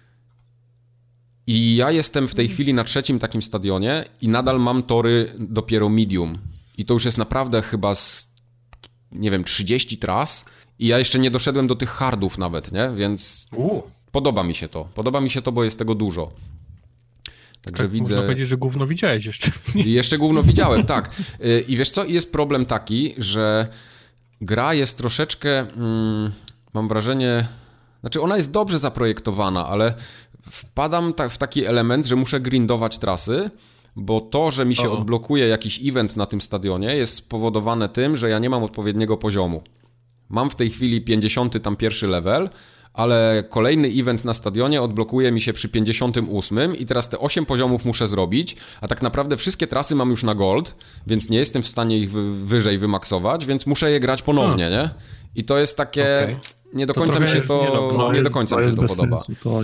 I ja jestem w tej chwili na 3. takim stadionie i nadal mam tory dopiero medium. I to już jest naprawdę chyba nie wiem, 30 tras i ja jeszcze nie doszedłem do tych hardów nawet, nie? Więc podoba mi się to. Podoba mi się to, bo jest tego dużo. Także tak, widzę... Można powiedzieć, że gówno widziałeś jeszcze. I jeszcze gówno widziałem, tak. I wiesz co? Jest problem taki, że gra jest troszeczkę, mam wrażenie... Znaczy ona jest dobrze zaprojektowana, ale wpadam w taki element, że muszę grindować trasy, bo to, że mi się odblokuje jakiś event na tym stadionie jest spowodowane tym, że ja nie mam odpowiedniego poziomu. Mam w tej chwili 50 tam pierwszy level, ale kolejny event na stadionie odblokuje mi się przy 58 i teraz te 8 poziomów muszę zrobić, a tak naprawdę wszystkie trasy mam już na gold, więc nie jestem w stanie ich wyżej wymaksować, więc muszę je grać ponownie, nie? I to jest takie... Okay. Nie do końca mi się to podoba.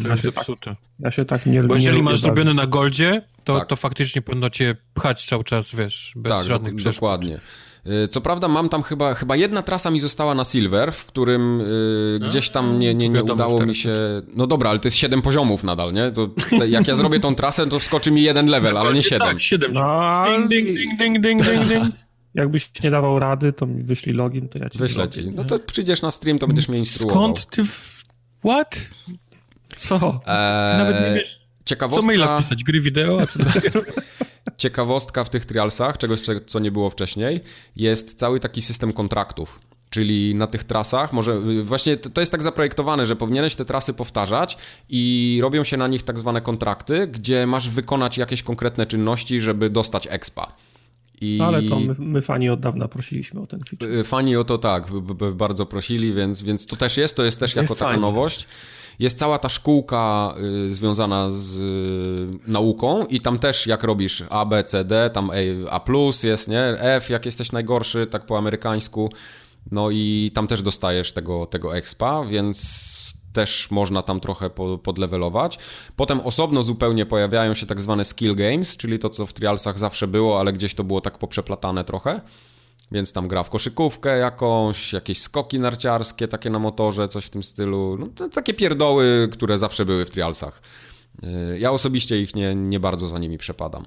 Ja się tak nie... Bo jeżeli masz zrobione na goldzie, to faktycznie powinno cię pchać cały czas, wiesz, bez żadnych przeszkód. Dokładnie. Co prawda mam tam chyba jedna trasa mi została na Silver, w którym gdzieś tam nie udało mi się... No dobra, ale to jest 7 poziomów nadal, nie? To jak ja zrobię tą trasę, to wskoczy mi 1 level, ale nie 7. Tak, 7. Ding. Jakbyś nie dawał rady, to mi wyślij login, to ja ci wyślę ci. No to przyjdziesz na stream, to będziesz mnie instruował. Skąd ty... What? Co? Nawet nie wiesz... Ciekawostka... Co maila wpisać? Gry wideo? A co Ciekawostka w tych trialsach, czegoś, co nie było wcześniej, jest cały taki system kontraktów. Czyli na tych trasach, może właśnie to jest tak zaprojektowane, że powinieneś te trasy powtarzać i robią się na nich tak zwane kontrakty, gdzie masz wykonać jakieś konkretne czynności, żeby dostać expa. No ale to my fani od dawna prosiliśmy o ten feature. Fani o to tak, bardzo prosili, więc to też jest też jako taka nowość. Jest cała ta szkółka związana z nauką i tam też jak robisz A, B, C, D, tam A+, jest, nie? F, jak jesteś najgorszy, tak po amerykańsku. No i tam też dostajesz tego expa, więc też można tam trochę podlevelować. Potem osobno zupełnie pojawiają się tak zwane skill games, czyli to, co w trialsach zawsze było, ale gdzieś to było tak poprzeplatane trochę. Więc tam gra w koszykówkę jakieś skoki narciarskie, takie na motorze, coś w tym stylu. No, takie pierdoły, które zawsze były w trialsach. Ja osobiście ich nie bardzo za nimi przepadam.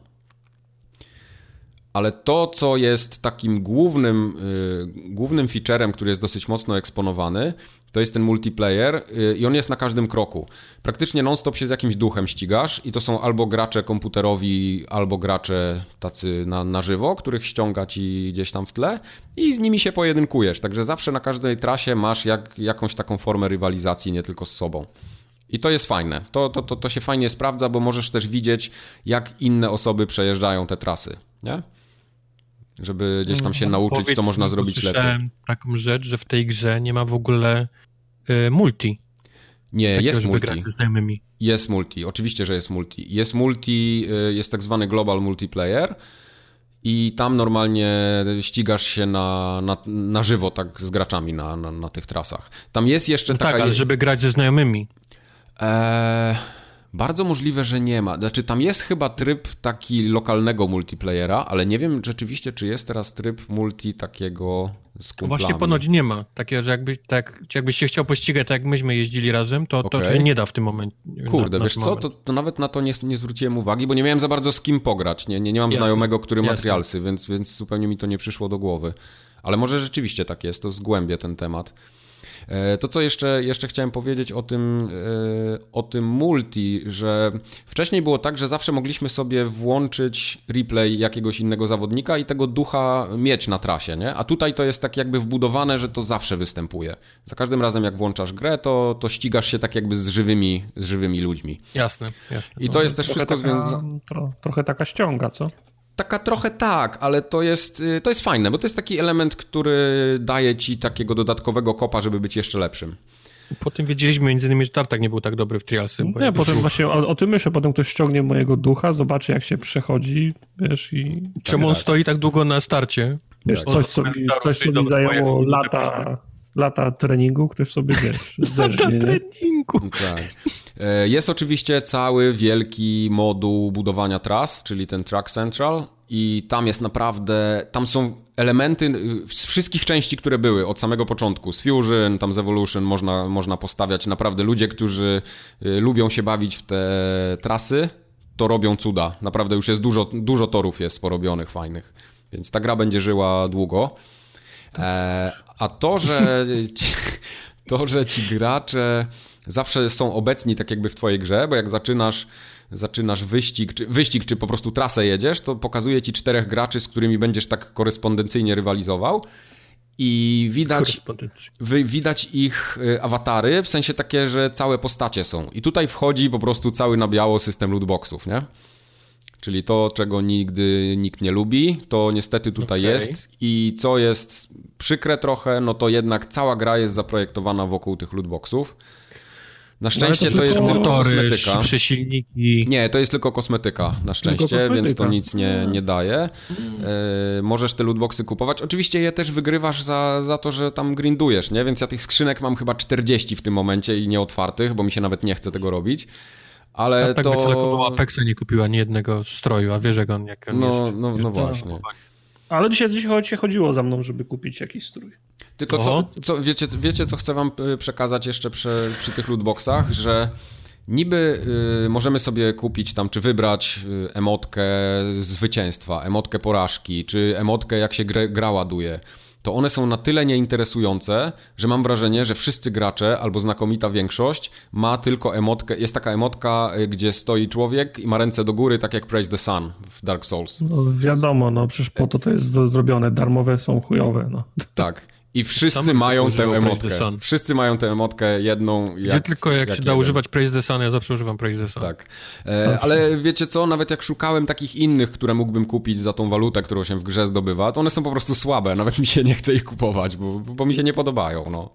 Ale to, co jest takim głównym featurem, który jest dosyć mocno eksponowany, to jest ten multiplayer i on jest na każdym kroku. Praktycznie non-stop się z jakimś duchem ścigasz i to są albo gracze komputerowi, albo gracze tacy na żywo, których ściąga ci gdzieś tam w tle i z nimi się pojedynkujesz. Także zawsze na każdej trasie masz jakąś taką formę rywalizacji, nie tylko z sobą. I to jest fajne. To się fajnie sprawdza, bo możesz też widzieć, jak inne osoby przejeżdżają te trasy, nie? Żeby gdzieś tam się nauczyć, co można zrobić lepiej. Słyszałem taką rzecz, że w tej grze nie ma w ogóle multi. Nie, jest multi. Grać ze znajomymi. Jest multi, oczywiście, że jest multi. Jest tak zwany global multiplayer i tam normalnie ścigasz się na żywo tak z graczami na tych trasach. Tam jest jeszcze taka... Tak, ale żeby grać ze znajomymi. Bardzo możliwe, że nie ma. Znaczy tam jest chyba tryb taki lokalnego multiplayera, ale nie wiem rzeczywiście, czy jest teraz tryb multi takiego z kumplami. Właśnie ponoć nie ma. Takie, że jakbyś się chciał pościgać, tak jak myśmy jeździli razem, to się nie da w tym momencie. Kurde, wiesz co, to nawet na to nie zwróciłem uwagi, bo nie miałem za bardzo z kim pograć. Nie mam znajomego, który ma trialsy, więc zupełnie mi to nie przyszło do głowy. Ale może rzeczywiście tak jest, to zgłębię ten temat. To, co jeszcze chciałem powiedzieć o tym multi, że wcześniej było tak, że zawsze mogliśmy sobie włączyć replay jakiegoś innego zawodnika i tego ducha mieć na trasie, nie? A tutaj to jest tak jakby wbudowane, że to zawsze występuje. Za każdym razem, jak włączasz grę, to ścigasz się tak jakby z żywymi ludźmi. Jasne. I to jest też wszystko związane... Trochę taka ściąga, co? Taka trochę tak, ale to jest fajne, bo to jest taki element, który daje ci takiego dodatkowego kopa, żeby być jeszcze lepszym. Potem wiedzieliśmy między innymi, że Tartak nie był tak dobry w Trialsy. Nie, potem właśnie o tym myślę, potem ktoś ściągnie mojego ducha, zobaczy jak się przechodzi, wiesz, i... Czemu on stoi tak długo na starcie? Wiesz, coś sobie zajęło lata treningu, ktoś sobie, wiesz, zerżnie. Lata treningu. Tak. Jest oczywiście cały wielki moduł budowania tras, czyli ten Track Central i tam jest naprawdę, tam są elementy z wszystkich części, które były od samego początku, z Fusion, tam z Evolution można postawiać. Naprawdę ludzie, którzy lubią się bawić w te trasy, to robią cuda. Naprawdę już jest dużo torów jest porobionych, fajnych, więc ta gra będzie żyła długo. A to, że ci gracze zawsze są obecni tak jakby w twojej grze, bo jak zaczynasz wyścig, czy po prostu trasę jedziesz, to pokazuje ci 4 graczy, z którymi będziesz tak korespondencyjnie rywalizował i widać ich awatary, w sensie takie, że całe postacie są. I tutaj wchodzi po prostu cały na biało system lootboxów, nie? Czyli to, czego nigdy nikt nie lubi, to niestety tutaj jest i co jest przykre trochę, no to jednak cała gra jest zaprojektowana wokół tych lootboxów. Na szczęście to jest tylko kosmetyka. Przesilniki. Nie, to jest tylko kosmetyka, na szczęście, więc to nic nie daje. Możesz te lootboxy kupować. Oczywiście je też wygrywasz za to, że tam grindujesz, nie? Więc ja tych skrzynek mam chyba 40 w tym momencie i nieotwartych, bo mi się nawet nie chce tego robić. Ale tak wycelekowała Apexa, nie kupiła ani jednego stroju, a wiesz, jak on jest. No właśnie. Ale dzisiaj chodziło za mną, żeby kupić jakiś strój. Tylko wiecie, co chcę wam przekazać jeszcze przy tych lootboxach, że niby możemy sobie kupić tam, czy wybrać emotkę zwycięstwa, emotkę porażki, czy emotkę jak się gra ładuje. To one są na tyle nieinteresujące, że mam wrażenie, że wszyscy gracze, albo znakomita większość, ma tylko emotkę, jest taka emotka, gdzie stoi człowiek i ma ręce do góry, tak jak Praise the Sun w Dark Souls. No wiadomo, no przecież po to jest zrobione, darmowe są chujowe, no. Tak. I wszyscy mają tę emotkę. Wszyscy mają tę emotkę jedną. Gdzie tylko jak się da używać Praise the Sun, ja zawsze używam Praise the Sun. Tak. Ale wiecie co, nawet jak szukałem takich innych, które mógłbym kupić za tą walutę, którą się w grze zdobywa, to one są po prostu słabe. Nawet mi się nie chce ich kupować, bo mi się nie podobają, no.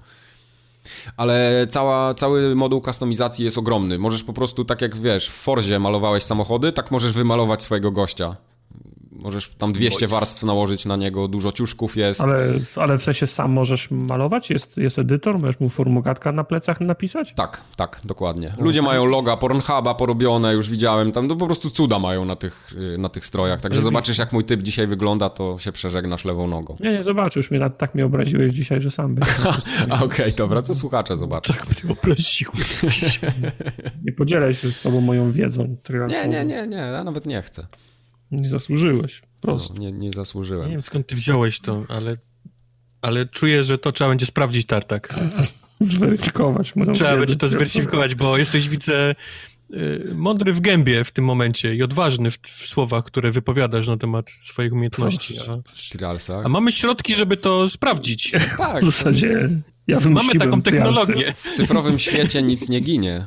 Ale cały moduł kustomizacji jest ogromny. Możesz po prostu, tak jak wiesz, w Forzie malowałeś samochody, tak możesz wymalować swojego gościa. Możesz tam 200 warstw nałożyć na niego, dużo ciuszków jest. Ale w sensie sam możesz malować? Jest edytor? Możesz mu formugatka na plecach napisać? Tak, dokładnie. Ludzie mają loga Pornhuba porobione, już widziałem tam, no po prostu cuda mają na tych strojach. Także zobaczysz, jak mój typ dzisiaj wygląda, to się przeżegnasz lewą nogą. Nie zobaczysz, tak mnie obraziłeś dzisiaj, że sam będę. Okej, dobra, co słuchacze zobaczą. Tak mnie obraziłeś dzisiaj. Nie podzielę się z tobą moją wiedzą. Nie, ja nawet nie chcę. Nie zasłużyłeś. Prosto. No, nie zasłużyłem. Nie wiem, skąd ty wziąłeś to, ale czuję, że to trzeba będzie sprawdzić, Tartak. Zweryfikować. Trzeba będzie to zweryfikować, bo jesteś, widzę, mądry w gębie w tym momencie i odważny w słowach, które wypowiadasz na temat swoich umiejętności. A mamy środki, żeby to sprawdzić. Tak. W zasadzie mamy taką technologię. W cyfrowym świecie nic nie ginie.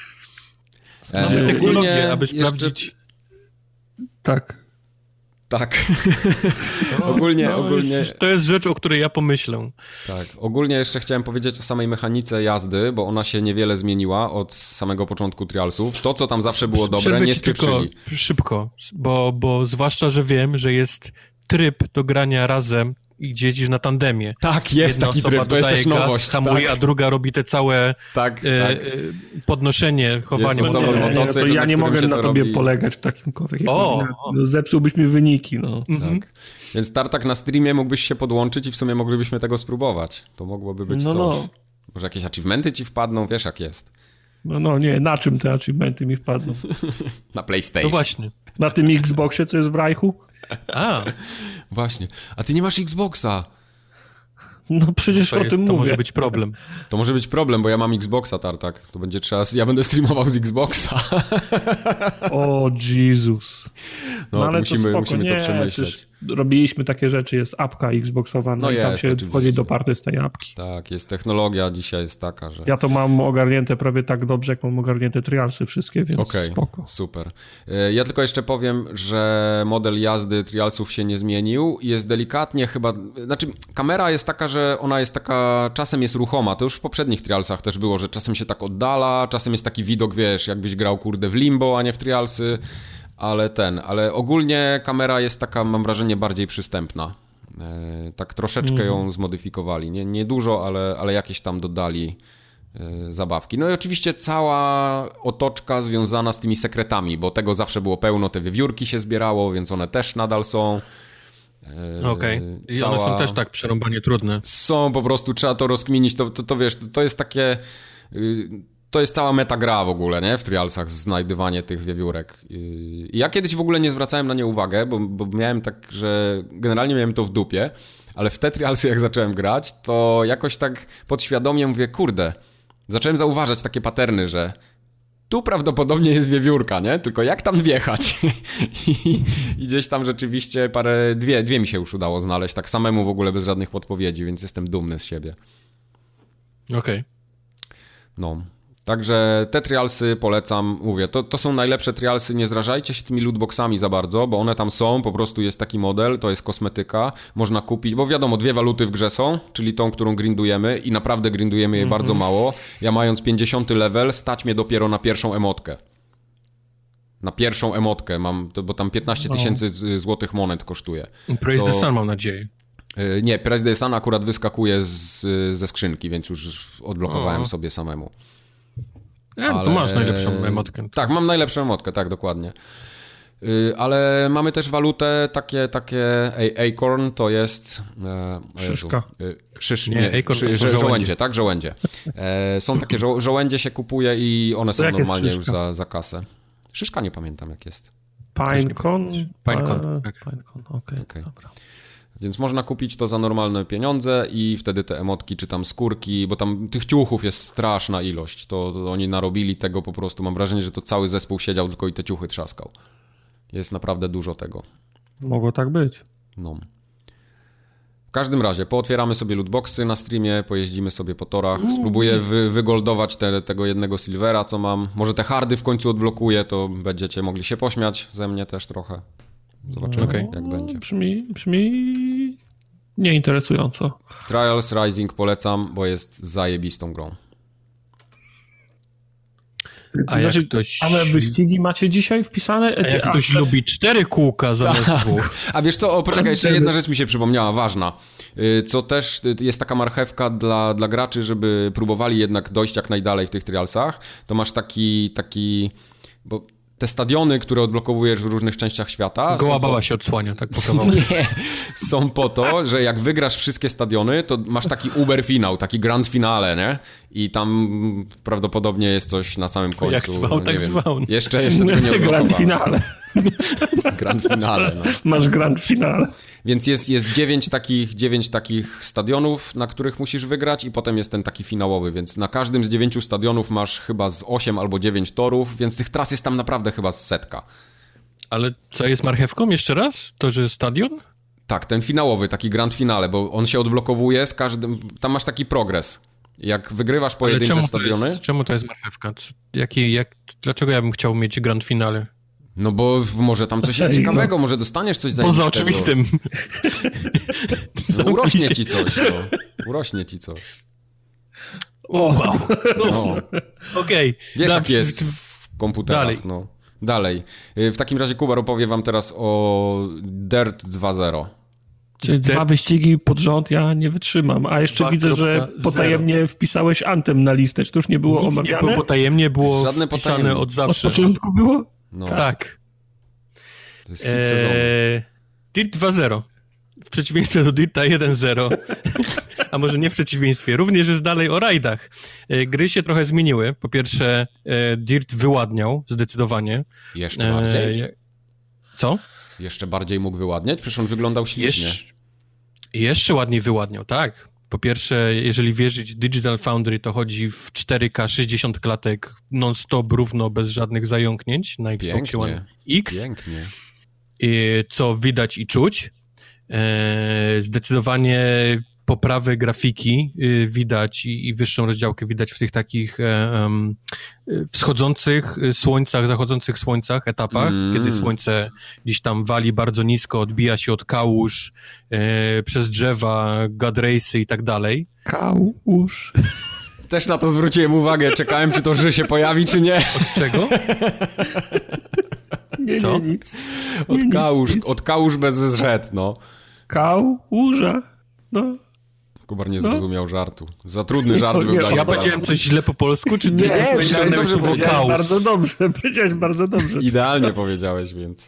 Mamy technologię, aby sprawdzić... Tak. Ogólnie... To jest rzecz, o której ja pomyślę. Tak. Ogólnie jeszcze chciałem powiedzieć o samej mechanice jazdy, bo ona się niewiele zmieniła od samego początku Trialsów. To, co tam zawsze było dobre, nie spieprzyli. Szybko, bo zwłaszcza, że wiem, że jest tryb do grania razem i gdzie jeździsz na tandemie. Tak, jest jedna taki tryb, to jest też nowość. Hamuje, tak. A druga robi te całe podnoszenie, chowanie. Ja nie mogę na tobie polegać w takim zepsułbyś mi wyniki. No. Tak. Więc Tartak na streamie mógłbyś się podłączyć i w sumie moglibyśmy tego spróbować. To mogłoby być coś. Może jakieś achievementy ci wpadną, wiesz jak jest. Nie, na czym te achievementy mi wpadną? Na PlayStation. No właśnie. Na tym Xboxie, co jest w Reichu? Właśnie. A ty nie masz Xboxa. No przecież o tym mówię. To może być problem. To może być problem, bo ja mam Xboxa, Tartak. To będzie trzeba... Ja będę streamował z Xboxa. O Jezus. No ale musimy to przemyśleć. Robiliśmy takie rzeczy, jest apka Xboxowa, i tam się wchodzi do party z tej apki. Tak, jest technologia dzisiaj jest taka, że... Ja to mam ogarnięte prawie tak dobrze, jak mam ogarnięte trialsy wszystkie, więc spoko. Super. Ja tylko jeszcze powiem, że model jazdy trialsów się nie zmienił. Jest delikatnie chyba... Znaczy, kamera jest taka, że ona jest taka... Czasem jest ruchoma. To już w poprzednich trialsach też było, że czasem się tak oddala, czasem jest taki widok, wiesz, jakbyś grał, w limbo, a nie w trialsy. Ale ogólnie kamera jest taka, mam wrażenie, bardziej przystępna. Tak troszeczkę ją zmodyfikowali. Nie dużo, ale jakieś tam dodali zabawki. No i oczywiście cała otoczka związana z tymi sekretami, bo tego zawsze było pełno, te wiewiórki się zbierało, więc one też nadal są. Okej. I one są też tak przerąbanie trudne. Są, po prostu trzeba to rozkminić. To wiesz, to jest takie... To jest cała metagra w ogóle, nie? W trialsach, znajdywanie tych wiewiórek. I ja kiedyś w ogóle nie zwracałem na nie uwagę, bo miałem tak, że generalnie miałem to w dupie, ale w te trialsy jak zacząłem grać, to jakoś tak podświadomie mówię, kurde, zacząłem zauważać takie paterny, że tu prawdopodobnie jest wiewiórka, nie? Tylko jak tam wjechać? I gdzieś tam rzeczywiście dwie mi się już udało znaleźć, tak samemu w ogóle bez żadnych podpowiedzi, więc jestem dumny z siebie. Okej. No... Także te trialsy polecam, mówię, to są najlepsze trialsy, nie zrażajcie się tymi lootboxami za bardzo, bo one tam są, po prostu jest taki model, to jest kosmetyka, można kupić, bo wiadomo, 2 waluty w grze są, czyli tą, którą grindujemy i naprawdę grindujemy jej bardzo mało. Ja mając 50 level, stać mnie dopiero na pierwszą emotkę. Na pierwszą emotkę mam, bo tam 15 000 złotych monet kosztuje. Praise the Sun mam nadzieję. Nie, Praise the Sun akurat wyskakuje ze skrzynki, więc już odblokowałem sobie samemu. Ale... To masz najlepszą emotkę. Tak, mam najlepszą emotkę, tak, dokładnie. Ale mamy też walutę, takie Acorn to jest... Szyszka. Żołędzie, tak? Żołędzie. Są takie żołędzie się kupuje i one są normalnie już za kasę. Szyszka nie pamiętam jak jest. Pinecone? Pinecone, tak. Okej, dobra. Więc można kupić to za normalne pieniądze i wtedy te emotki, czy tam skórki, bo tam tych ciuchów jest straszna ilość. To oni narobili tego po prostu. Mam wrażenie, że to cały zespół siedział tylko i te ciuchy trzaskał. Jest naprawdę dużo tego. Mogło tak być. No. W każdym razie, pootwieramy sobie lootboxy na streamie, pojeździmy sobie po torach. Spróbuję wygoldować tego jednego silvera, co mam. Może te hardy w końcu odblokuję, to będziecie mogli się pośmiać ze mnie też trochę. Zobaczymy, jak będzie. Brzmi nieinteresująco. Trials Rising polecam, bo jest zajebistą grą. A jak ktoś... Same wyścigi macie dzisiaj wpisane? A jak ktoś lubi 4 kółka zamiast 2. A wiesz co, poczekaj, jeszcze jedna rzecz mi się przypomniała, ważna. Co też jest taka marchewka dla graczy, żeby próbowali jednak dojść jak najdalej w tych trialsach, to masz taki bo te stadiony, które odblokowujesz w różnych częściach świata... Goła baba się odsłania, tak po kawałku. Nie, są po to, że jak wygrasz wszystkie stadiony, to masz taki uber finał, taki grand finale, nie? I tam prawdopodobnie jest coś na samym końcu. Jak zwał, tak zwał. Jeszcze tego nie odblokowałem. Grand finale. Grand finale, no. Masz grand finale. Więc jest 9 takich stadionów, na których musisz wygrać i potem jest ten taki finałowy, więc na każdym z 9 stadionów masz chyba z 8 albo 9 torów, więc tych tras jest tam naprawdę chyba z 100. Ale co jest marchewką? Jeszcze raz? To, że stadion? Tak, ten finałowy, taki grand finale, bo on się odblokowuje z każdym... Tam masz taki progres. Jak wygrywasz pojedyncze stadiony... Czemu to jest marchewka? Dlaczego ja bym chciał mieć grand finale? No bo może tam coś jest ciekawego, może dostaniesz coś zajebistego. Poza oczywistym. No, urośnie ci coś, no. Urośnie ci coś. Wow. No. Okej. Wiesz, jak jest w komputerach, dalej. No. Dalej. W takim razie Kubar opowie wam teraz o Dirt 2.0. Czyli 2 wyścigi pod rząd ja nie wytrzymam. A jeszcze widzę, że potajemnie wpisałeś Anthem na listę. Czy to już nie było omawiane? Nie było potajemnie, było żadne wpisane potajemnie. Od zawsze. Od początku było? No. Tak. To jest hit sezonu. Dirt 2.0. W przeciwieństwie do Dirta 1.0. A może nie w przeciwieństwie. Również jest dalej o rajdach. Gry się trochę zmieniły. Po pierwsze, Dirt wyładniał zdecydowanie. Jeszcze bardziej? Co? Jeszcze bardziej mógł wyładniać? Przecież on wyglądał ślicznie. Jeszcze ładniej wyładniał, tak. Po pierwsze, jeżeli wierzyć Digital Foundry, to chodzi w 4K 60 klatek non-stop, równo, bez żadnych zająknięć na Xbox One X. Pięknie. Co widać i czuć. Zdecydowanie poprawę grafiki widać i wyższą rozdziałkę widać w tych takich wschodzących słońcach, zachodzących słońcach, etapach, kiedy słońce gdzieś tam wali bardzo nisko, odbija się od kałuż, przez drzewa, gudrace'y i tak dalej. Kałuż. Też na to zwróciłem uwagę, czekałem, czy to ży się pojawi, czy nie. Od czego? Co? Nie, nic. Od kałuż bez zrzet, no. Kałuża, no. Kubar nie zrozumiał żartu. Za trudny żart był dla Ja powiedziałem coś źle po polsku, czy ty powiedziałeś bardzo dobrze. Powiedziałeś bardzo dobrze. Idealnie powiedziałeś, więc...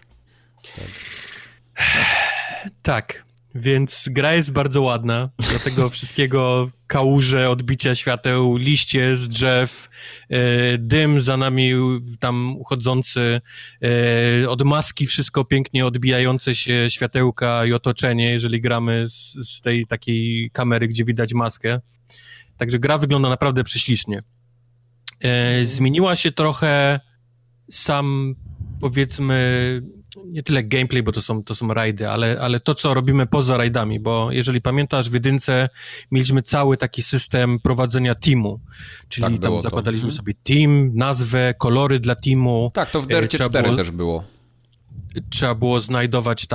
Tak, więc gra jest bardzo ładna. Do tego wszystkiego kałuże, odbicia świateł, liście z drzew, dym za nami tam uchodzący, od maski wszystko pięknie odbijające się światełka i otoczenie, jeżeli gramy z tej takiej kamery, gdzie widać maskę. Także gra wygląda naprawdę prześlicznie. Zmieniła się trochę sam, powiedzmy, nie tyle gameplay, bo to są rajdy, ale to, co robimy poza rajdami, bo jeżeli pamiętasz, w jedynce mieliśmy cały taki system prowadzenia teamu, czyli tak tam zakładaliśmy sobie team, nazwę, kolory dla teamu. Tak, to w Dercie 4 też było. Trzeba było znajdować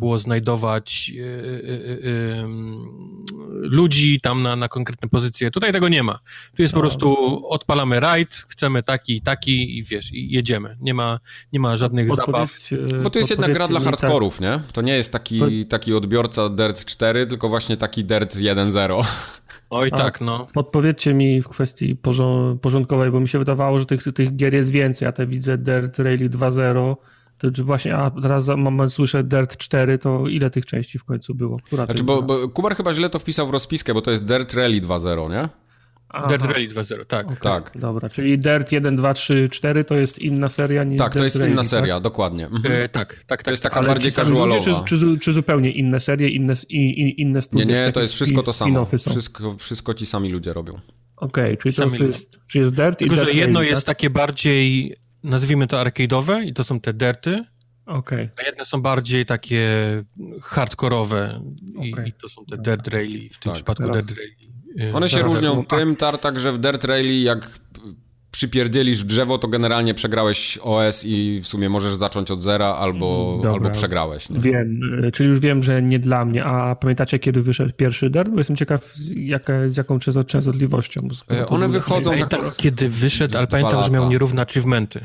ludzi tam na konkretne pozycje. Tutaj tego nie ma. Tu jest po prostu odpalamy rajd, chcemy taki i wiesz, i jedziemy. Nie ma żadnych zabaw. Bo to jest jednak gra dla hardkorów, nie? To nie jest taki odbiorca Dirt 4, tylko właśnie taki Dirt 1.0. Oj, tak, no. Podpowiedzcie mi w kwestii porządkowej, bo mi się wydawało, że tych gier jest więcej. Ja te widzę Dirt Rally 2.0, to właśnie, a teraz słyszę Dirt 4, to ile tych części w końcu było? Która znaczy, bo Kubar chyba źle to wpisał w rozpiskę, bo to jest Dirt Rally 2.0, nie? Dirt Rally 2.0, tak. Okay, tak. Dobra, czyli Dirt 1, 2, 3, 4 to jest inna seria niż tak, Dirt to jest Rally, inna seria, tak? Dokładnie. Tak. To jest taka bardziej casualowa. Czy zupełnie inne serie, inne studia? Nie, to jest wszystko to samo. Wszystko ci sami ludzie robią. Okej, czyli to jest Dirt tylko, i Dirt że jedno Rally, jest tak? takie bardziej, nazwijmy to arcade'owe i to są te Dirty, Okay. a jedne są bardziej takie hardkorowe i to są te Dirt Rally, w tym przypadku Dirt Rally. One się różnią tym, Tartak, że w Dirt Rally jak przypierdzielisz w drzewo, to generalnie przegrałeś OS i w sumie możesz zacząć od zera albo przegrałeś. Nie? Wiem, czyli już wiem, że nie dla mnie. A pamiętacie, kiedy wyszedł pierwszy Dirt? Bo jestem ciekaw, z jaką częstotliwością. One wychodzą... Kiedy wyszedł, ale pamiętam, że miał nierówne achievementy.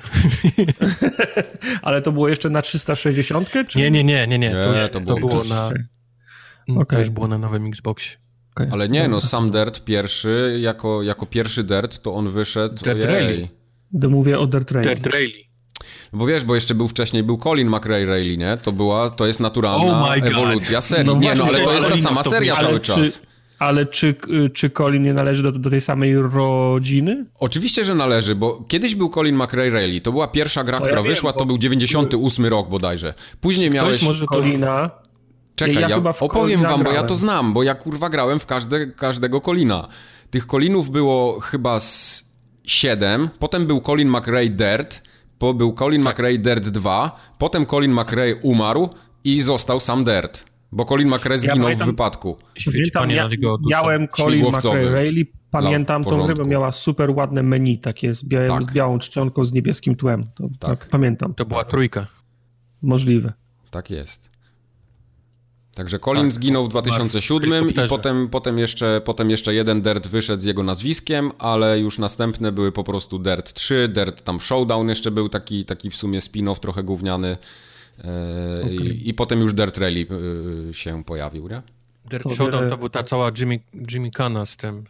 Ale to było jeszcze na 360? Czy... Nie. To było na... To już było na nowym Xboxie. Okay. Ale nie, sam Dirt pierwszy, jako pierwszy Dirt, to on wyszedł... Dirt Rally. Mówię o Dirt Rally. Dirt Rally. No bo wiesz, bo jeszcze wcześniej był Colin McRae Rally, nie? To jest naturalna ewolucja serii. No ale to jest ta sama seria cały czas. Ale czy Colin nie należy do tej samej rodziny? Oczywiście, że należy, bo kiedyś był Colin McRae Rally. To była pierwsza gra, która wyszła, to był 98 rok bodajże. Później miałeś... może Colina... Czekaj, ja opowiem wam, bo ja to znam, bo ja grałem w każdego Colina. Tych Colinów było chyba 7, potem był Colin McRae Dirt, był Colin McRae Dirt 2, potem Colin McRae umarł i został sam Dirt, bo Colin McRae zginął w wypadku. Miałem Colin McRae Rally, pamiętam tą grę, bo miała super ładne menu, takie z białą czcionką, z niebieskim tłem. Tak, pamiętam. To była trójka. Możliwe. Tak jest. Także Colin zginął w 2007 i potem jeszcze jeden Dirt wyszedł z jego nazwiskiem, ale już następne były po prostu Dirt 3, Dirt tam Showdown jeszcze był taki w sumie spin-off trochę gówniany i potem już Dirt Rally się pojawił, nie? Dirt Showdown to był ta cała Jimmy Cana z tym.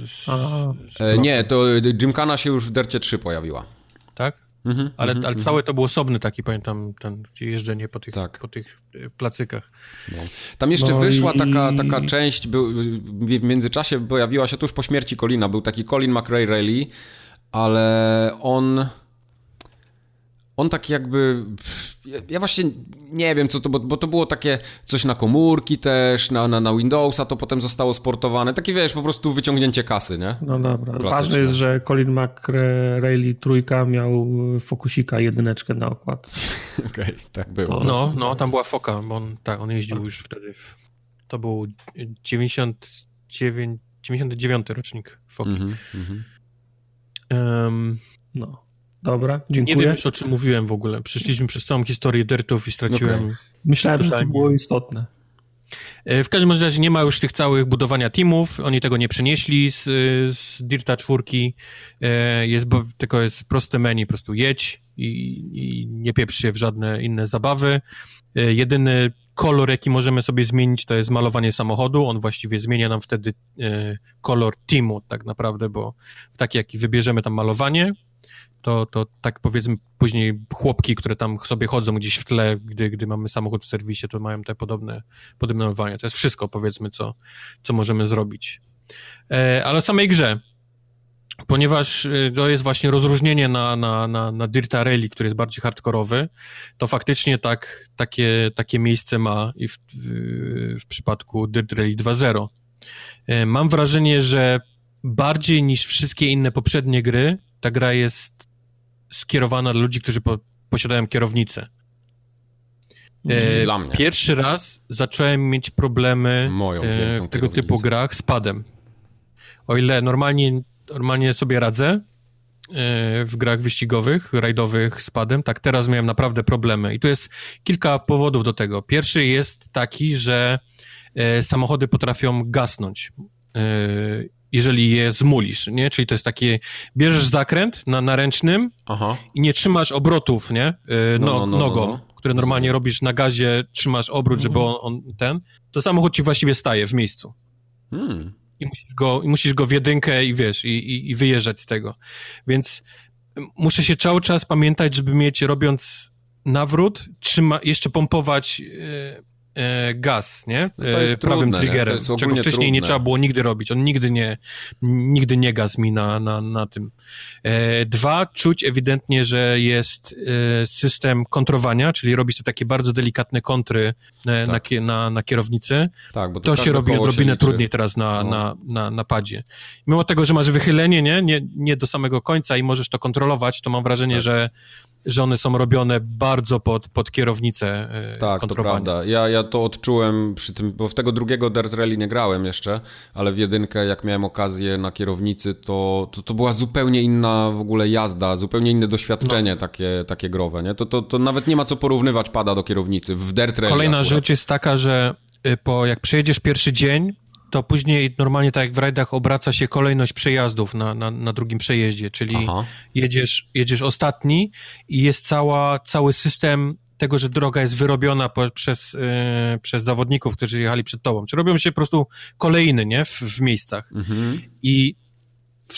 Nie, to Gymkhana się już w Dircie 3 pojawiła. Tak? Ale cały to był osobny taki, pamiętam, jeżdżenie po tych placykach. No. Tam jeszcze wyszła taka część, w międzyczasie pojawiła się tuż po śmierci Colina, był taki Colin McRae Rally, ale on on tak jakby... Ja właśnie nie wiem, co to... Bo to było takie coś na komórki też, na Windowsa to potem zostało sportowane. Takie, wiesz, po prostu wyciągnięcie kasy, nie? No dobra. Ważne jest, że Colin McRae trójka miał fokusika 1 na okładce. Okej, tak było. No, tam była foka, bo on jeździł już wtedy. To był 99 rocznik foki. No. Dobra, dziękuję. Nie wiem już, o czym mówiłem w ogóle. Przeszliśmy przez całą historię dirtów i straciłem... Okay. Myślałem, że to było istotne. W każdym razie nie ma już tych całych budowania teamów, oni tego nie przenieśli z Dirta 4, tylko jest proste menu, po prostu jedź i nie pieprz się w żadne inne zabawy. Jedyny kolor, jaki możemy sobie zmienić, to jest malowanie samochodu, on właściwie zmienia nam wtedy kolor teamu tak naprawdę, bo taki jaki wybierzemy tam malowanie, to tak powiedzmy później chłopki, które tam sobie chodzą gdzieś w tle, gdy mamy samochód w serwisie, to mają te podobne malowanie. To jest wszystko, powiedzmy, co możemy zrobić. Ale o samej grze, ponieważ to jest właśnie rozróżnienie na Dirta Rally, który jest bardziej hardkorowy, to faktycznie takie miejsce ma i w przypadku Dirt Rally 2.0. Mam wrażenie, że bardziej niż wszystkie inne poprzednie gry, ta gra jest skierowana dla ludzi, którzy posiadają kierownicę. Dla mnie. Pierwszy raz zacząłem mieć problemy w tego typu grach z padem. O ile normalnie sobie radzę w grach wyścigowych, rajdowych z padem, tak teraz miałem naprawdę problemy. I tu jest kilka powodów do tego. Pierwszy jest taki, że samochody potrafią gasnąć, jeżeli je zmulisz, nie? Czyli to jest takie, bierzesz zakręt na ręcznym i nie trzymasz obrotów, nie? Nogą, które normalnie robisz na gazie, trzymasz obrót, żeby to samochód ci właściwie staje w miejscu. I musisz go w jedynkę i wiesz, i wyjeżdżać z tego. Więc muszę się cały czas pamiętać, żeby robiąc nawrót, jeszcze pompować gaz, nie? To jest prawym trudne, triggerem, czego wcześniej nie trzeba było nigdy robić. On nigdy nie gaz mi na tym. 2, czuć ewidentnie, że jest system kontrowania, czyli robisz to takie bardzo delikatne kontry na kierownicy. Tak, bo to się robi odrobinę trudniej teraz na padzie. Mimo tego, że masz wychylenie, nie do samego końca i możesz to kontrolować, to mam wrażenie, że one są robione bardzo pod kierownicę tak, kontrowania. To prawda. Ja to odczułem przy tym, bo w tego drugiego Dirt Rally nie grałem jeszcze, ale w jedynkę, jak miałem okazję na kierownicy, to była zupełnie inna w ogóle jazda, zupełnie inne doświadczenie takie growe, nie? To nawet nie ma co porównywać pada do kierownicy w Dirt Rally. Kolejna rzecz jest taka, że jak przejedziesz pierwszy dzień, to później normalnie tak jak w rajdach obraca się kolejność przejazdów na drugim przejeździe, czyli jedziesz ostatni i jest cały system tego, że droga jest wyrobiona przez zawodników, którzy jechali przed tobą. Czy robią się po prostu kolejny, nie? W miejscach. I w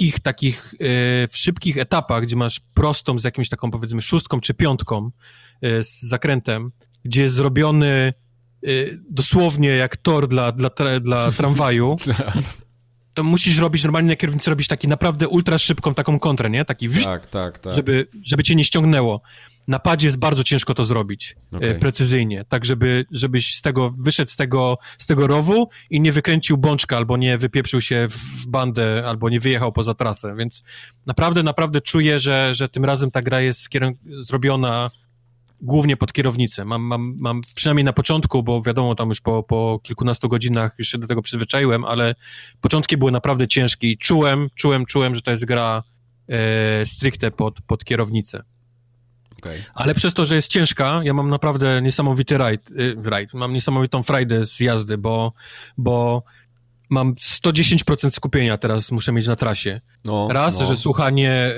szybkich etapach, gdzie masz prostą z jakimś taką powiedzmy 6 czy 5 z zakrętem, gdzie jest zrobiony dosłownie jak tor dla tramwaju, to musisz robić, normalnie na kierownicy robisz taki naprawdę ultra szybką taką kontrę, nie? Taki tak. Żeby cię nie ściągnęło. Na padzie jest bardzo ciężko to zrobić precyzyjnie, tak żebyś wyszedł z tego rowu i nie wykręcił bączka, albo nie wypieprzył się w bandę, albo nie wyjechał poza trasę, więc naprawdę czuję, że tym razem ta gra jest zrobiona głównie pod kierownicę. Mam przynajmniej na początku, bo wiadomo, tam już po kilkunastu godzinach już się do tego przyzwyczaiłem, ale początki były naprawdę ciężkie i czułem, że to jest gra stricte pod kierownicę. Okay. Ale przez to, że jest ciężka, ja mam naprawdę niesamowity mam niesamowitą frajdę z jazdy, bo mam 110% skupienia teraz muszę mieć na trasie. Że słuchanie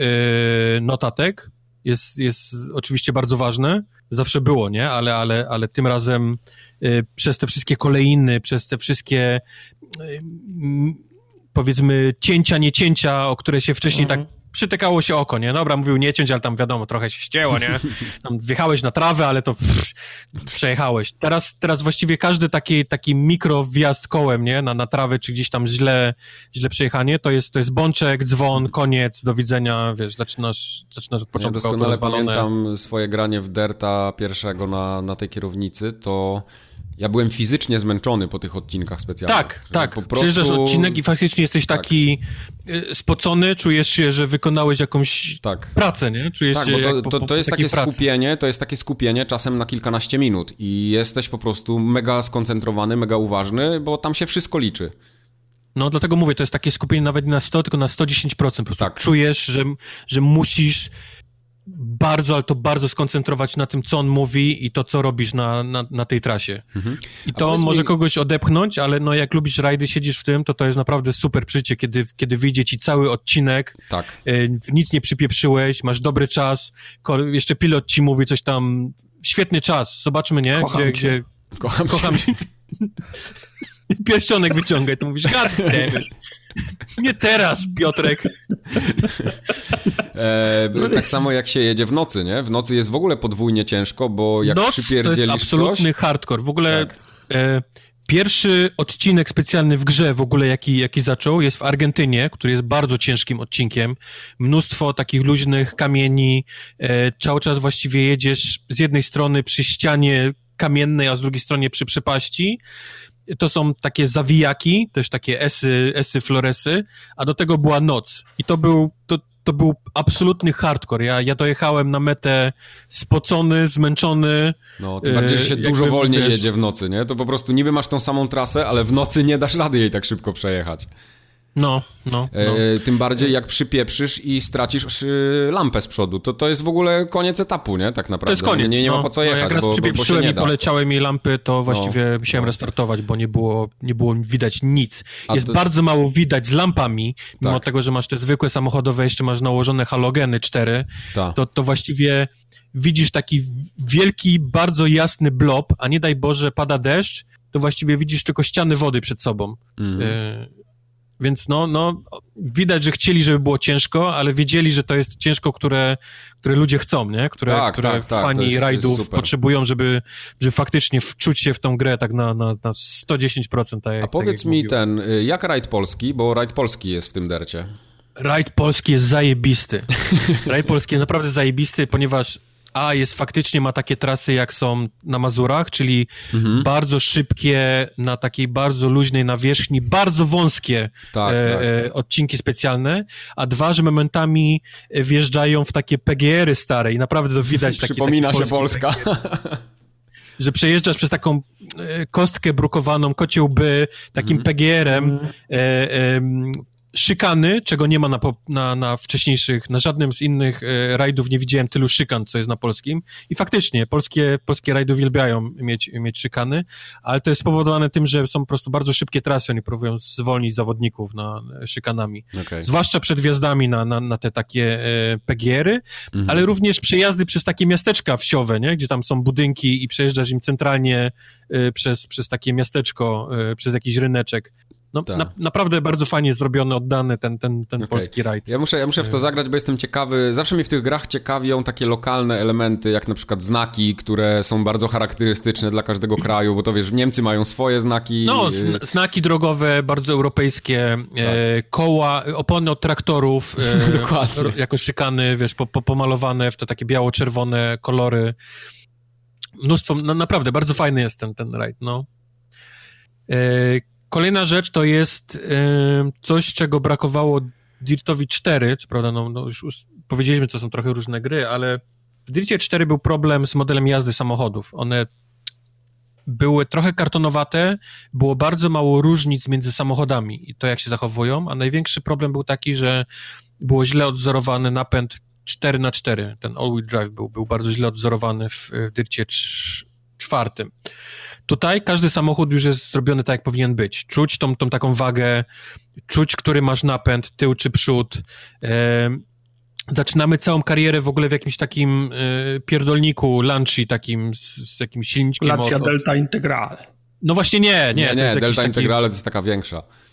notatek jest oczywiście bardzo ważne, zawsze było, nie? Ale tym razem przez te wszystkie kolejny, przez te wszystkie powiedzmy cięcia, niecięcia, o które się wcześniej tak przytykało się oko, nie? Dobra, mówił nie ciąć, ale tam wiadomo, trochę się ścięło, nie? Tam wjechałeś na trawę, ale to przejechałeś. Teraz właściwie każdy taki mikro wjazd kołem, nie? Na trawę, czy gdzieś tam źle przejechanie, to jest bączek, dzwon, koniec, do widzenia, wiesz, zaczynasz od początku. Ja doskonale pamiętam swoje granie w Dirta pierwszego na tej kierownicy, to ja byłem fizycznie zmęczony po tych odcinkach specjalnych. Tak. Przyjeżdżasz odcinek i faktycznie jesteś taki spocony, czujesz się, że wykonałeś jakąś pracę, nie? Czujesz się bo to jest takie skupienie, to jest takie skupienie czasem na kilkanaście minut i jesteś po prostu mega skoncentrowany, mega uważny, bo tam się wszystko liczy. No, dlatego mówię, to jest takie skupienie nawet nie na 100, tylko na 110%. Po prostu czujesz, że musisz bardzo, ale to bardzo skoncentrować na tym, co on mówi i to, co robisz na tej trasie. I to może kogoś odepchnąć, ale no jak lubisz rajdy, siedzisz w tym, to jest naprawdę super przeżycie, kiedy wyjdzie ci cały odcinek, nic nie przypieprzyłeś, masz dobry czas, jeszcze pilot ci mówi coś tam, świetny czas, zobaczmy, nie? Kocham cię. Pierścionek wyciągaj, to mówisz, God damn it. Nie teraz, Piotrek. Tak samo jak się jedzie w nocy, nie? W nocy jest w ogóle podwójnie ciężko, bo jak przypierdzielisz to jest absolutny hardcore. W ogóle pierwszy odcinek specjalny w grze w ogóle, jaki zaczął, jest w Argentynie, który jest bardzo ciężkim odcinkiem. Mnóstwo takich luźnych kamieni. Cały czas właściwie jedziesz z jednej strony przy ścianie kamiennej, a z drugiej stronie przy przepaści. To są takie zawijaki, też takie esy, floresy, a do tego była noc. I to był absolutny hardcore. Ja dojechałem na metę spocony, zmęczony. No, tym bardziej, że się dużo wolniej jedzie w nocy, nie? To po prostu niby masz tą samą trasę, ale w nocy nie dasz rady jej tak szybko przejechać. No. Tym bardziej jak przypieprzysz i stracisz lampę z przodu, to jest w ogóle koniec etapu, nie? Tak naprawdę. To jest koniec. Nie ma po co jechać, jak raz przypieprzyłem i poleciały mi lampy, to właściwie musiałem restartować, bo nie było widać nic. Bardzo mało widać z lampami, mimo tego, że masz te zwykłe samochodowe, jeszcze masz nałożone halogeny 4, to właściwie widzisz taki wielki, bardzo jasny blob, a nie daj Boże pada deszcz, to właściwie widzisz tylko ściany wody przed sobą. Więc widać, że chcieli, żeby było ciężko, ale wiedzieli, że to jest ciężko, które ludzie chcą, nie? Które fani rajdów potrzebują, żeby faktycznie wczuć się w tą grę tak na 110%. A powiedz mi jak rajd polski, bo rajd polski jest w tym dercie. Rajd polski jest zajebisty. Rajd polski jest naprawdę zajebisty, ponieważ faktycznie ma takie trasy, jak są na Mazurach, czyli bardzo szybkie, na takiej bardzo luźnej nawierzchni, bardzo wąskie odcinki specjalne, a dwa, że momentami wjeżdżają w takie PGR-y stare i naprawdę to widać. Przypomina się Polska. Że przejeżdżasz przez taką kostkę brukowaną, kocie łby, takim PGR-em, szykany, czego nie ma na wcześniejszych, na żadnym z innych rajdów nie widziałem tylu szykan, co jest na polskim. I faktycznie, polskie rajdy uwielbiają mieć szykany, ale to jest spowodowane tym, że są po prostu bardzo szybkie trasy, oni próbują zwolnić zawodników szykanami. Okay. Zwłaszcza przed wjazdami na te takie PGR-y, ale również przejazdy przez takie miasteczka wsiowe, nie? Gdzie tam są budynki i przejeżdżasz im centralnie przez takie miasteczko, przez jakiś ryneczek. Naprawdę bardzo fajnie zrobiony, oddany ten polski rajd. Ja muszę w to zagrać, bo jestem ciekawy. Zawsze mnie w tych grach ciekawią takie lokalne elementy, jak na przykład znaki, które są bardzo charakterystyczne dla każdego kraju, bo to wiesz, Niemcy mają swoje znaki. Znaki drogowe, bardzo europejskie, koła, opony od traktorów, jako szykany, wiesz, pomalowane w te takie biało-czerwone kolory. Mnóstwo, naprawdę, bardzo fajny jest ten rajd, Kolejna rzecz to jest coś, czego brakowało Dirtowi 4, co prawda, już powiedzieliśmy, to są trochę różne gry, ale w Dircie 4 był problem z modelem jazdy samochodów. One były trochę kartonowate, było bardzo mało różnic między samochodami i to, jak się zachowują, a największy problem był taki, że było źle odzorowany napęd 4x4, ten all-wheel drive był bardzo źle odzorowany w Dircie 4. Tutaj każdy samochód już jest zrobiony tak, jak powinien być. Czuć tą taką wagę, czuć, który masz napęd, tył czy przód. Zaczynamy całą karierę w ogóle w jakimś takim pierdolniku Lancia, takim z jakimś silniczkiem. Lancia Delta Integrale. No właśnie nie. Delta Integrale to jest taka większa.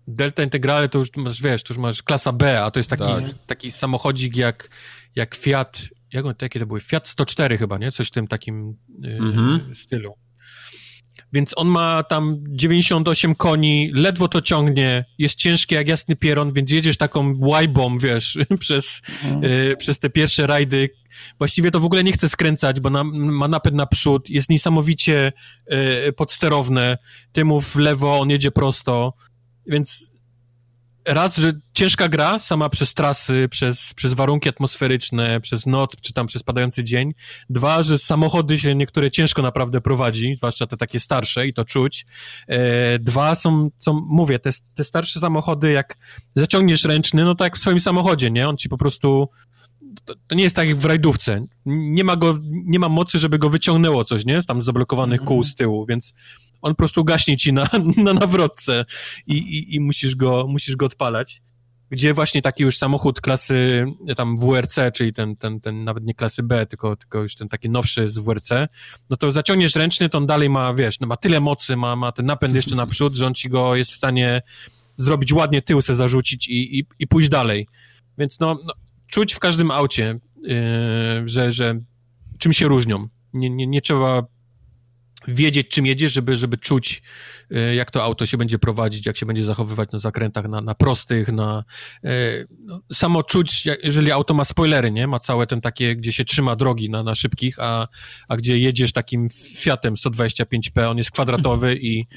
Delta Integrale to już masz, wiesz, to już masz klasa B, a to jest taki samochodzik jak Fiat, jakie to były? Fiat 104 chyba, nie? Coś w tym takim stylu. Więc on ma tam 98 koni, ledwo to ciągnie, jest ciężki jak jasny pieron, więc jedziesz taką łajbą, wiesz, przez te pierwsze rajdy. Właściwie to w ogóle nie chce skręcać, bo ma napęd naprzód, jest niesamowicie podsterowne, ty mu w lewo, on jedzie prosto, więc raz, że ciężka gra sama przez trasy, przez warunki atmosferyczne, przez noc, czy tam przez padający dzień. Dwa, że samochody się niektóre ciężko naprawdę prowadzi, zwłaszcza te takie starsze i to czuć. Dwa są, co mówię, te starsze samochody, jak zaciągniesz ręczny, no tak jak w swoim samochodzie, nie? On ci po prostu, to nie jest tak jak w rajdówce. Nie ma mocy, żeby go wyciągnęło coś, nie? Tam z zablokowanych kół z tyłu, więc on po prostu gaśnie ci na nawrotce i musisz go odpalać. Gdzie właśnie taki już samochód klasy tam WRC, czyli ten nawet nie klasy B, tylko już ten taki nowszy z WRC, no to zaciągniesz ręczny, to on dalej ma, wiesz, no ma tyle mocy, ma ten napęd jeszcze naprzód, że on ci go jest w stanie zrobić ładnie, tył se zarzucić i pójść dalej. Więc no czuć w każdym aucie, że czym się różnią. Nie trzeba wiedzieć, czym jedziesz, żeby czuć, jak to auto się będzie prowadzić, jak się będzie zachowywać na zakrętach, na prostych, samo czuć, jeżeli auto ma spoilery, nie? Ma całe ten takie, gdzie się trzyma drogi na szybkich, a gdzie jedziesz takim Fiatem 125p, on jest kwadratowy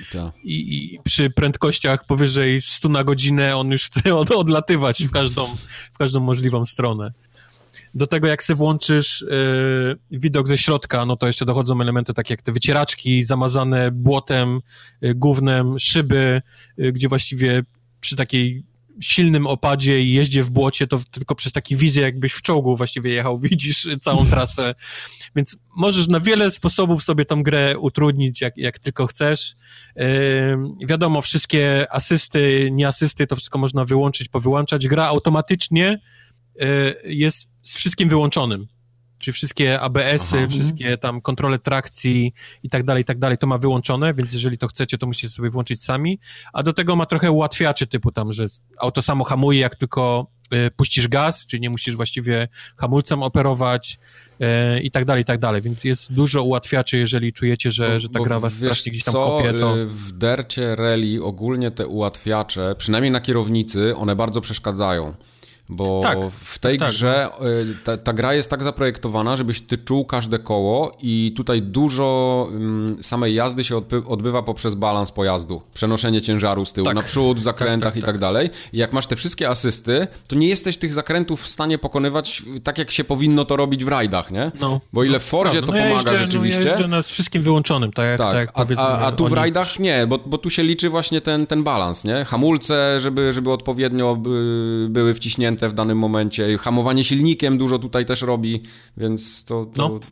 i przy prędkościach powyżej 100 na godzinę on już chce odlatywać w każdą możliwą stronę. Do tego, jak sobie włączysz widok ze środka, no to jeszcze dochodzą elementy takie jak te wycieraczki zamazane błotem, gównem, szyby, gdzie właściwie przy takiej silnym opadzie i jeździe w błocie, to tylko przez taki wizję, jakbyś w czołgu właściwie jechał, widzisz całą trasę. Więc możesz na wiele sposobów sobie tą grę utrudnić, jak tylko chcesz. Wiadomo, wszystkie asysty, nieasysty, to wszystko można wyłączyć, powyłączać. Gra automatycznie jest z wszystkim wyłączonym. Czyli wszystkie ABS-y, wszystkie tam kontrole trakcji i tak dalej, to ma wyłączone, więc jeżeli to chcecie, to musicie sobie włączyć sami. A do tego ma trochę ułatwiaczy typu tam, że auto samo hamuje, jak tylko puścisz gaz, czyli nie musisz właściwie hamulcem operować i tak dalej, więc jest dużo ułatwiaczy, jeżeli czujecie, że ta gra was strasznie gdzieś tam kopie. To... W Dercie Rally ogólnie te ułatwiacze, przynajmniej na kierownicy, one bardzo przeszkadzają. Bo w tej grze ta gra jest tak zaprojektowana, żebyś ty czuł każde koło i tutaj dużo samej jazdy się odbywa poprzez balans pojazdu. Przenoszenie ciężaru z tyłu naprzód, w zakrętach i tak dalej. I jak masz te wszystkie asysty, to nie jesteś tych zakrętów w stanie pokonywać tak, jak się powinno to robić w rajdach, nie? Bo ile w Forzie to pomaga rzeczywiście. Ja jeżdżę nad wszystkim wyłączonym, tak jak powiedzmy. A tu w rajdach nie, bo tu się liczy właśnie ten balans, nie? Hamulce, żeby odpowiednio były wciśnięte w danym momencie. Hamowanie silnikiem dużo tutaj też robi, więc to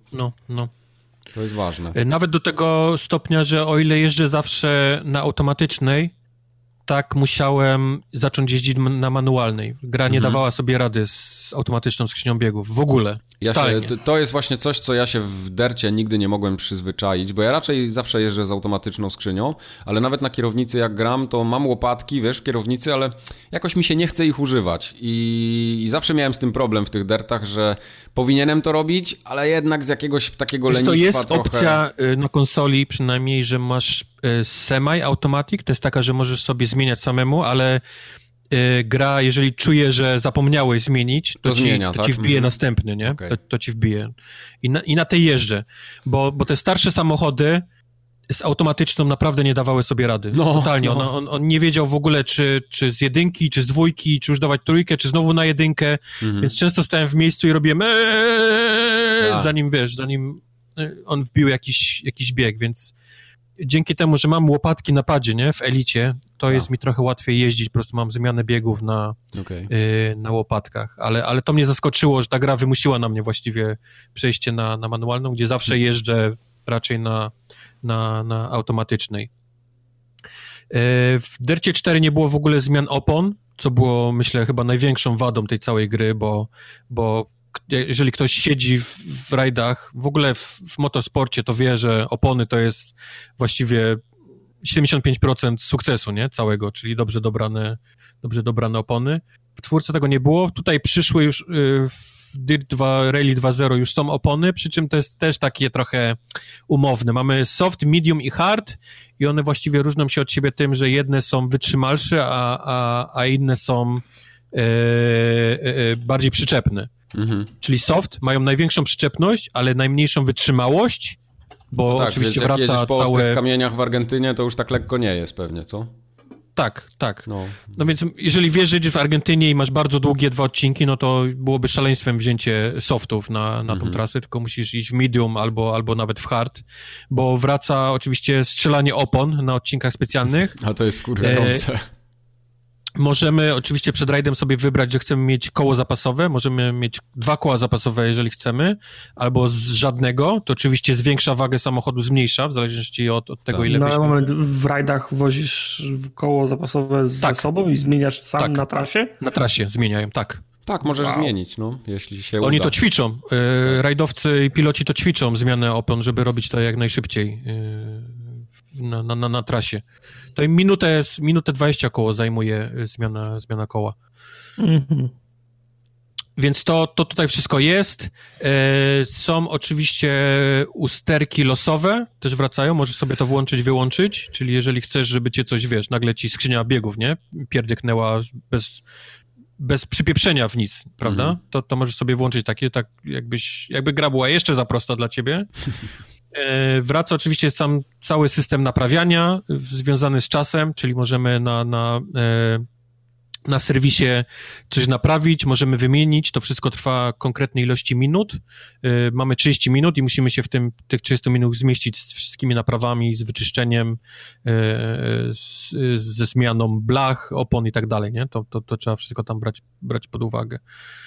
jest ważne. Nawet do tego stopnia, że o ile jeżdżę zawsze na automatycznej, tak musiałem zacząć jeździć na manualnej. Gra nie dawała sobie rady z automatyczną skrzynią biegów. W ogóle. To jest właśnie coś, co ja się w Dercie nigdy nie mogłem przyzwyczaić, bo ja raczej zawsze jeżdżę z automatyczną skrzynią, ale nawet na kierownicy jak gram, to mam łopatki, wiesz, w kierownicy, ale jakoś mi się nie chce ich używać. I zawsze miałem z tym problem w tych Dertach, że powinienem to robić, ale jednak z jakiegoś takiego lenistwa to jest trochę... opcja na konsoli przynajmniej, że masz semi-automatic, to jest taka, że możesz sobie zmieniać samemu, ale gra, jeżeli czuje, że zapomniałeś zmienić, to ci wbije następny, nie? Okay. To ci wbije. I na tej jeżdżę. Bo te starsze samochody z automatyczną naprawdę nie dawały sobie rady. Totalnie. On nie wiedział w ogóle, czy z jedynki, czy z dwójki, czy już dawać trójkę, czy znowu na jedynkę. Więc często stałem w miejscu i robiłem zanim on wbił jakiś bieg, więc dzięki temu, że mam łopatki na padzie, nie, w Elicie, to jest mi trochę łatwiej jeździć, po prostu mam zmianę biegów na łopatkach, ale to mnie zaskoczyło, że ta gra wymusiła na mnie właściwie przejście na manualną, gdzie zawsze jeżdżę raczej na automatycznej. W Dercie 4 nie było w ogóle zmian opon, co było, myślę, chyba największą wadą tej całej gry, bo jeżeli ktoś siedzi w rajdach, w ogóle w motosporcie, to wie, że opony to jest właściwie 75% sukcesu, nie? Całego, czyli dobrze dobrane opony. W 4 tego nie było. Tutaj przyszły już w Dirt 2 Rally 2.0 już są opony, przy czym to jest też takie trochę umowne. Mamy soft, medium i hard i one właściwie różnią się od siebie tym, że jedne są wytrzymalsze, a inne są bardziej przyczepne. Czyli soft mają największą przyczepność, ale najmniejszą wytrzymałość, bo tak, oczywiście więc jak wraca po całe... ostrych kamieniach w Argentynie, to już tak lekko nie jest pewnie, co? Tak. No więc jeżeli wiesz, że jedziesz w Argentynie i masz bardzo długie 2 odcinki, no to byłoby szaleństwem wzięcie softów na tą trasę, tylko musisz iść w medium albo nawet w hard, bo wraca oczywiście strzelanie opon na odcinkach specjalnych. A to jest wkurwiające. Możemy oczywiście przed rajdem sobie wybrać, że chcemy mieć koło zapasowe, możemy mieć 2 koła zapasowe, jeżeli chcemy, albo z żadnego, to oczywiście zwiększa wagę samochodu, zmniejsza, w zależności od tego, ile weźmiemy. Na moment w rajdach wozisz koło zapasowe ze sobą i zmieniasz sam na trasie? Na trasie zmieniają, tak. Tak, możesz zmienić, jeśli się Oni uda. to ćwiczą, rajdowcy i piloci to ćwiczą, zmianę opon, żeby robić to jak najszybciej na trasie. To minutę 20 koło zajmuje zmiana koła. Więc to tutaj wszystko jest. Są oczywiście usterki losowe, też wracają, możesz sobie to włączyć, wyłączyć, czyli jeżeli chcesz, żeby cię coś, nagle ci skrzynia biegów, nie? Pierdyknęła bez przypieprzenia w nic, prawda? To możesz sobie włączyć takie, tak jakby gra była jeszcze za prosta dla ciebie. Wraca oczywiście cały system naprawiania związany z czasem, czyli możemy na serwisie coś naprawić, możemy wymienić, to wszystko trwa konkretnej ilości minut. Mamy 30 minut i musimy się w tych 30 minut zmieścić z wszystkimi naprawami, z wyczyszczeniem, ze zmianą blach, opon i tak dalej, nie? To trzeba wszystko tam brać pod uwagę.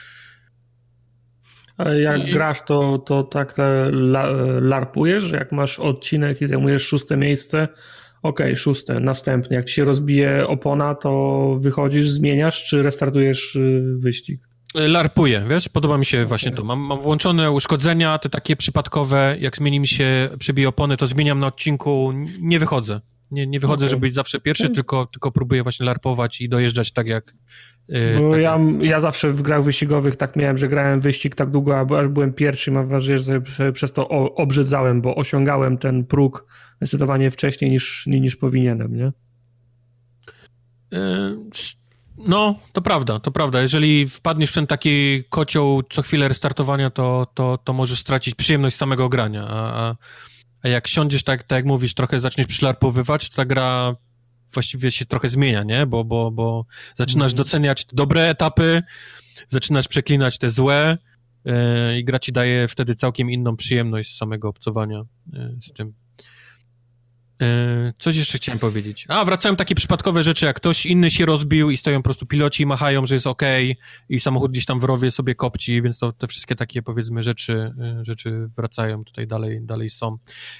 A jak grasz, to tak larpujesz, że jak masz odcinek i zajmujesz 6. miejsce, okej, 6, następny. Jak ci się rozbije opona, to wychodzisz, zmieniasz, czy restartujesz wyścig? Larpuję, wiesz, podoba mi się właśnie to. Mam włączone uszkodzenia, te takie przypadkowe, jak zmieni mi się, przebije opony, to zmieniam na odcinku, nie wychodzę. Nie wychodzę, żeby być zawsze pierwszy, tylko próbuję właśnie larpować i dojeżdżać tak jak... Ja zawsze w grach wyścigowych tak miałem, że grałem wyścig tak długo, aż byłem pierwszy i mam wrażenie, że sobie przez to obrzydzałem, bo osiągałem ten próg zdecydowanie wcześniej niż powinienem, nie? No, to prawda. Jeżeli wpadniesz w ten taki kocioł co chwilę restartowania, to możesz stracić przyjemność samego grania, a jak siądziesz tak jak mówisz, trochę zaczniesz przylarpowywać, to ta gra właściwie się trochę zmienia, nie? Bo zaczynasz doceniać te dobre etapy, zaczynasz przeklinać te złe i gra ci daje wtedy całkiem inną przyjemność z samego obcowania z tym. Coś jeszcze chciałem powiedzieć. Wracają takie przypadkowe rzeczy, jak ktoś inny się rozbił i stoją po prostu piloci i machają, że jest okej, i samochód gdzieś tam w rowie sobie kopci, więc te wszystkie takie, powiedzmy, rzeczy wracają tutaj dalej są.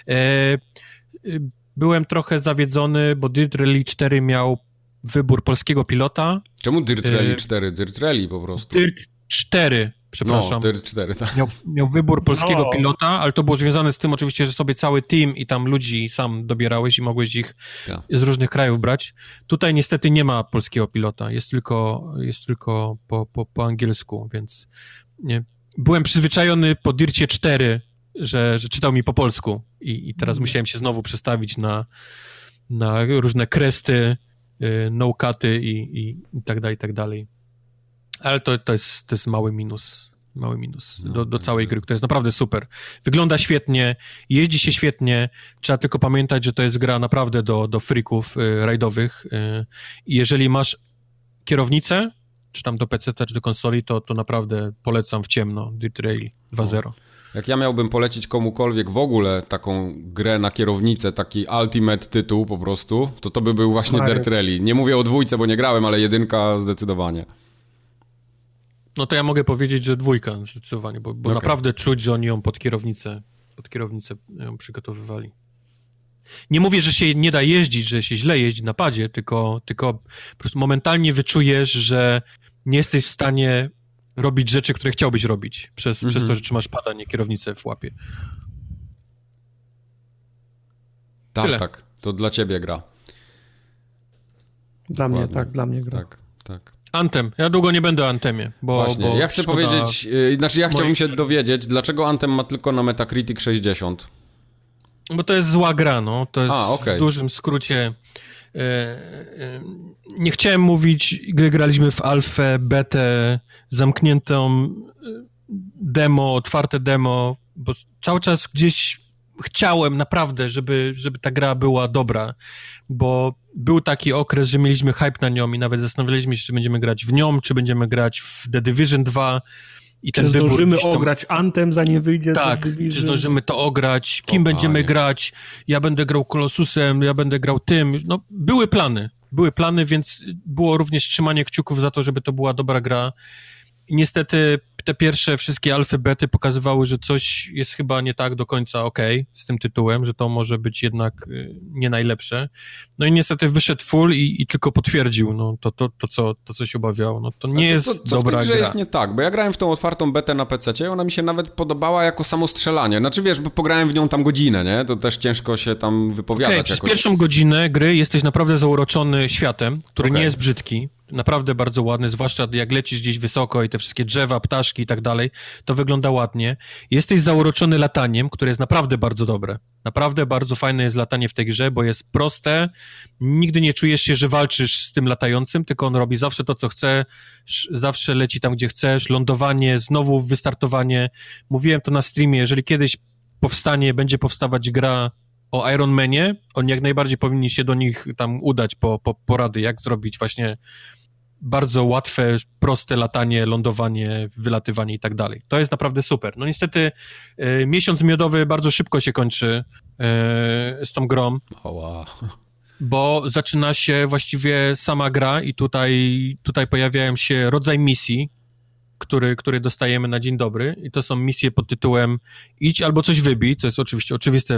Byłem trochę zawiedzony, bo Dirt Rally 4 miał wybór polskiego pilota. Czemu Dirt Rally 4? Dirt Rally po prostu. Dirt 4, przepraszam. Dirt 4, tak. Miał wybór polskiego pilota, ale to było związane z tym oczywiście, że sobie cały team i tam ludzi sam dobierałeś i mogłeś ich z różnych krajów brać. Tutaj niestety nie ma polskiego pilota, jest tylko po angielsku, więc nie. Byłem przyzwyczajony po Dircie 4, że czytał mi po polsku i teraz musiałem się znowu przestawić na różne kresty, no-cuty i tak dalej. Ale to jest mały minus do całej gry, która jest naprawdę super. Wygląda świetnie, jeździ się świetnie, trzeba tylko pamiętać, że to jest gra naprawdę do freaków rajdowych i jeżeli masz kierownicę, czy tam do PC-ta, czy do konsoli, to naprawdę polecam w ciemno Dirt Rally 2.0. Jak ja miałbym polecić komukolwiek w ogóle taką grę na kierownicę, taki ultimate tytuł po prostu, to by był właśnie Dirt Rally. Nie mówię o 2, bo nie grałem, ale 1 zdecydowanie. No to ja mogę powiedzieć, że 2 zdecydowanie, bo naprawdę czuć, że oni ją pod kierownicę ją przygotowywali. Nie mówię, że się nie da jeździć, że się źle jeździ na padzie, tylko po prostu momentalnie wyczujesz, że nie jesteś w stanie robić rzeczy, które chciałbyś robić przez to, że trzymasz pada, nie kierownicę w łapie. Tak, tyle. Tak. To dla ciebie gra. Dla mnie gra. Tak. Anthem. Ja długo nie będę o Anthemie, bo ja chcę powiedzieć, ja chciałbym się dowiedzieć, dlaczego Anthem ma tylko na Metacritic 60? Bo to jest zła gra, no. To jest w dużym skrócie. Nie chciałem mówić, gdy graliśmy w alfę, betę, zamkniętą demo, otwarte demo, bo cały czas gdzieś chciałem naprawdę, żeby ta gra była dobra, bo był taki okres, że mieliśmy hype na nią i nawet zastanawialiśmy się, czy będziemy grać w nią, czy będziemy grać w The Division 2 i ten wybór... Zdążymy ograć Anthem, zanim wyjdzie The Division. Czy zdążymy to ograć, kim będziemy grać, ja będę grał Colossusem, ja będę grał tym, no były plany, więc było również trzymanie kciuków za to, żeby to była dobra gra i niestety te pierwsze wszystkie alfy, bety pokazywały, że coś jest chyba nie tak do końca okej z tym tytułem, że to może być jednak nie najlepsze. No i niestety wyszedł full i tylko potwierdził to, co się obawiało. No to nie jest dobra gra. Co w tej grze jest nie tak? Bo ja grałem w tą otwartą betę na PC-cie i ona mi się nawet podobała jako samo strzelanie. Znaczy wiesz, bo pograłem w nią tam godzinę, nie? To też ciężko się tam wypowiadać. Przez pierwszą godzinę gry jesteś naprawdę zauroczony światem, który nie jest brzydki. Naprawdę bardzo ładny, zwłaszcza jak lecisz gdzieś wysoko i te wszystkie drzewa, ptaszki i tak dalej, to wygląda ładnie. Jesteś zauroczony lataniem, które jest naprawdę bardzo dobre. Naprawdę bardzo fajne jest latanie w tej grze, bo jest proste, nigdy nie czujesz się, że walczysz z tym latającym, tylko on robi zawsze to, co chce, zawsze leci tam, gdzie chcesz, lądowanie, znowu wystartowanie. Mówiłem to na streamie, jeżeli kiedyś będzie powstawać gra o Iron Manie, oni jak najbardziej powinni się do nich tam udać po porady, jak zrobić właśnie bardzo łatwe, proste latanie, lądowanie, wylatywanie i tak dalej. To jest naprawdę super. No niestety miesiąc miodowy bardzo szybko się kończy z tą grą, bo zaczyna się właściwie sama gra i tutaj pojawiają się rodzaj misji, który dostajemy na dzień dobry i to są misje pod tytułem idź albo coś wybij, co jest oczywiście oczywiste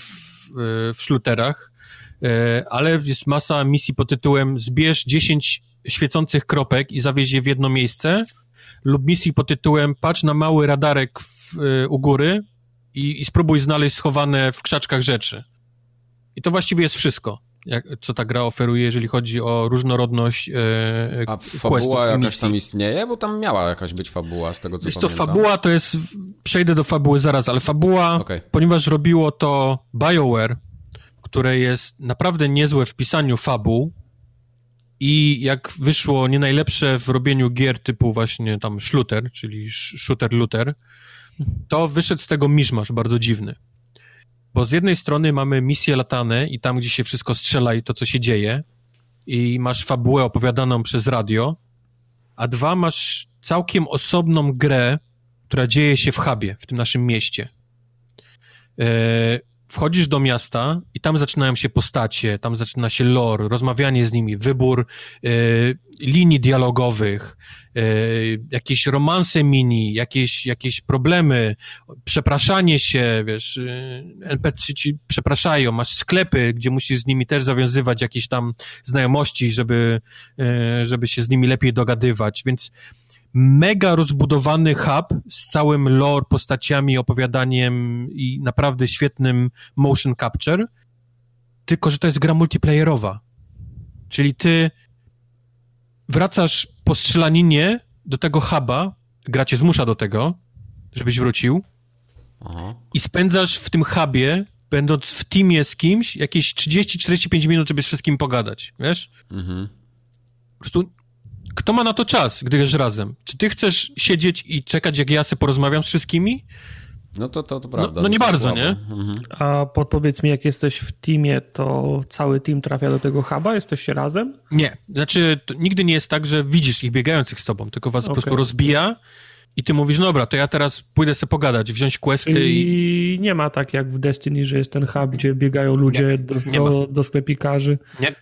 w shooterach, ale jest masa misji pod tytułem zbierz 10 świecących kropek i zawieź je w jedno miejsce, lub misji pod tytułem patrz na mały radarek u góry i spróbuj znaleźć schowane w krzaczkach rzeczy. I to właściwie jest wszystko, co ta gra oferuje, jeżeli chodzi o różnorodność A fabuła jakaś tam istnieje? Bo tam miała jakaś być fabuła, z tego co pamiętam. Fabuła to jest... Przejdę do fabuły zaraz, ale fabuła, ponieważ robiło to BioWare, które jest naprawdę niezłe w pisaniu fabuł i jak wyszło nie najlepsze w robieniu gier typu właśnie tam shooter, czyli shooter-looter, to wyszedł z tego miszmasz bardzo dziwny. Bo z jednej strony mamy misje latane i tam, gdzie się wszystko strzela i to, co się dzieje i masz fabułę opowiadaną przez radio, a dwa, masz całkiem osobną grę, która dzieje się w hubie, w tym naszym mieście. Wchodzisz do miasta i tam zaczynają się postacie, tam zaczyna się lore, rozmawianie z nimi, wybór linii dialogowych, jakieś romanse mini, jakieś problemy, przepraszanie się, wiesz, NPC ci przepraszają, masz sklepy, gdzie musisz z nimi też zawiązywać jakieś tam znajomości, żeby się z nimi lepiej dogadywać, więc mega rozbudowany hub z całym lore, postaciami, opowiadaniem i naprawdę świetnym motion capture, tylko że to jest gra multiplayerowa. Czyli ty wracasz po strzelaninie do tego huba, gra cię zmusza do tego, żebyś wrócił i spędzasz w tym hubie, będąc w teamie z kimś, jakieś 30-45 minut, żeby z wszystkim pogadać, wiesz? Po prostu kto ma na to czas, gdy grasz razem? Czy ty chcesz siedzieć i czekać, jak ja sobie porozmawiam z wszystkimi? No to prawda. No nie bardzo, słabo. Nie? A podpowiedz mi, jak jesteś w teamie, to cały team trafia do tego huba? Jesteście razem? Nie. Znaczy, to nigdy nie jest tak, że widzisz ich biegających z tobą, tylko was po prostu rozbija i ty mówisz, no dobra, to ja teraz pójdę sobie pogadać, wziąć questy i nie ma tak jak w Destiny, że jest ten hub, gdzie biegają ludzie do sklepikarzy.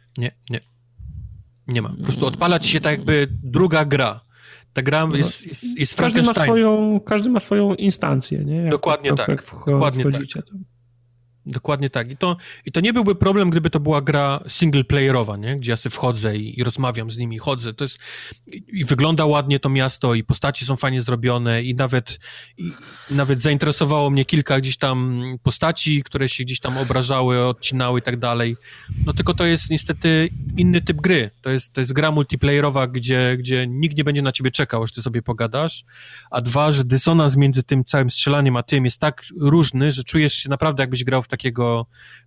Nie ma. Po prostu odpala ci się tak jakby druga gra. Ta gra jest Frankenstein. Każdy ma swoją instancję, nie? Dokładnie tak. Dokładnie tak. Dokładnie tak. I to nie byłby problem, gdyby to była gra singleplayerowa, nie? Gdzie ja sobie wchodzę i rozmawiam z nimi, chodzę. I wygląda ładnie to miasto i postaci są fajnie zrobione i nawet zainteresowało mnie kilka gdzieś tam postaci, które się gdzieś tam obrażały, odcinały i tak dalej. No tylko to jest niestety inny typ gry. To jest gra multiplayerowa, gdzie nikt nie będzie na ciebie czekał, aż ty sobie pogadasz, a dwa, że dysonans między tym całym strzelaniem a tym jest tak różny, że czujesz się naprawdę jakbyś grał w takiego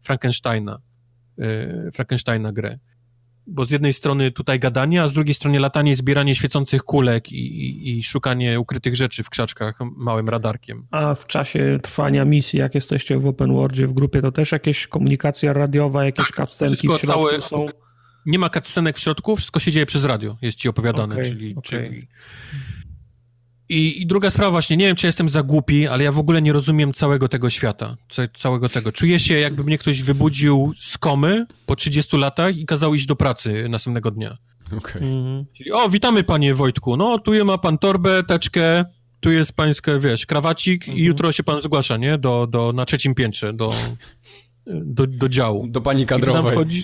Frankensteina grę. Bo z jednej strony tutaj gadanie, a z drugiej strony latanie, zbieranie świecących kulek i szukanie ukrytych rzeczy w krzaczkach małym radarkiem. A w czasie trwania misji, jak jesteście w open worldzie, w grupie, to też jakieś komunikacja radiowa, jakieś cutscenki w środku są? Nie ma cutscenek w środku, wszystko się dzieje przez radio, jest ci opowiadane, czyli... I druga sprawa właśnie, nie wiem, czy jestem za głupi, ale ja w ogóle nie rozumiem całego tego świata, całego tego. Czuję się, jakby mnie ktoś wybudził z komy po 30 latach i kazał iść do pracy następnego dnia. Okay. Czyli, witamy panie Wojtku, no tu ma pan torbę, teczkę, tu jest pańskie, krawacik i jutro się pan zgłasza, nie? Na 3. piętrze, do działu. Do pani kadrowej. I ty tam wchodzisz,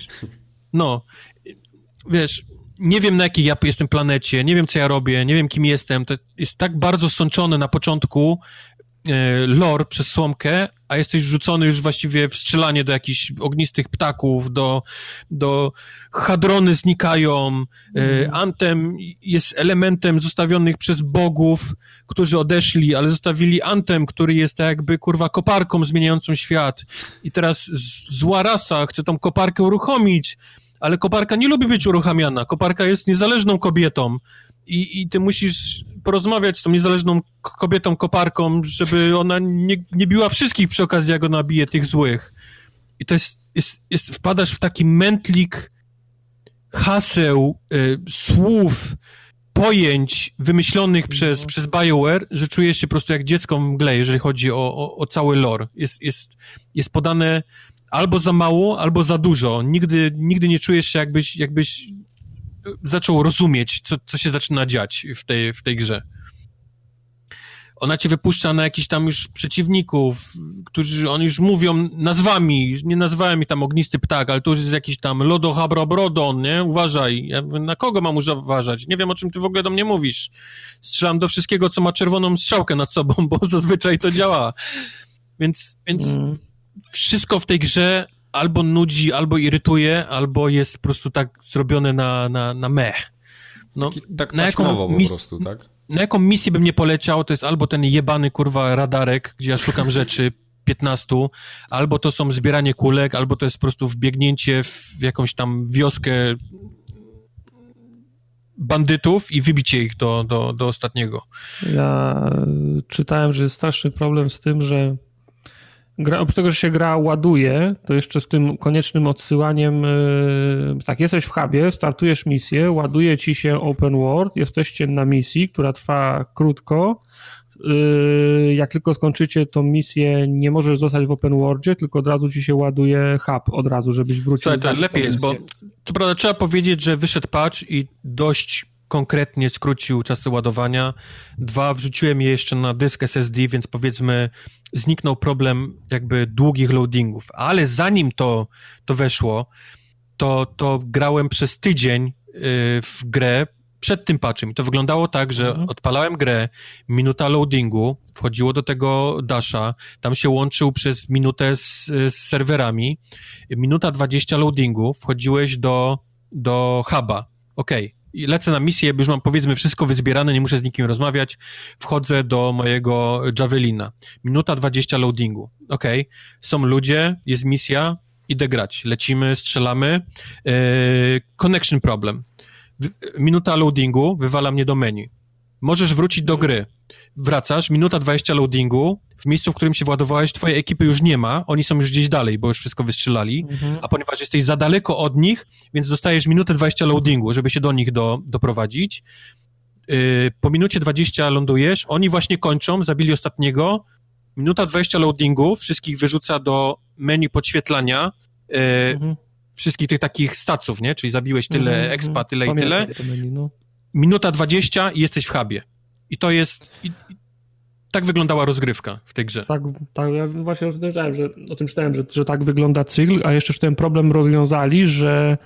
nie wiem, na jakiej ja jestem planecie, nie wiem, co ja robię, nie wiem, kim jestem. To jest tak bardzo sączone na początku lore przez słomkę, a jesteś rzucony już właściwie w strzelanie do jakichś ognistych ptaków, do hadrony znikają, Anthem jest elementem zostawionych przez bogów, którzy odeszli, ale zostawili Anthem, który jest tak jakby, koparką zmieniającą świat. I teraz zła rasa chce tą koparkę uruchomić, ale koparka nie lubi być uruchamiana. Koparka jest niezależną kobietą i ty musisz porozmawiać z tą niezależną kobietą koparką, żeby ona nie biła wszystkich przy okazji, jak ona bije tych złych. I to wpadasz w taki mętlik haseł, słów, pojęć wymyślonych przez BioWare, że czujesz się po prostu jak dziecko w mgle, jeżeli chodzi o cały lore. Jest podane albo za mało, albo za dużo. Nigdy nie czujesz się, jakbyś zaczął rozumieć, co się zaczyna dziać w tej grze. Ona cię wypuszcza na jakichś tam już przeciwników, którzy oni już mówią nazwami, nie nazwałem ich tam ognisty ptak, ale to już jest jakiś tam lodohabrobrodon, nie? Uważaj. Ja mówię, na kogo mam uważać? Nie wiem, o czym ty w ogóle do mnie mówisz. Strzelam do wszystkiego, co ma czerwoną strzałkę nad sobą, bo zazwyczaj to działa. Więc wszystko w tej grze albo nudzi, albo irytuje, albo jest po prostu tak zrobione na meh. No, tak taśmowo po prostu, tak? Na jaką misję bym nie poleciał, to jest albo ten jebany, radarek, gdzie ja szukam rzeczy 15, albo to są zbieranie kulek, albo to jest po prostu wbiegnięcie w jakąś tam wioskę bandytów i wybicie ich do ostatniego. Ja czytałem, że jest straszny problem z tym, że oprócz tego, że się gra ładuje, to jeszcze z tym koniecznym odsyłaniem, tak, jesteś w hubie, startujesz misję, ładuje ci się open world, jesteście na misji, która trwa krótko, jak tylko skończycie tą misję, nie możesz zostać w open worldzie, tylko od razu ci się ładuje hub od razu, żebyś wrócił. Słuchaj, to lepiej jest, bo co prawda trzeba powiedzieć, że wyszedł patch i dość konkretnie skrócił czasy ładowania. 2, wrzuciłem je jeszcze na dysk SSD, więc powiedzmy zniknął problem jakby długich loadingów. Ale zanim to weszło, to grałem przez tydzień w grę przed tym patchem. I to wyglądało tak, że odpalałem grę, minuta loadingu, wchodziło do tego dasha, tam się łączył przez minutę z serwerami, minuta 20 loadingu, wchodziłeś do huba. Okej. I lecę na misję, już mam powiedzmy wszystko wyzbierane, nie muszę z nikim rozmawiać, wchodzę do mojego Javelina. Minuta 20 loadingu. Okej. Są ludzie, jest misja, idę grać. Lecimy, strzelamy. Connection problem. Minuta loadingu, wywala mnie do menu. Możesz wrócić do gry. Wracasz, minuta 20 loadingu, w miejscu, w którym się władowałeś, twojej ekipy już nie ma, oni są już gdzieś dalej, bo już wszystko wystrzelali, a ponieważ jesteś za daleko od nich, więc dostajesz minutę 20 loadingu, żeby się do nich doprowadzić. Po minucie 20 lądujesz, oni właśnie kończą, zabili ostatniego, minuta 20 loadingu, wszystkich wyrzuca do menu podświetlania, wszystkich tych takich staców, nie? Czyli zabiłeś tyle expa, tyle i tyle. Menu, no. Minuta 20 i jesteś w hubie. I to jest... tak wyglądała rozgrywka w tej grze. Tak, ja właśnie o tym czytałem, że tak wygląda cykl, a jeszcze ten problem rozwiązali, że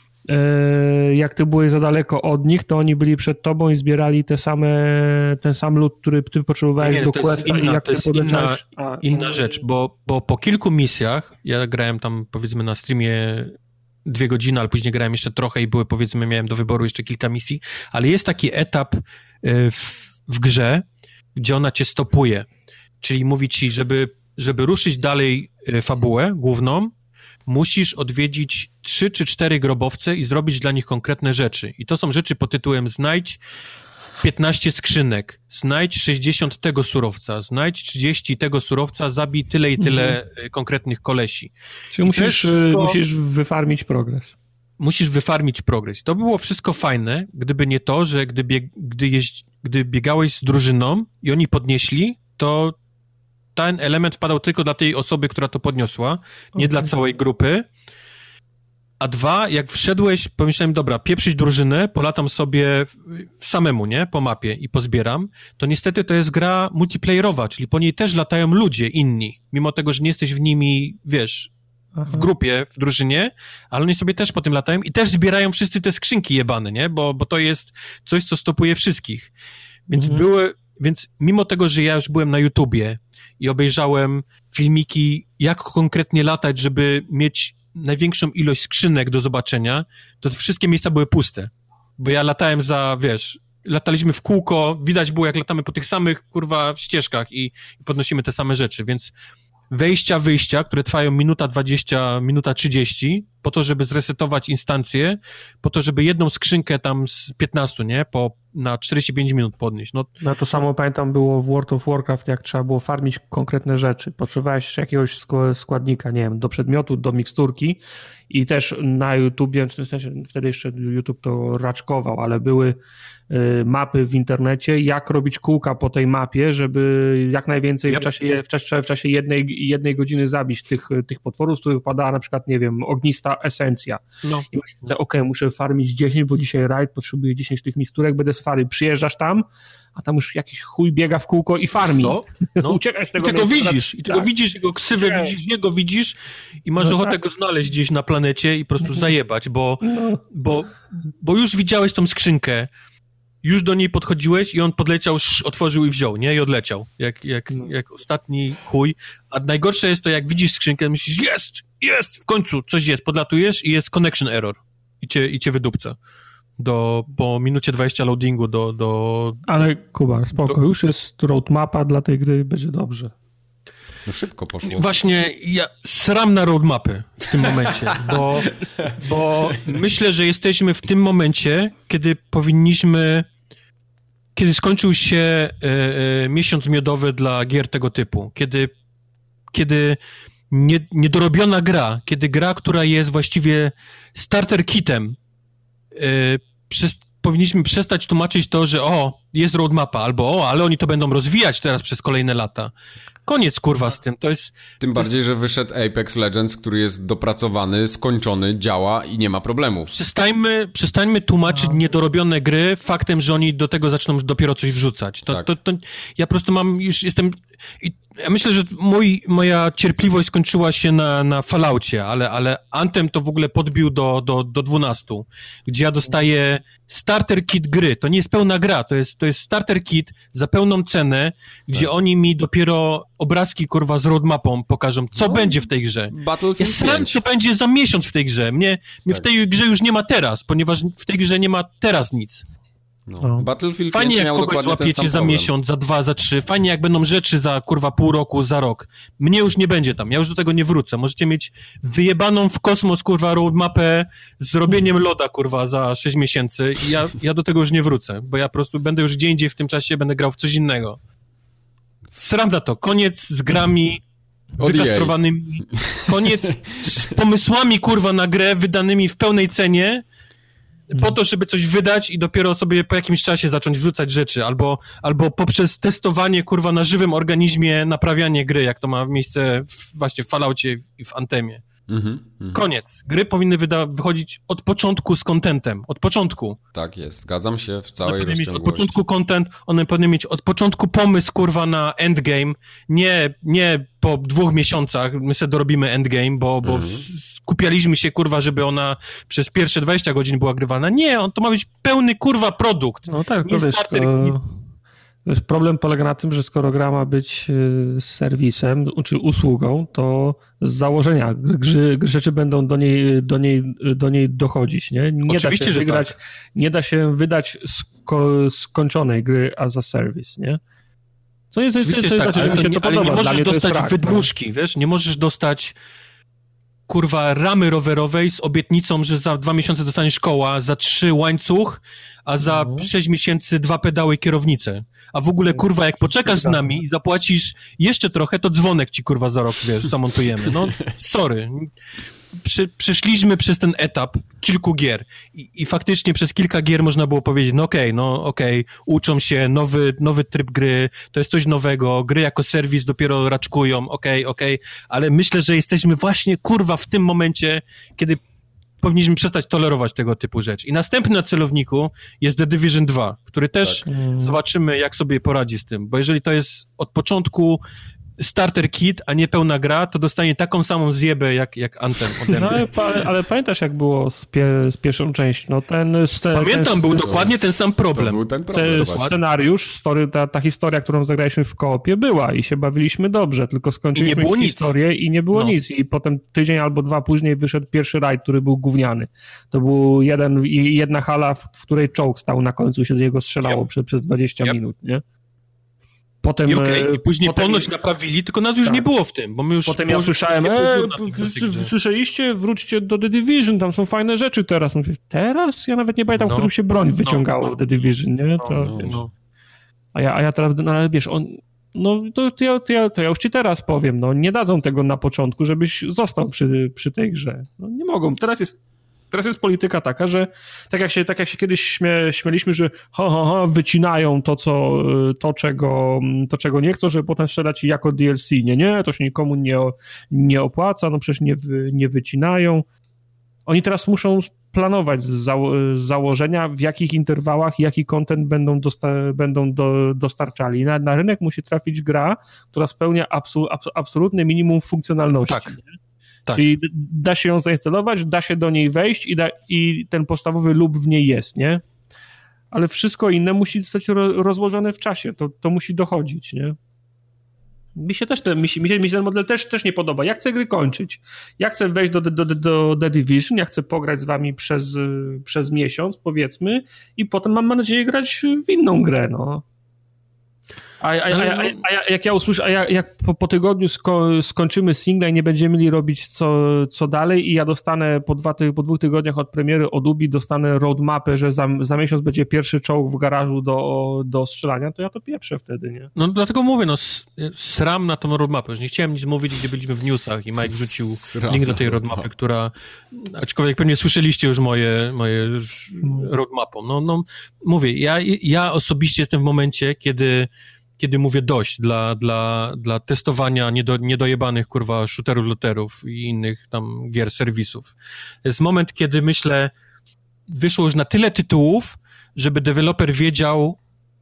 jak ty byłeś za daleko od nich, to oni byli przed tobą i zbierali ten sam lód, który ty potrzebowałeś do questa. To jest inna rzecz, bo po kilku misjach, ja grałem tam powiedzmy na streamie 2 godziny, ale później grałem jeszcze trochę i miałem do wyboru jeszcze kilka misji, ale jest taki etap w grze, gdzie ona cię stopuje, czyli mówi ci, żeby ruszyć dalej fabułę główną, musisz odwiedzić 3 czy 4 grobowce i zrobić dla nich konkretne rzeczy. I to są rzeczy pod tytułem znajdź 15 skrzynek, znajdź 60 tego surowca, znajdź 30 tego surowca, zabij tyle i tyle konkretnych kolesi. Czyli musisz wyfarmić progres. Musisz wyfarmić progres. To było wszystko fajne, gdyby nie to, że gdy biegałeś z drużyną i oni podnieśli, to ten element wpadał tylko dla tej osoby, która to podniosła, nie dla całej grupy. A 2, jak wszedłeś, pomyślałem, dobra, pieprzyć drużynę, polatam sobie samemu, nie, po mapie i pozbieram, to niestety to jest gra multiplayerowa, czyli po niej też latają ludzie inni, mimo tego, że nie jesteś w nimi, wiesz, w grupie, w drużynie, ale oni sobie też po tym latają i też zbierają wszyscy te skrzynki jebane, nie, bo to jest coś, co stopuje wszystkich. Więc mimo tego, że ja już byłem na YouTubie i obejrzałem filmiki, jak konkretnie latać, żeby mieć największą ilość skrzynek do zobaczenia, to wszystkie miejsca były puste. Bo ja latałem lataliśmy w kółko, widać było, jak latamy po tych samych, ścieżkach i podnosimy te same rzeczy, więc wejścia, wyjścia, które trwają minuta 20, minuta 30, po to, żeby zresetować instancję, po to, żeby jedną skrzynkę tam z 15, nie, na 45 minut podnieść. No to samo pamiętam było w World of Warcraft, jak trzeba było farmić konkretne rzeczy. Potrzebowałeś jakiegoś składnika, nie wiem, do przedmiotu, do miksturki i też na YouTubie, w sensie wtedy jeszcze YouTube to raczkował, ale były mapy w internecie, jak robić kółka po tej mapie, żeby jak najwięcej w czasie jednej godziny zabić tych potworów, z których padała na przykład, nie wiem, ognista esencja. No. I myślę, muszę farmić 10, bo dzisiaj raid potrzebuję 10 tych miksturek, będę z fary. Przyjeżdżasz tam, a tam już jakiś chuj biega w kółko i farmi. Uciekaj z tego miejsca. I tego widzisz, jego ksywę widzisz, jego widzisz i masz ochotę go znaleźć gdzieś na planecie i po prostu zajebać, bo już widziałeś tą skrzynkę, już do niej podchodziłeś i on podleciał, otworzył i wziął, nie? I odleciał. Jak ostatni chuj. A najgorsze jest to, jak widzisz skrzynkę, myślisz, jest! W końcu coś jest. Podlatujesz i jest connection error. I cię wydupca. Po minucie 20 loadingu do... Ale Kuba, spoko, już jest roadmapa dla tej gry, będzie dobrze. No szybko poszło. Właśnie ja sram na roadmapy w tym momencie, bo myślę, że jesteśmy w tym momencie, kiedy skończył się miesiąc miodowy dla gier tego typu, kiedy niedorobiona gra, kiedy gra, która jest właściwie starter kitem, powinniśmy przestać tłumaczyć to, że jest roadmapa, albo ale oni to będą rozwijać teraz przez kolejne lata. Koniec, z tym. Tym bardziej, że wyszedł Apex Legends, który jest dopracowany, skończony, działa i nie ma problemów. Przestańmy tłumaczyć niedorobione gry faktem, że oni do tego zaczną dopiero coś wrzucać. Ja po prostu jestem... Ja myślę, że moja cierpliwość skończyła się na Falloutie, ale Anthem to w ogóle podbił do 12, gdzie ja dostaję starter kit gry. To nie jest pełna gra, to jest starter kit za pełną cenę, gdzie oni mi dopiero obrazki, z roadmapą pokażą, co będzie w tej grze. Battlefield 5. Co będzie za miesiąc w tej grze. Mnie w tej grze już nie ma teraz, ponieważ w tej grze nie ma teraz nic. Battlefield fajnie, 5 jak kogoś złapiecie za miesiąc, za 2, za 3. Fajnie, jak będą rzeczy za pół roku, za rok. Mnie już nie będzie tam. Ja już do tego nie wrócę. Możecie mieć wyjebaną w kosmos, roadmapę z robieniem loda, za 6 miesięcy i ja do tego już nie wrócę, bo ja po prostu będę już gdzie indziej w tym czasie, będę grał w coś innego. Sram za to. Koniec z grami wykastrowanymi. Koniec z pomysłami, na grę wydanymi w pełnej cenie, po to, żeby coś wydać i dopiero sobie po jakimś czasie zacząć wrzucać rzeczy, albo poprzez testowanie, na żywym organizmie naprawianie gry, jak to ma miejsce właśnie w Falloutie i w Anthemie. Koniec. Gry powinny wychodzić od początku z contentem. Od początku. Tak jest. Zgadzam się w całej rozciągłości. Od początku content, one powinny mieć od początku pomysł, kurwa, na endgame. Nie po 2 miesiącach my sobie dorobimy endgame, bo skupialiśmy się, kurwa, żeby ona przez pierwsze 20 godzin była grywana. Nie, to ma być pełny, kurwa, produkt. No tak, to wiesz, problem polega na tym, że skoro gra ma być serwisem czy usługą, to z założenia rzeczy będą do niej dochodzić, nie? Oczywiście, że tak. Nie da się wydać skończonej gry as a service, nie? Co jest tak, ale nie możesz dostać wydmuszki, wiesz? Nie możesz dostać, kurwa, ramy rowerowej z obietnicą, że za 2 miesiące dostaniesz koła, za 3 łańcuch, a za 6 miesięcy 2 pedały i kierownicę. A w ogóle, kurwa, jak poczekasz z nami i zapłacisz jeszcze trochę, to dzwonek ci, kurwa, za rok, wiesz, zamontujemy. No, sorry. Przeszliśmy przez ten etap kilku gier i faktycznie przez kilka gier można było powiedzieć, okej, uczą się, nowy tryb gry, to jest coś nowego, gry jako serwis dopiero raczkują, okej, ale myślę, że jesteśmy właśnie, kurwa, w tym momencie, kiedy powinniśmy przestać tolerować tego typu rzeczy. I następny na celowniku jest The Division 2, który też zobaczymy, jak sobie poradzi z tym, bo jeżeli to jest od początku starter kit, a nie pełna gra, to dostanie taką samą zjebę jak Anthem ode mnie. No, ale pamiętasz, jak było z pierwszą częścią? Pamiętam, był dokładnie ten sam problem. To był ten problem. Scenariusz, ta historia, którą zagraliśmy w koopie była i się bawiliśmy dobrze, tylko skończyliśmy historię i nie było nic. I potem tydzień albo 2 później wyszedł pierwszy rajd, który był gówniany. To był jedna hala, w której czołg stał na końcu i się do niego strzelało przez 20 minut, nie? Potem, i później ponoć naprawili, tylko nas już nie było w tym, bo my już... Potem ja słyszałem, słyszeliście, wróćcie do The Division, tam są fajne rzeczy teraz. Mówię, teraz? Ja nawet nie pamiętam, którym się broń wyciągało w The Division, nie? A ja teraz, ale wiesz, to ja już ci teraz powiem, nie dadzą tego na początku, żebyś został przy tej grze. Nie mogą. Teraz jest polityka taka, że tak jak się kiedyś śmieliśmy, że wycinają to, czego nie chcą, żeby potem sprzedać jako DLC. Nie, to się nikomu nie opłaca, przecież nie wycinają. Oni teraz muszą planować z założenia, w jakich interwałach, jaki content będą dostarczali. Na rynek musi trafić gra, która spełnia absolutne minimum funkcjonalności. Tak. Czyli da się ją zainstalować, da się do niej wejść i ten podstawowy loop w niej jest, nie? Ale wszystko inne musi zostać rozłożone w czasie. To musi dochodzić, nie? Mi się ten model też nie podoba. Ja chcę gry kończyć. Ja chcę wejść do The Division, ja chcę pograć z wami przez miesiąc, powiedzmy, i potem mam nadzieję grać w inną grę, no. A jak ja usłyszę, jak po tygodniu skończymy singla i nie będziemy mieli robić co dalej i ja dostanę po 2 tygodniach od premiery od Ubi dostanę roadmapę, że za miesiąc będzie pierwszy czołg w garażu do strzelania, to ja to pieprzę wtedy, nie? No dlatego mówię, sram na tą roadmapę, że nie chciałem nic mówić, gdzie byliśmy w newsach i Mike wrzucił link do tej roadmapy, która, aczkolwiek pewnie słyszeliście już moje roadmapą. Mówię, ja osobiście jestem w momencie, kiedy mówię dość dla testowania niedojebanych, kurwa, shooterów, looterów i innych tam gier, serwisów. To jest moment, kiedy myślę, wyszło już na tyle tytułów, żeby deweloper wiedział,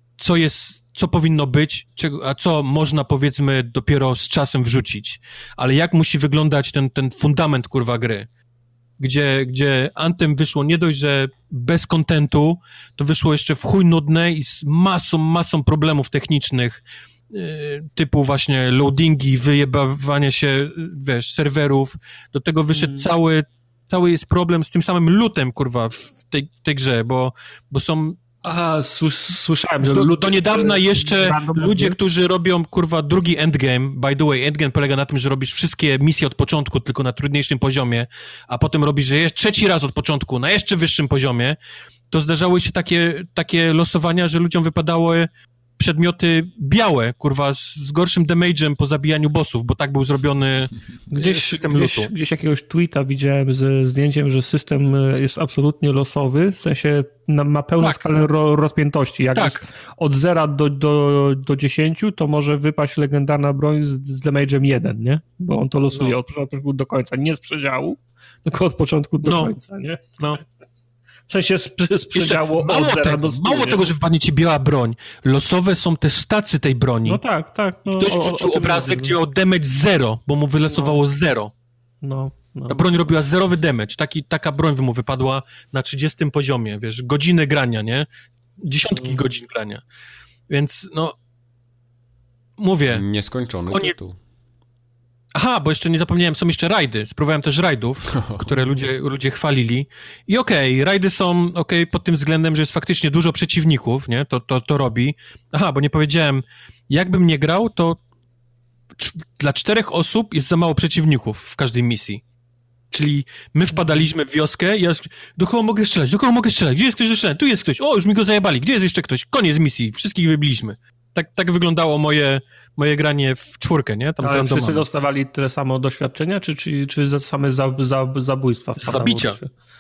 co powinno być, a co można, powiedzmy, dopiero z czasem wrzucić. Ale jak musi wyglądać ten fundament, kurwa, gry. Gdzie Anthem wyszło nie dość, że bez kontentu, to wyszło jeszcze w chuj nudne i z masą problemów technicznych, typu właśnie loadingi, wyjebawanie się, wiesz, serwerów. Do tego wyszedł cały jest problem z tym samym lootem, kurwa, w tej grze, bo są... Aha, słyszałem, że... Do niedawna jeszcze ludzie, którzy robią, kurwa, drugi endgame, by the way, endgame polega na tym, że robisz wszystkie misje od początku, tylko na trudniejszym poziomie, a potem robisz je trzeci raz od początku, na jeszcze wyższym poziomie, to zdarzały się takie losowania, że ludziom wypadały przedmioty białe, kurwa, z gorszym damage'em po zabijaniu bossów, bo tak był zrobiony system lutu. Gdzieś jakiegoś tweeta widziałem ze zdjęciem, że system jest absolutnie losowy, w sensie ma pełną skalę rozpiętości. Jak jest od 0 do 10, to może wypaść legendarna broń z damage'em 1, nie? Bo on to losuje od początku do końca, nie z przedziału, tylko od początku do końca, nie? No. W sensie z przedziału od 0 do 100. Mało tego, że wpadnie ci biała broń. Losowe są też stacy tej broni. No tak. No, ktoś wrzucił obrazek, gdzie miał damage 0, bo mu wylosowało 0. No. Ta broń robiła zerowy damage. Taka broń mu wypadła na 30 poziomie, wiesz, godziny grania, nie? Dziesiątki godzin grania. Więc, mówię... Nieskończony tytuł. Aha, bo jeszcze nie zapomniałem, są jeszcze rajdy. Spróbowałem też rajdów, które ludzie chwalili. I rajdy są pod tym względem, że jest faktycznie dużo przeciwników, nie? To robi. Aha, bo nie powiedziałem, jakbym nie grał, to dla 4 osób jest za mało przeciwników w każdej misji. Czyli my wpadaliśmy w wioskę i ja do kogo mogę strzelać? Gdzie jest ktoś do strzelania? Tu jest ktoś. O, już mi go zajebali. Gdzie jest jeszcze ktoś? Koniec misji. Wszystkich wybiliśmy. Tak wyglądało moje granie w 4, nie? Tam ale wszyscy dostawali tyle samo doświadczenia, czy za same zabójstwa? Za zabicie.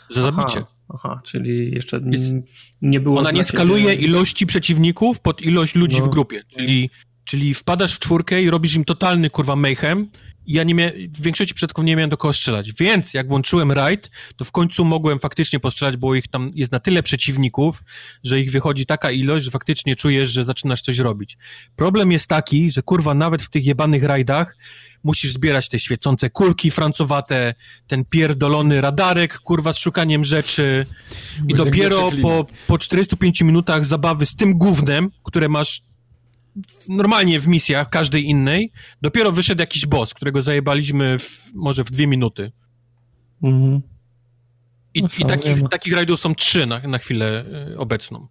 Aha, czyli jeszcze nie było... Ona nie skaluje ilości przeciwników pod ilość ludzi w grupie. Czyli wpadasz w 4 i robisz im totalny, kurwa, mayhem i ja w większości przypadków nie miałem do kogo strzelać. Więc jak włączyłem raid, to w końcu mogłem faktycznie postrzelać, bo ich tam jest na tyle przeciwników, że ich wychodzi taka ilość, że faktycznie czujesz, że zaczynasz coś robić. Problem jest taki, że kurwa nawet w tych jebanych rajdach musisz zbierać te świecące kulki francowate, ten pierdolony radarek, kurwa, z szukaniem rzeczy i dopiero po 45 minutach zabawy z tym gównem, które masz normalnie w misjach, każdej innej, dopiero wyszedł jakiś boss, którego zajebaliśmy może w 2 minuty. Mhm. I takich rajdów są 3 na chwilę obecną.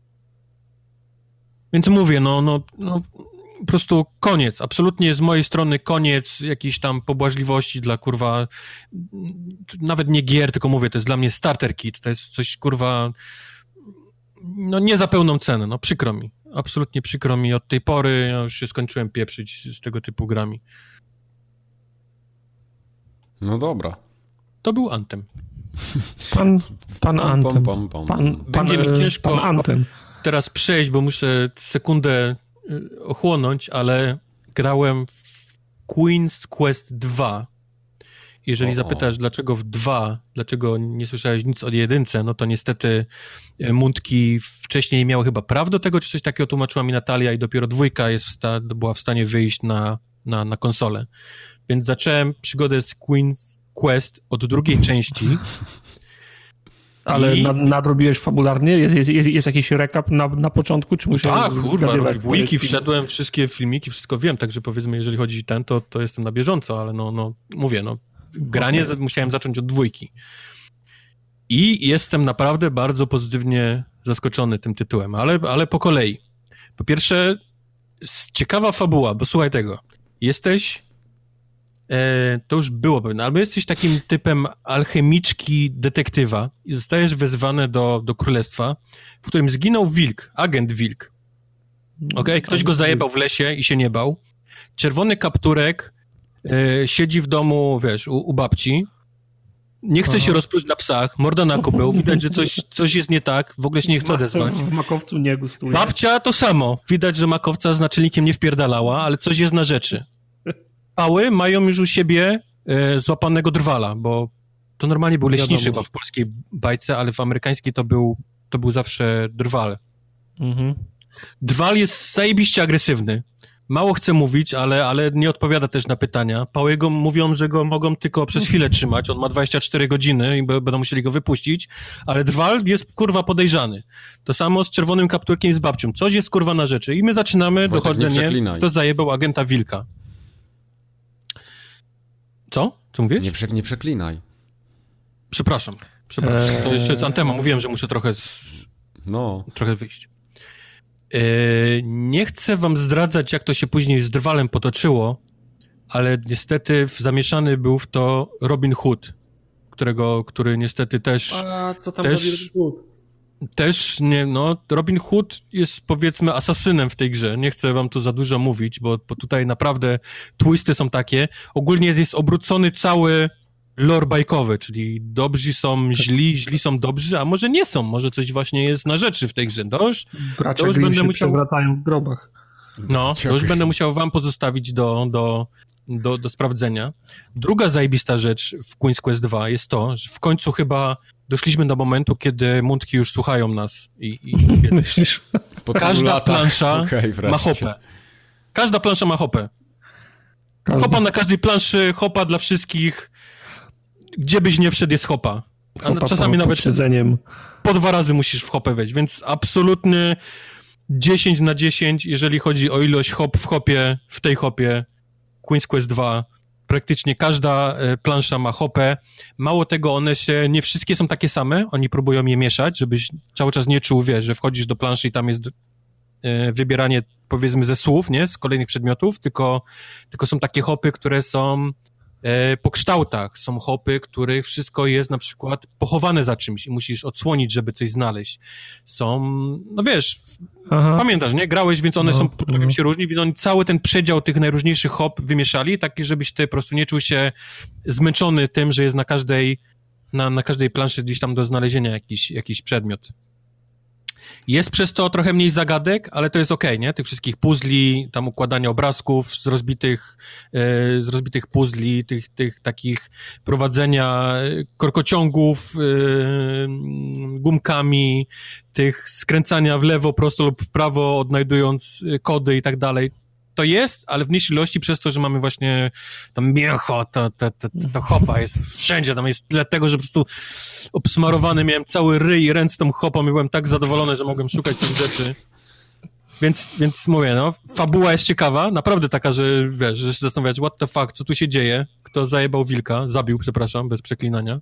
Więc mówię, po prostu koniec. Absolutnie z mojej strony koniec jakiejś tam pobłażliwości dla, kurwa, nawet nie gier, tylko mówię, to jest dla mnie starter kit, to jest coś, kurwa, nie za pełną cenę, przykro mi. Absolutnie przykro mi od tej pory, ja już się skończyłem pieprzyć z tego typu grami. No dobra. To był Anthem. Pan Anthem. Będzie mi ciężko pan Anthem. Teraz przejść, bo muszę sekundę ochłonąć, ale grałem w Queen's Quest 2. Jeżeli zapytasz, dlaczego w 2, dlaczego nie słyszałeś nic od 1, no to niestety mundki wcześniej miały chyba praw do tego, czy coś takiego tłumaczyła mi Natalia i dopiero 2 była w stanie wyjść na konsolę. Więc zacząłem przygodę z Queen's Quest od 2 części. Ale nadrobiłeś fabularnie? Jest jakiś recap na początku? Czy musiałeś kurwa, w wiki wszedłem, wszystkie filmiki, wszystko wiem, także powiedzmy, jeżeli chodzi o to jestem na bieżąco, ale mówię, granie musiałem zacząć od 2. I jestem naprawdę bardzo pozytywnie zaskoczony tym tytułem, ale po kolei. Po pierwsze, ciekawa fabuła, bo słuchaj tego. Jesteś, to już było pewne, albo jesteś takim typem alchemiczki detektywa i zostajesz wezwany do królestwa, w którym zginął wilk, agent wilk. Ktoś go zajebał w lesie i się nie bał. Czerwony kapturek siedzi w domu, wiesz, u babci, nie chce się rozpluć na psach, morda na kubeł, widać, że coś jest nie tak, w ogóle się nie chce odezwać. W makowcu nie gustuje. Babcia to samo, widać, że makowca z naczelnikiem nie wpierdalała, ale coś jest na rzeczy. Pały mają już u siebie złapanego drwala, bo to normalnie był leśniczy chyba w polskiej bajce, ale w amerykańskiej to był zawsze drwal. Mhm. Drwal jest zajebiście agresywny. Mało chce mówić, ale nie odpowiada też na pytania. Pałego mówią, że go mogą tylko przez chwilę trzymać. On ma 24 godziny i będą musieli go wypuścić, ale drwal jest, kurwa, podejrzany. To samo z czerwonym kapturkiem i z babcią. Coś jest, kurwa, na rzeczy. I my zaczynamy dochodzenie, kto zajebał agenta wilka. Co? Co mówisz? Nie przeklinaj. Przepraszam. To jeszcze z Anthema. Mówiłem, że muszę trochę wyjść. Nie chcę wam zdradzać, jak to się później z drwalem potoczyło, ale niestety zamieszany był w to Robin Hood, który niestety też... A co tam robi Robin Hood? Też, nie, no, Robin Hood jest, powiedzmy, asasynem w tej grze. Nie chcę wam tu za dużo mówić, bo tutaj naprawdę twisty są takie. Ogólnie jest obrócony cały lore bajkowy, czyli dobrzy są źli są dobrzy, a może nie są, może coś właśnie jest na rzeczy w tej grze. Bracia Grimm się przewracają w grobach. No, to już będę musiał wam pozostawić do sprawdzenia. Druga zajebista rzecz w Queen's Quest 2 jest to, że w końcu chyba doszliśmy do momentu, kiedy mundki już słuchają nas i myślisz? Każda plansza ma hopę. Każda plansza ma hopę. Hopa na każdej planszy, hopa dla wszystkich. Gdzie byś nie wszedł, jest hopa. A czasami nawet po 2 razy musisz w hopę wejść, więc absolutny 10 na 10, jeżeli chodzi o ilość hop w hopie, w tej hopie Queen's Quest 2. Praktycznie każda plansza ma hopę. Mało tego, one się, nie wszystkie są takie same, oni próbują je mieszać, żebyś cały czas nie czuł, wiesz, że wchodzisz do planszy i tam jest wybieranie, powiedzmy, ze słów, nie, z kolejnych przedmiotów, tylko są takie hopy, które są po kształtach. Są hopy, których wszystko jest na przykład pochowane za czymś i musisz odsłonić, żeby coś znaleźć. Są, no wiesz, pamiętasz, nie? Grałeś, więc one potrafią się różnić, więc oni cały ten przedział tych najróżniejszych hop wymieszali, taki, żebyś ty po prostu nie czuł się zmęczony tym, że jest na każdej planszy gdzieś tam do znalezienia jakiś przedmiot. Jest przez to trochę mniej zagadek, ale to jest okej, nie? Tych wszystkich puzli, tam układania obrazków z rozbitych puzli, tych takich prowadzenia korkociągów gumkami, tych skręcania w lewo, prosto lub w prawo, odnajdując kody i tak dalej. To jest, ale w mniejszej ilości przez to, że mamy właśnie tam mięcho, to hopa jest wszędzie, tam jest tyle tego, że po prostu obsmarowany miałem cały ryj i ręce tą hopą i byłem tak zadowolony, że mogłem szukać tych rzeczy. Więc mówię, no, fabuła jest ciekawa, naprawdę taka, że wiesz, że się zastanawiać, what the fuck, co tu się dzieje, kto zajebał wilka, zabił, przepraszam, bez przeklinania.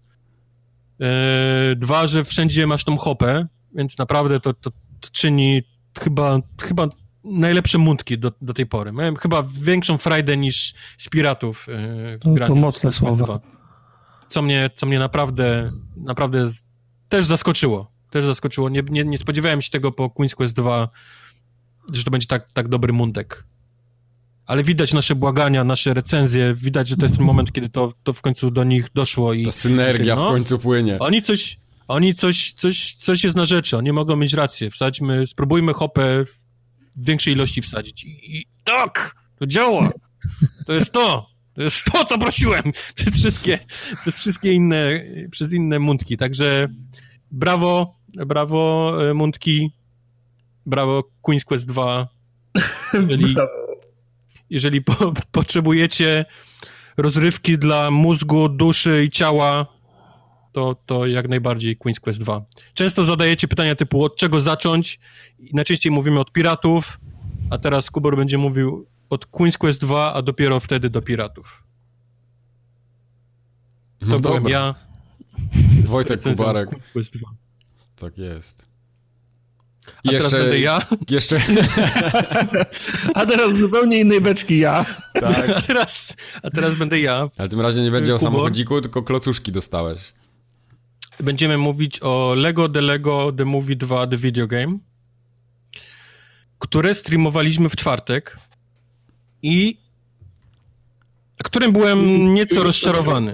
2, że wszędzie masz tą hopę, więc naprawdę to czyni chyba najlepsze mundki do tej pory. Miałem chyba większą frajdę niż z piratów w graniu. To mocne słowa. Co mnie naprawdę też zaskoczyło. Nie spodziewałem się tego po Queen's Quest 2, że to będzie tak dobry mundek. Ale widać nasze błagania, nasze recenzje, widać, że to jest ten moment, kiedy to w końcu do nich doszło. I ta synergia w końcu płynie. Oni coś jest na rzeczy, oni mogą mieć rację. Spróbujmy hopę w większej ilości wsadzić. I tak, to działa. To jest to, co prosiłem przez inne mundki. Także brawo mundki, brawo Queen's Quest 2. Jeżeli potrzebujecie rozrywki dla mózgu, duszy i ciała, to jak najbardziej Queen's Quest 2. Często zadajecie pytania typu, od czego zacząć? Najczęściej mówimy od piratów, a teraz Kubor będzie mówił od Queen's Quest 2, a dopiero wtedy do piratów. To byłem ja. Wojtek Kubarek. Quest 2. Tak jest. A teraz będę ja. A teraz zupełnie innej beczki ja. Tak. A teraz będę ja. Ale tym razie nie będzie o samochodziku, tylko klocuszki dostałeś. Będziemy mówić o Lego The Movie 2 The Video Game, które streamowaliśmy w czwartek i którym byłem nieco rozczarowany,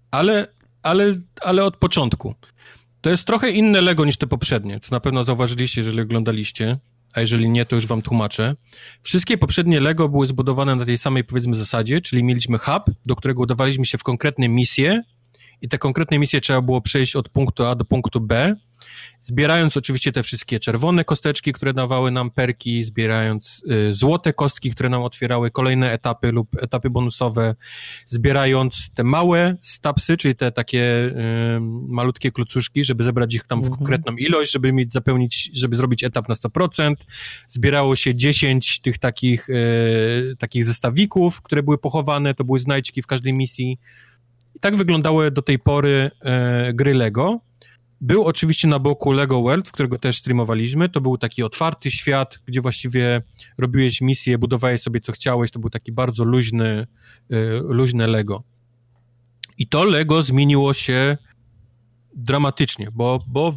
ale od początku. To jest trochę inne Lego niż te poprzednie, co na pewno zauważyliście, jeżeli oglądaliście, a jeżeli nie, to już wam tłumaczę. Wszystkie poprzednie Lego były zbudowane na tej samej, powiedzmy, zasadzie, czyli mieliśmy hub, do którego udawaliśmy się w konkretne misje i te konkretne misje trzeba było przejść od punktu A do punktu B, zbierając oczywiście te wszystkie czerwone kosteczki, które dawały nam perki, zbierając złote kostki, które nam otwierały kolejne etapy lub etapy bonusowe, zbierając te małe stapsy, czyli te takie malutkie klocuszki, żeby zebrać ich tam w konkretną ilość, żeby zrobić etap na 100%. Zbierało się 10 tych takich zestawików, które były pochowane, to były znajdźki w każdej misji. I tak wyglądały do tej pory gry Lego. Był oczywiście na boku Lego World, którego też streamowaliśmy. To był taki otwarty świat, gdzie właściwie robiłeś misje, budowałeś sobie co chciałeś. To był taki bardzo luźne Lego. I to Lego zmieniło się dramatycznie, bo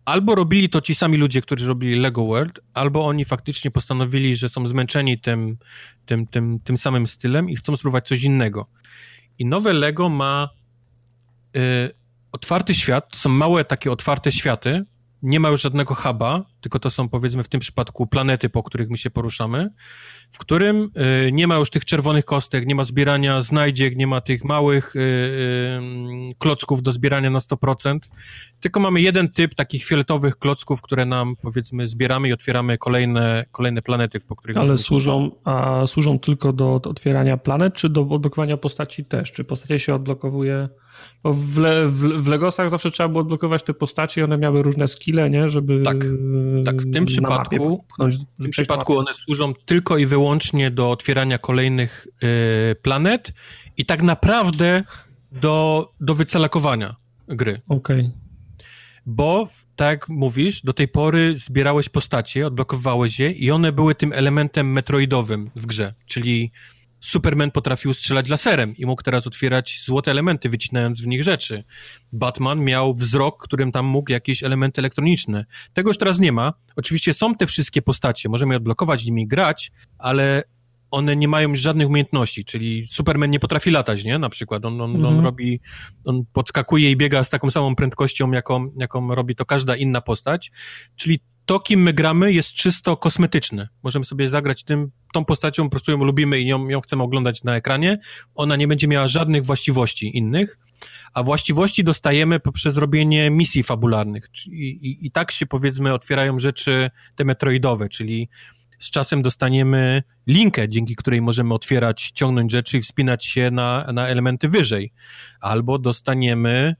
albo robili to ci sami ludzie, którzy robili Lego World, albo oni faktycznie postanowili, że są zmęczeni tym samym stylem i chcą spróbować coś innego. I nowe Lego ma otwarty świat, są małe takie otwarte światy, nie ma już żadnego huba, tylko to są, powiedzmy, w tym przypadku planety, po których my się poruszamy, w którym nie ma już tych czerwonych kostek, nie ma zbierania znajdziek, nie ma tych małych klocków do zbierania na 100%, tylko mamy jeden typ takich fioletowych klocków, które nam, powiedzmy, zbieramy i otwieramy kolejne planety, po których... Ale służą tylko do otwierania planet, czy do odblokowania postaci też? Czy postacie się odblokowuje... Bo w Legosach zawsze trzeba było odblokować te postacie i one miały różne skille, nie? Żeby tak, w tym przypadku one służą tylko i wyłącznie do otwierania kolejnych planet i tak naprawdę do wycelakowania gry. Okej. Bo, tak jak mówisz, do tej pory zbierałeś postacie, odblokowywałeś je i one były tym elementem metroidowym w grze, czyli Superman potrafił strzelać laserem i mógł teraz otwierać złote elementy, wycinając w nich rzeczy. Batman miał wzrok, którym tam mógł jakieś elementy elektroniczne. Tego już teraz nie ma. Oczywiście są te wszystkie postacie, możemy je odblokować, nimi grać, ale one nie mają żadnych umiejętności, czyli Superman nie potrafi latać, nie? Na przykład on podskakuje i biega z taką samą prędkością, jaką robi to każda inna postać, czyli to, kim my gramy, jest czysto kosmetyczne. Możemy sobie zagrać tą postacią, po prostu ją lubimy i ją chcemy oglądać na ekranie. Ona nie będzie miała żadnych właściwości innych, a właściwości dostajemy poprzez robienie misji fabularnych. I tak się, powiedzmy, otwierają rzeczy te metroidowe, czyli z czasem dostaniemy linkę, dzięki której możemy otwierać, ciągnąć rzeczy i wspinać się na elementy wyżej. Albo dostaniemy...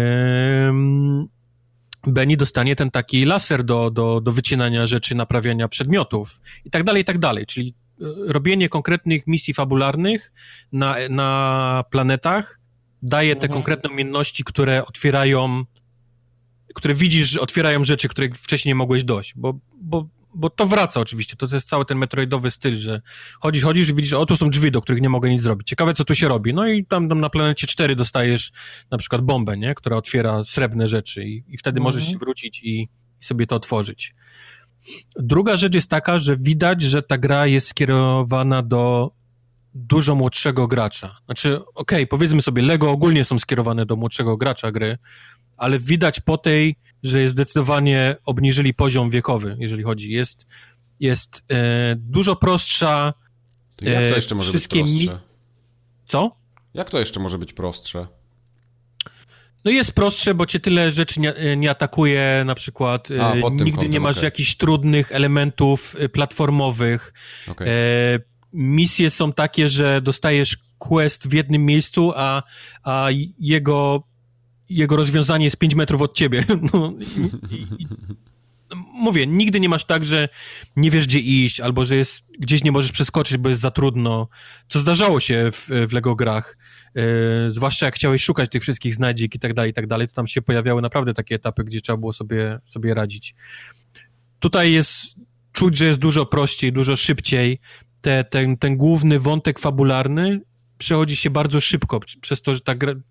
Benny dostanie ten taki laser do wycinania rzeczy, naprawiania przedmiotów i tak dalej, czyli robienie konkretnych misji fabularnych na planetach daje te konkretne umiejętności, które widzisz, że otwierają rzeczy, których wcześniej nie mogłeś dojść, bo to wraca oczywiście, to jest cały ten metroidowy styl, że chodzisz i widzisz, o tu są drzwi, do których nie mogę nic zrobić. Ciekawe, co tu się robi. No i tam na planecie 4 dostajesz na przykład bombę, nie? Która otwiera srebrne rzeczy i wtedy możesz się wrócić i sobie to otworzyć. Druga rzecz jest taka, że widać, że ta gra jest skierowana do dużo młodszego gracza. Znaczy, powiedzmy sobie, Lego ogólnie są skierowane do młodszego gracza gry, ale widać po tej, że zdecydowanie obniżyli poziom wiekowy, jeżeli chodzi. Jest dużo prostsza. To jak to jeszcze może być prostsze? Co? Jak to jeszcze może być prostsze? No jest prostsze, bo cię tyle rzeczy nie atakuje, na przykład nigdy nie masz jakichś trudnych elementów platformowych. Okay. Misje są takie, że dostajesz quest w jednym miejscu, a jego rozwiązanie jest 5 metrów od ciebie. No, mówię, nigdy nie masz tak, że nie wiesz, gdzie iść, albo że gdzieś nie możesz przeskoczyć, bo jest za trudno. Co zdarzało się w Lego grach, zwłaszcza jak chciałeś szukać tych wszystkich znajdziek i tak dalej, to tam się pojawiały naprawdę takie etapy, gdzie trzeba było sobie radzić. Tutaj czuć, że jest dużo prościej, dużo szybciej. Ten główny wątek fabularny przechodzi się bardzo szybko, przez to, że ta gra...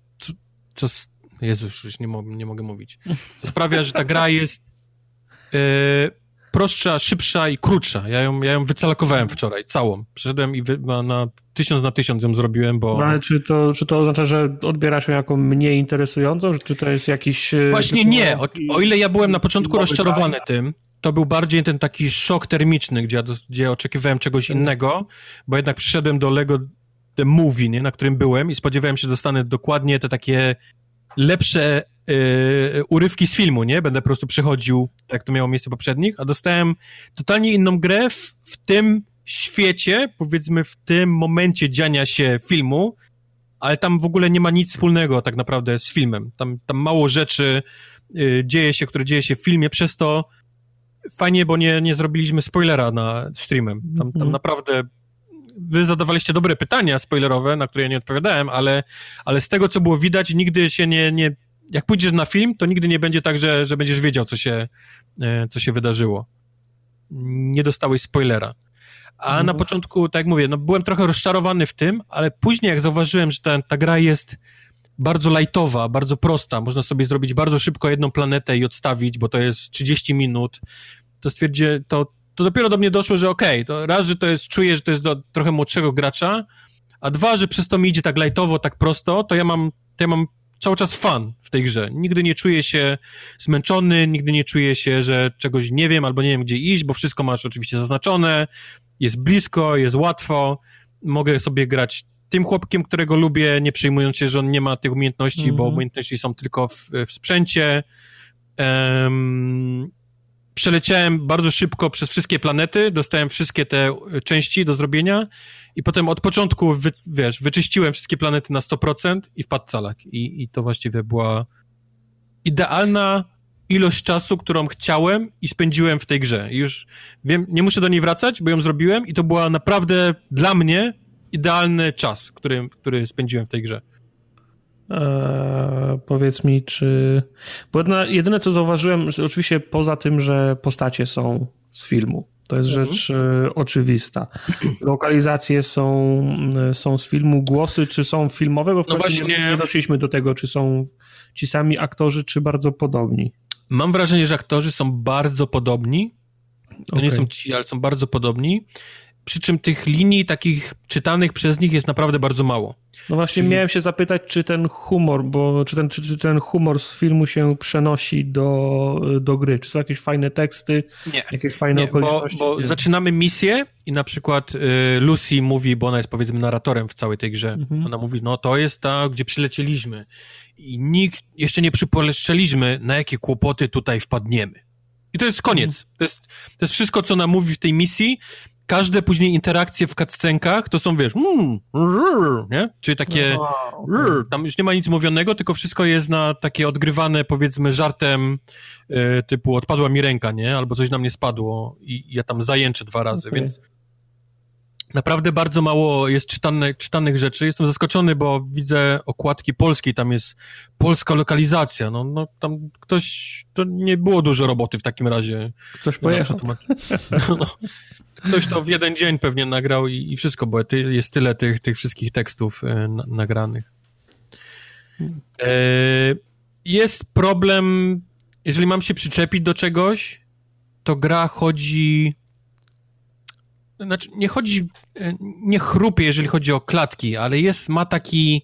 Jezus, już nie mogę mówić. To sprawia, że ta gra jest prostsza, szybsza i krótsza. Ja ją wycalakowałem wczoraj, całą. Przeszedłem i na 1000 na 1000 ją zrobiłem, bo... No, ale czy to oznacza, że odbierasz ją jako mniej interesującą? Czy to jest jakiś... Właśnie nie. O ile ja byłem na początku rozczarowany tym, to był bardziej ten taki szok termiczny, gdzie oczekiwałem czegoś innego, bo jednak przyszedłem do Lego The Movie, nie, na którym byłem i spodziewałem się, że dostanę dokładnie te takie lepsze urywki z filmu, nie? Będę po prostu przychodził, tak jak to miało miejsce poprzednich, a dostałem totalnie inną grę w tym świecie, powiedzmy w tym momencie dziania się filmu, ale tam w ogóle nie ma nic wspólnego tak naprawdę z filmem. Tam mało rzeczy które dzieje się w filmie, przez to fajnie, bo nie zrobiliśmy spoilera na streamem. Tam naprawdę wy zadawaliście dobre pytania spoilerowe, na które ja nie odpowiadałem, ale z tego, co było widać, nigdy się nie... Jak pójdziesz na film, to nigdy nie będzie tak, że będziesz wiedział, co się wydarzyło. Nie dostałeś spoilera. A na początku, tak jak mówię, byłem trochę rozczarowany w tym, ale później jak zauważyłem, że ta gra jest bardzo lightowa, bardzo prosta. Można sobie zrobić bardzo szybko jedną planetę i odstawić, bo to jest 30 minut. To stwierdziłem, to dopiero do mnie doszło, że okej, to raz, że to jest, czuję, że to jest do trochę młodszego gracza, a dwa, że przez to mi idzie tak lightowo, tak prosto, to ja mam cały czas fan w tej grze. Nigdy nie czuję się zmęczony, nigdy nie czuję się, że czegoś nie wiem albo nie wiem, gdzie iść, bo wszystko masz oczywiście zaznaczone, jest blisko, jest łatwo, mogę sobie grać tym chłopkiem, którego lubię, nie przejmując się, że on nie ma tych umiejętności, bo umiejętności są tylko w sprzęcie. Przeleciałem bardzo szybko przez wszystkie planety, dostałem wszystkie te części do zrobienia i potem od początku, wyczyściłem wszystkie planety na 100% i wpadł calak. I to właściwie była idealna ilość czasu, którą chciałem i spędziłem w tej grze. I już wiem, nie muszę do niej wracać, bo ją zrobiłem i to była naprawdę dla mnie idealny czas, który spędziłem w tej grze. Powiedz mi, czy... Bo jedyne, co zauważyłem, oczywiście poza tym, że postacie są z filmu, to jest rzecz oczywista. Lokalizacje są z filmu, głosy czy są filmowe, bo nie doszliśmy do tego, czy są ci sami aktorzy, czy bardzo podobni. Mam wrażenie, że aktorzy są bardzo podobni. To nie są ci, ale są bardzo podobni. Przy czym tych linii takich czytanych przez nich jest naprawdę bardzo mało. No właśnie miałem się zapytać, czy ten humor, czy ten humor z filmu się przenosi do gry? Czy są jakieś fajne teksty? Nie. Jakieś fajne okoliczności? Bo zaczynamy misję i na przykład Lucy mówi, bo ona jest powiedzmy narratorem w całej tej grze. Ona mówi, no to jest ta, gdzie przylecieliśmy i nikt jeszcze nie przypoleszczeliśmy, na jakie kłopoty tutaj wpadniemy. I to jest koniec. To jest wszystko, co nam mówi w tej misji. Każde później interakcje w cutscenkach to są, wiesz, nie? Czyli takie, tam już nie ma nic mówionego, tylko wszystko jest na takie odgrywane, powiedzmy, żartem typu odpadła mi ręka, nie? Albo coś na mnie spadło i ja tam zajęczę 2 razy, więc naprawdę bardzo mało jest czytanych rzeczy. Jestem zaskoczony, bo widzę okładki polskiej, tam jest polska lokalizacja. No tam to nie było dużo roboty w takim razie. Ktoś pojechał. Ktoś to w jeden dzień pewnie nagrał i wszystko, bo jest tyle tych wszystkich tekstów nagranych. Jest problem, jeżeli mam się przyczepić do czegoś, to gra chodzi... Znaczy, nie chrupie, jeżeli chodzi o klatki, ale ma taki...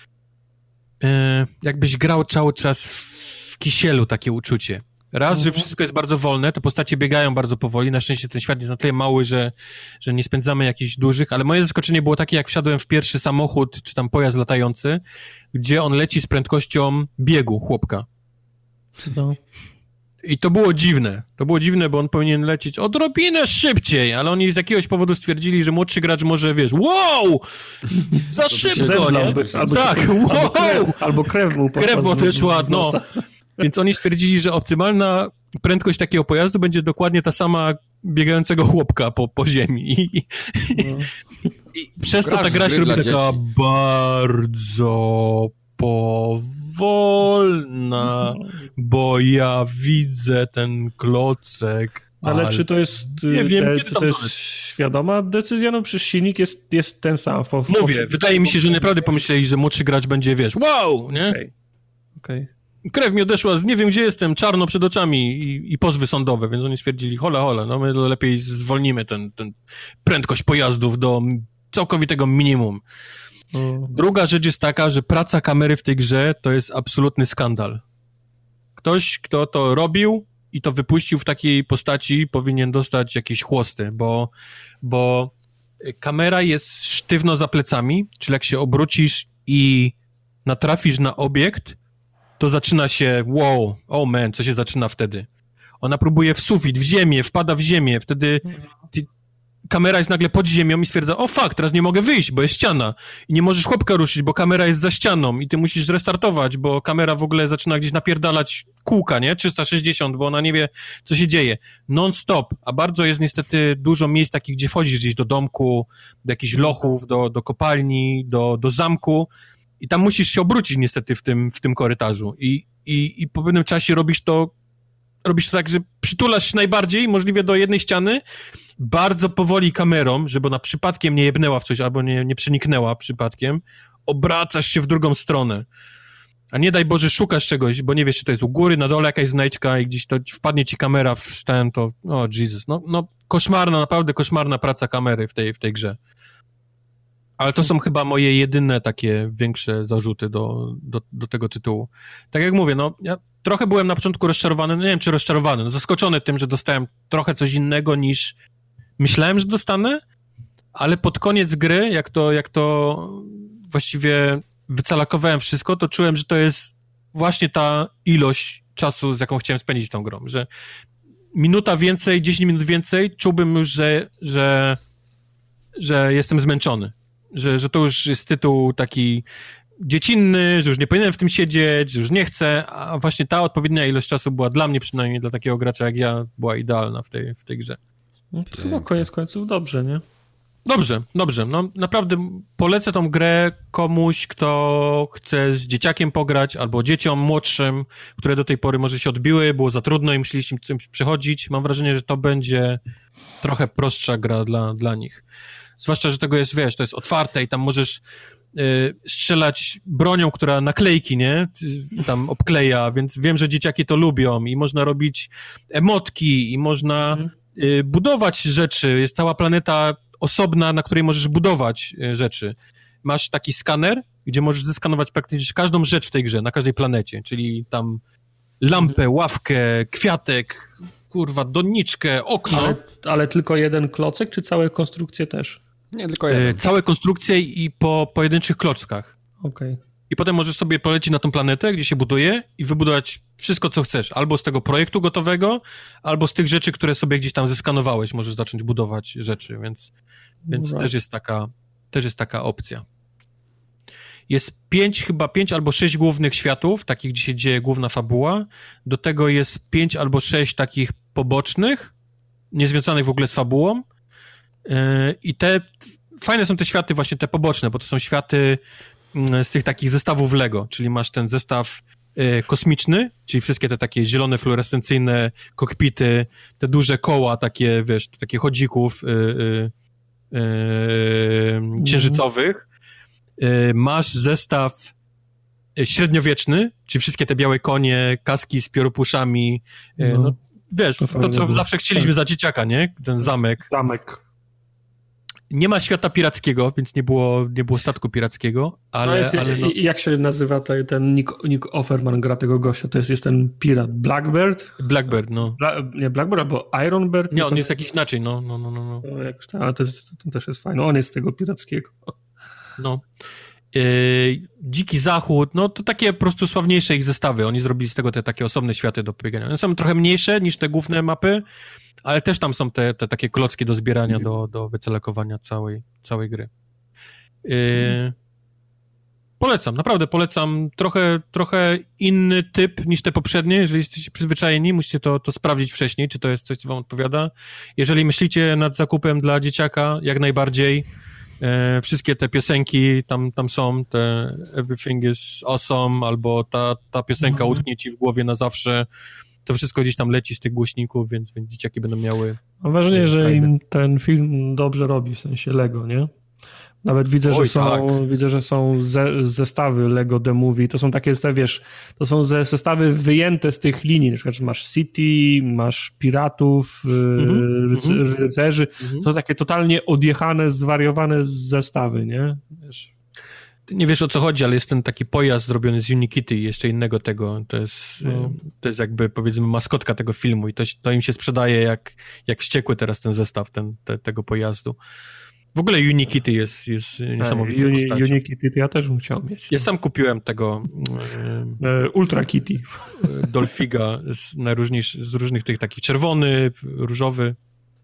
jakbyś grał cały czas w kisielu, takie uczucie. Raz, że wszystko jest bardzo wolne, te postacie biegają bardzo powoli, na szczęście ten świat jest na tyle mały, że nie spędzamy jakichś dużych, ale moje zaskoczenie było takie, jak wsiadłem w pierwszy samochód, czy tam pojazd latający, gdzie on leci z prędkością biegu chłopka. No. I to było dziwne. Bo on powinien lecieć odrobinę szybciej, ale oni z jakiegoś powodu stwierdzili, że młodszy gracz może, wiesz, wow! Za szybko, nie? Albo krew odeszła, no. Więc oni stwierdzili, że optymalna prędkość takiego pojazdu będzie dokładnie ta sama biegającego chłopka po ziemi. I przez to ta gra się robi taka bardzo powolna, bo ja widzę ten klocek. Ale czy to jest, nie wiem, czy to jest świadoma decyzja? No przecież silnik jest ten sam. Mówię, wydaje mi się, że naprawdę pomyśleli, że młodszy gracz będzie, wiesz, wow, nie? Okej. Krew mi odeszła, nie wiem gdzie jestem, czarno przed oczami i pozwy sądowe, więc oni stwierdzili, hola, no my lepiej zwolnimy ten prędkość pojazdów do całkowitego minimum. Druga rzecz jest taka, że praca kamery w tej grze to jest absolutny skandal. Ktoś, kto to robił i to wypuścił w takiej postaci, powinien dostać jakieś chłosty, bo kamera jest sztywno za plecami, czyli jak się obrócisz i natrafisz na obiekt, to zaczyna się, wow, oh man, co się zaczyna wtedy? Ona próbuje w sufit, w ziemię, wpada w ziemię, wtedy kamera jest nagle pod ziemią i stwierdza, o fuck, teraz nie mogę wyjść, bo jest ściana i nie możesz chłopka ruszyć, bo kamera jest za ścianą i ty musisz restartować, bo kamera w ogóle zaczyna gdzieś napierdalać kółka, nie? 360, bo ona nie wie, co się dzieje. Non-stop, a bardzo jest niestety dużo miejsc takich, gdzie wchodzisz gdzieś do domku, do jakichś lochów, do kopalni, do zamku i tam musisz się obrócić niestety w tym korytarzu i po pewnym czasie robisz to tak, że przytulasz się najbardziej możliwie do jednej ściany, bardzo powoli kamerą, żeby ona przypadkiem nie jebnęła w coś albo nie przeniknęła przypadkiem, obracasz się w drugą stronę. A nie daj Boże, szukasz czegoś, bo nie wiesz, czy to jest u góry, na dole jakaś znajdźka i gdzieś to wpadnie ci kamera w ten, to... O, Jesus. No koszmarna, naprawdę koszmarna praca kamery w tej grze. Ale to są chyba moje jedyne takie większe zarzuty do tego tytułu. Tak jak mówię, no ja trochę byłem na początku rozczarowany, no nie wiem, czy rozczarowany, no zaskoczony tym, że dostałem trochę coś innego niż myślałem, że dostanę, ale pod koniec gry, jak to właściwie wycalakowałem wszystko, to czułem, że to jest właśnie ta ilość czasu, z jaką chciałem spędzić tą grą, że minuta więcej, 10 minut więcej, czułbym już, że jestem zmęczony, że to już jest tytuł taki dziecinny, że już nie powinienem w tym siedzieć, że już nie chcę, a właśnie ta odpowiednia ilość czasu była dla mnie, przynajmniej dla takiego gracza jak ja, była idealna w tej grze. No, to chyba koniec końców dobrze, nie? Dobrze. No naprawdę polecę tą grę komuś, kto chce z dzieciakiem pograć, albo dzieciom młodszym, które do tej pory może się odbiły, było za trudno i musieliście im czymś przechodzić. Mam wrażenie, że to będzie trochę prostsza gra dla nich. Zwłaszcza, że tego jest, wiesz, to jest otwarte i tam możesz strzelać bronią, która naklejki, nie? Tam obkleja, więc wiem, że dzieciaki to lubią i można robić emotki i można budować rzeczy. Jest cała planeta osobna, na której możesz budować rzeczy. Masz taki skaner, gdzie możesz zeskanować praktycznie każdą rzecz w tej grze, na każdej planecie, czyli tam lampę, ławkę, kwiatek, kurwa, doniczkę, okno. Ale tylko jeden klocek, czy całe konstrukcje też? Nie, tylko jeden. Całe konstrukcje i po pojedynczych klockach. Okej. I potem możesz sobie polecieć na tą planetę, gdzie się buduje i wybudować wszystko, co chcesz. Albo z tego projektu gotowego, albo z tych rzeczy, które sobie gdzieś tam zeskanowałeś, możesz zacząć budować rzeczy, więc też jest taka opcja. Jest 5 albo 6 głównych światów, takich, gdzie się dzieje główna fabuła. Do tego jest 5 albo 6 takich pobocznych, niezwiązanych w ogóle z fabułą. I fajne są te światy właśnie te poboczne, bo to są światy z tych takich zestawów Lego, czyli masz ten zestaw kosmiczny, czyli wszystkie te takie zielone, fluorescencyjne kokpity, te duże koła takie, wiesz, takie chodzików księżycowych. Masz zestaw średniowieczny, czyli wszystkie te białe konie, kaski z piorupuszami, no wiesz, to co zawsze chcieliśmy za dzieciaka, nie? Ten zamek. Nie ma świata pirackiego, więc nie było statku pirackiego, ale... Jak się nazywa ten Nick Offerman gra tego gościa? To jest ten pirat Blackbird? Blackbird, no. Nie Blackbird, albo Ironbird? Nie, on jest jakiś inaczej, no. Ale to też jest fajne. On jest z tego pirackiego. No. Dziki Zachód, no to takie po prostu sławniejsze ich zestawy. Oni zrobili z tego te takie osobne światy do pobiegania. One są trochę mniejsze niż te główne mapy, ale też tam są te takie klocki do zbierania, do wycelekowania całej gry. Polecam, naprawdę polecam. Trochę inny typ niż te poprzednie. Jeżeli jesteście przyzwyczajeni, musicie to sprawdzić wcześniej, czy to jest coś, co wam odpowiada. Jeżeli myślicie nad zakupem dla dzieciaka, jak najbardziej. Wszystkie te piosenki tam są, te Everything is Awesome, albo ta piosenka utknie ci w głowie na zawsze. To wszystko gdzieś tam leci z tych głośników, więc dzieciaki będą miały... Mam wrażenie, że im ten film dobrze robi, w sensie Lego, nie? Nawet widzę, że są zestawy Lego The Movie. To są takie, wiesz, to są zestawy wyjęte z tych linii. Na przykład masz City, masz Piratów, Rycerzy. To są takie totalnie odjechane, zwariowane zestawy, nie? Wiesz. Ty nie wiesz, o co chodzi, ale jest ten taki pojazd zrobiony z Unikitty i jeszcze innego tego. To jest jakby, powiedzmy, maskotka tego filmu i to im się sprzedaje jak wściekły teraz ten zestaw tego pojazdu. W ogóle Unikitty jest niesamowitą postacią. Unikitty to ja też bym chciał mieć. Ja sam kupiłem tego Ultra Kitty. Dolfiga z różnych tych takich czerwony, różowy.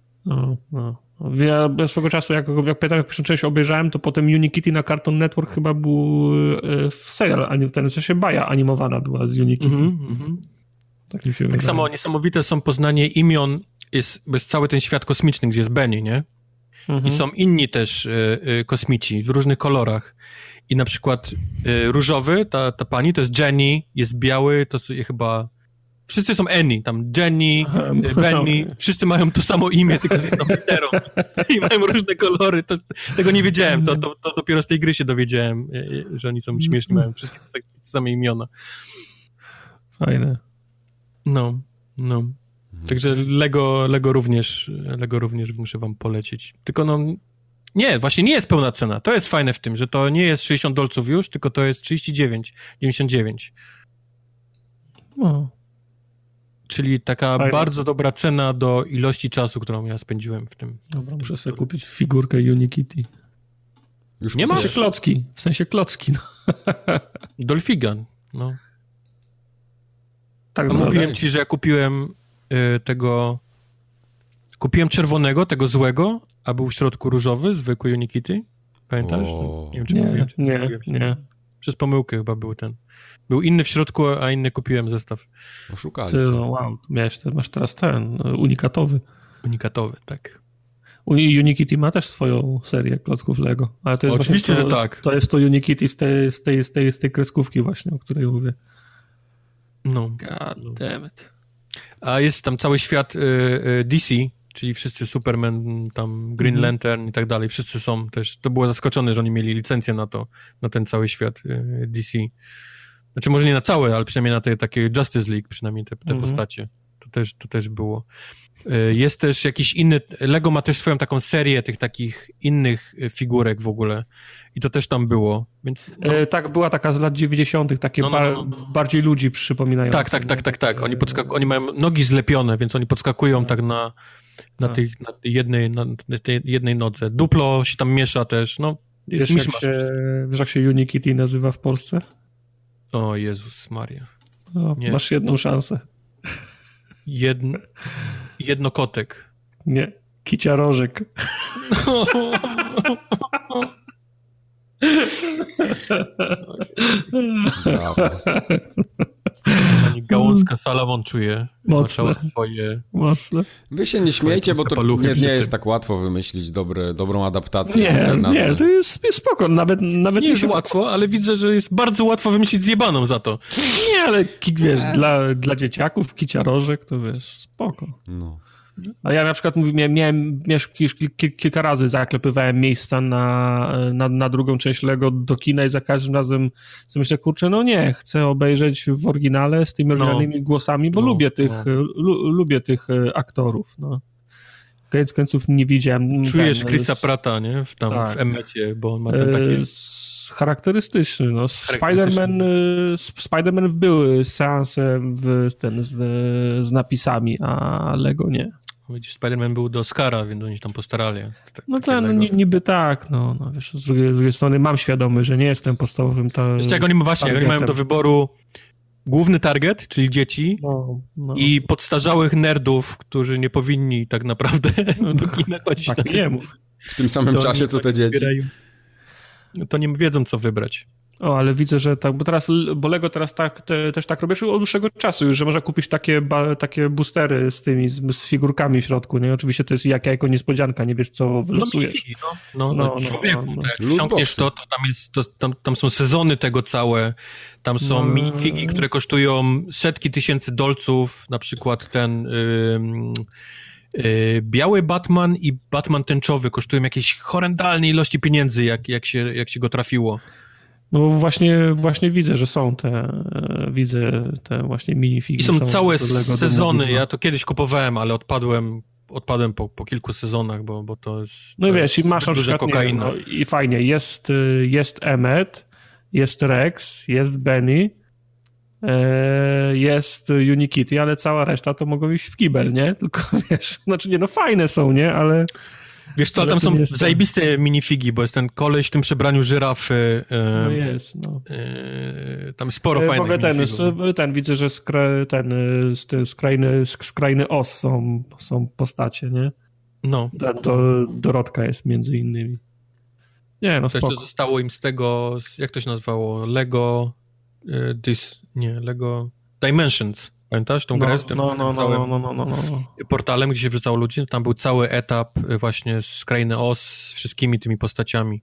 Ja swego czasu, jak pierwszą część obejrzałem, to potem Unikitty na Cartoon Network chyba był serial, ten w sensie baja animowana była z Unikitty. Tak samo niesamowite są poznanie imion, jest cały ten świat kosmiczny, gdzie jest Benny, nie? I są inni też kosmici w różnych kolorach. I na przykład różowy, ta pani, to jest Jenny, jest biały, to jest chyba Wszyscy są Annie, tam Jenny, Benny, wszyscy mają to samo imię, tylko z jedną literą i mają różne kolory. Tego nie wiedziałem, to dopiero z tej gry się dowiedziałem, że oni są śmieszni, mają wszystkie te same imiona. Fajne. No. Także Lego również muszę wam polecić. Tylko nie, właśnie nie jest pełna cena. To jest fajne w tym, że to nie jest $60 już, tylko to jest 39,99. No. Czyli taka bardzo dobra cena do ilości czasu, którą ja spędziłem w tym. Dobra, muszę sobie kupić figurkę Unikitty. Już nie masz? W sensie klocki. No. Dolfigan, no. Tak, mówiłem ci, że ja kupiłem kupiłem czerwonego, tego złego, a był w środku różowy, zwykły Unikitty. Pamiętasz? Nie wiem, czy mówiłem. Nie. Przez pomyłkę chyba był ten. Był inny w środku, a inny kupiłem zestaw. Oszukali. Wow, masz teraz ten unikatowy. Unikatowy, tak. Unikitty ma też swoją serię klocków Lego. Ale to jest oczywiście, że tak. To jest to Unikitty z tej kreskówki właśnie, o której mówię. No. God damn it. A jest tam cały świat DC, czyli wszyscy Superman, tam Green Lantern i tak dalej. Wszyscy są też. To było zaskoczone, że oni mieli licencję na ten cały świat DC. Znaczy może nie na całe, ale przynajmniej na te takie Justice League, przynajmniej te postacie. To też było. Jest też jakiś inny... Lego ma też swoją taką serię tych takich innych figurek w ogóle. I to też tam było, więc... Tak, była taka z lat 90. takie bardziej ludzi przypominające. Tak. Oni mają nogi zlepione, więc oni podskakują tak na tej jednej nodze. Duplo się tam miesza też, no. Wiesz, jak się Unikitty nazywa w Polsce? O Jezus Maria. Masz jedną szansę. Jednokotek. Nie, kiciarożek. Pani Gałązka Salomon czuje. Mocne. Wy się nie śmiejcie, bo to nie jest tak łatwo wymyślić dobrą adaptację. Nie, to jest spoko. Nawet nie jest łatwo, ale widzę, że jest bardzo łatwo wymyślić zjebaną za to. Nie, ale wiesz, dla dzieciaków kiciarożek to wiesz, spoko. No. A ja na przykład miałem kilka razy zaklepywałem miejsca na drugą część Lego do kina i za każdym razem sobie myślę, kurczę, no nie, chcę obejrzeć w oryginale z tymi oryginalnymi głosami, bo lubię tych aktorów. No. Koniec końców nie widziałem. Czujesz Chrisa Pratta, nie? W Emmecie, bo on ma ten taki... Charakterystyczny. No. Spider-Man były seanse z napisami, a Lego nie. Spider-Man był do Oscara, więc oni się tam postarali. Niby tak, no wiesz, z drugiej strony mam świadomość, że nie jestem podstawowym jak oni mają do wyboru główny target, czyli dzieci i podstarzałych nerdów, którzy nie powinni tak naprawdę do kina chodzić. Tak, nie mów. W tym samym czasie, co te dzieci. To nie wiedzą, co wybrać. O, ale widzę, że tak, bo Lego teraz też tak robisz od dłuższego czasu już, że można kupić takie boostery z figurkami w środku, nie? Oczywiście to jest jako niespodzianka, nie wiesz, co wylosujesz. Człowieku, jak wsiąkniesz to tam są sezony tego całe, tam są minifigi, które kosztują setki tysięcy dolców, na przykład ten... Biały Batman i Batman tęczowy kosztują jakieś horrendalne ilości pieniędzy, jak się go trafiło. No właśnie widzę, że są te właśnie minifigi. I są całe sezony, ja to kiedyś kupowałem, ale odpadłem po kilku sezonach, bo to jest no wiesz, i masz na duża kokaina. I fajnie, jest Emmet, jest Rex, jest Benny, jest Unikitty, ale cała reszta to mogą iść w kibel, nie? Tylko wiesz, fajne są, nie? Ale... Wiesz co, tam są zajebiste minifigi, bo jest ten koleś w tym przebraniu żyrafy. Tam sporo fajnych minifigów. Widzę, że z krainy Oz są postacie, nie? No. Dorotka jest między innymi. Nie, no spoko. Coś, co zostało im z tego, jak to się nazywało? Lego Dimensions. Pamiętasz tą grę z tym portalem, gdzie się wrzucało ludzi? Tam był cały etap właśnie z krainy Oz z wszystkimi tymi postaciami.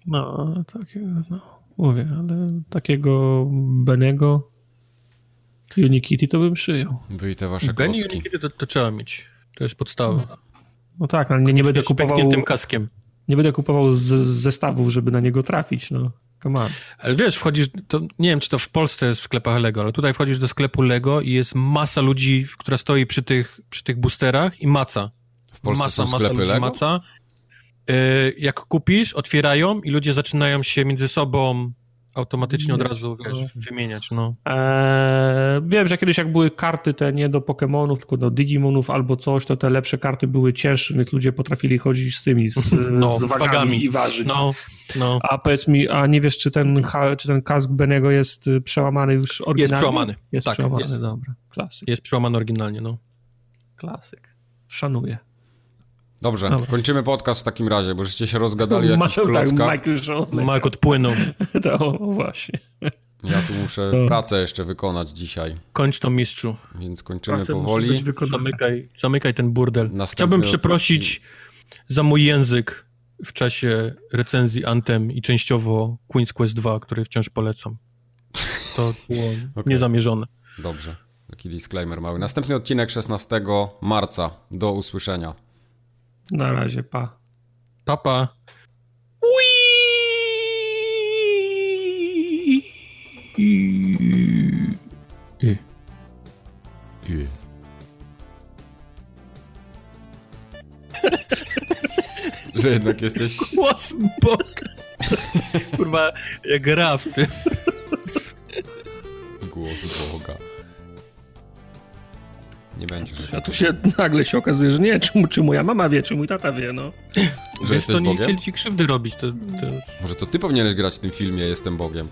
Mówię, ale takiego Bennego Unikitty to bym przyjął. Wy i te wasze Benny klocki. Unikitty to trzeba mieć. To jest podstawa. No tak, ale nie będę kupował... tym kaskiem. Nie będę kupował zestawów, żeby na niego trafić, no. Come on. Ale wiesz, wchodzisz, to nie wiem, czy to w Polsce jest w sklepach Lego, ale tutaj wchodzisz do sklepu Lego i jest masa ludzi, która stoi przy tych boosterach i maca. W Polsce masa sklepy ludzi Lego? maca. Jak kupisz, otwierają i ludzie zaczynają się między sobą automatycznie od razu, wymieniać, no. Wiem, że kiedyś jak były karty te nie do Pokemonów, tylko do Digimonów albo coś, to te lepsze karty były cięższe, więc ludzie potrafili chodzić z tymi, z wagami i ważyć. No. A powiedz mi, a nie wiesz, czy ten kask Beniego jest przełamany już oryginalnie? Jest przełamany. Jest tak, przełamany, jest. dobra. Klasyk. Jest przełamany oryginalnie, no. Klasyk. Szanuję. Dobrze, kończymy podcast w takim razie, bo żeście się rozgadali o jakichś klockach. Mark odpłynął. No właśnie. Ja tu muszę pracę jeszcze wykonać dzisiaj. Kończ to, mistrzu. Więc kończymy powoli. Zamykaj ten burdel. Chciałbym przeprosić za mój język w czasie recenzji Anthem i częściowo Queen's Quest 2, który wciąż polecam. To było niezamierzone. Dobrze, taki disclaimer mały. Następny odcinek 16 marca. Do usłyszenia. Na razie, pa. Pa. Że jednak jesteś... Głos Boga. Kurwa, jak gra w tym. Głos Boga. Nie będzie. A tu się nagle się okazuje, że nie, czy moja mama wie, czy mój tata wie, no. Że jesteś to nie Bogiem? chcieli ci krzywdy robić. To... Może to ty powinieneś grać w tym filmie Jestem Bogiem.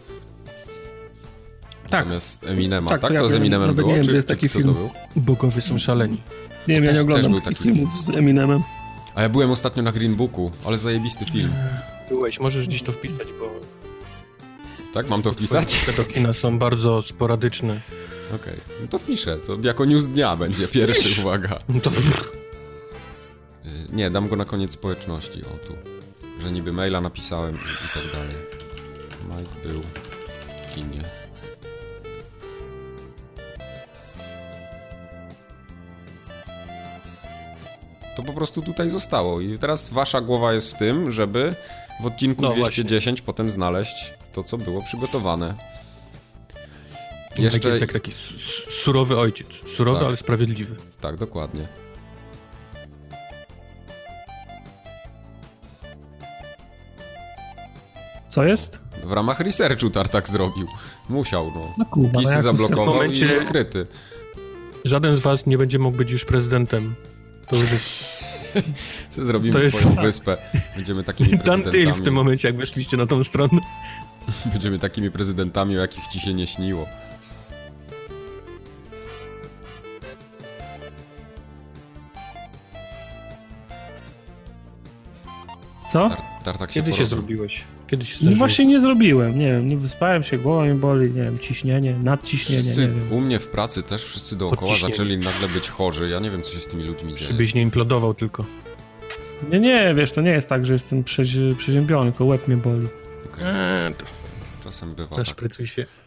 Tak. Zamiast Eminema, tak? To ja z Eminemem było? Nie wiem, że jest taki film. Bogowie są szaleni. Nie wiem, ja nie oglądam takich filmów z Eminemem. A ja byłem ostatnio na Green Booku, ale zajebisty film. Byłeś, możesz gdzieś to wpisać, bo... Tak? Mam to wpisać? Te do kina są bardzo sporadyczne. Okej, no to wpiszę. To jako news dnia będzie pierwszy, uwaga. No to... Nie, dam go na koniec społeczności, o tu. Że niby maila napisałem i tak dalej. Mike był w kinie. To po prostu tutaj zostało i teraz wasza głowa jest w tym, żeby w odcinku 210 potem znaleźć to, co było przygotowane. Jeszcze jest jak taki surowy ojciec. Surowy, tak, ale sprawiedliwy. Tak, dokładnie. Co jest? W ramach researchu Tartak zrobił. Musiał, no. No kurwa, Kisy zablokował i jest skryty. Żaden z was nie będzie mógł być już prezydentem. To już jest... Zrobimy swoją wyspę. Będziemy takimi prezydentami. Dantyl w tym momencie, jak weszliście na tą stronę. Będziemy takimi prezydentami, o jakich ci się nie śniło. Co? Tartak Kiedy się zrobiłeś? Kiedy się no właśnie nie zrobiłem, nie wiem, nie wyspałem się, głowa mi boli, nie wiem, ciśnienie, nadciśnienie, wszyscy, nie wiem. U mnie w pracy też wszyscy dookoła zaczęli nagle być chorzy, ja nie wiem, co się z tymi ludźmi dzieje. Żebyś nie implodował tylko. Nie, wiesz, to nie jest tak, że jestem przeziębiony, tylko łeb mnie boli. Okay. To czasem bywa zaszprycuj się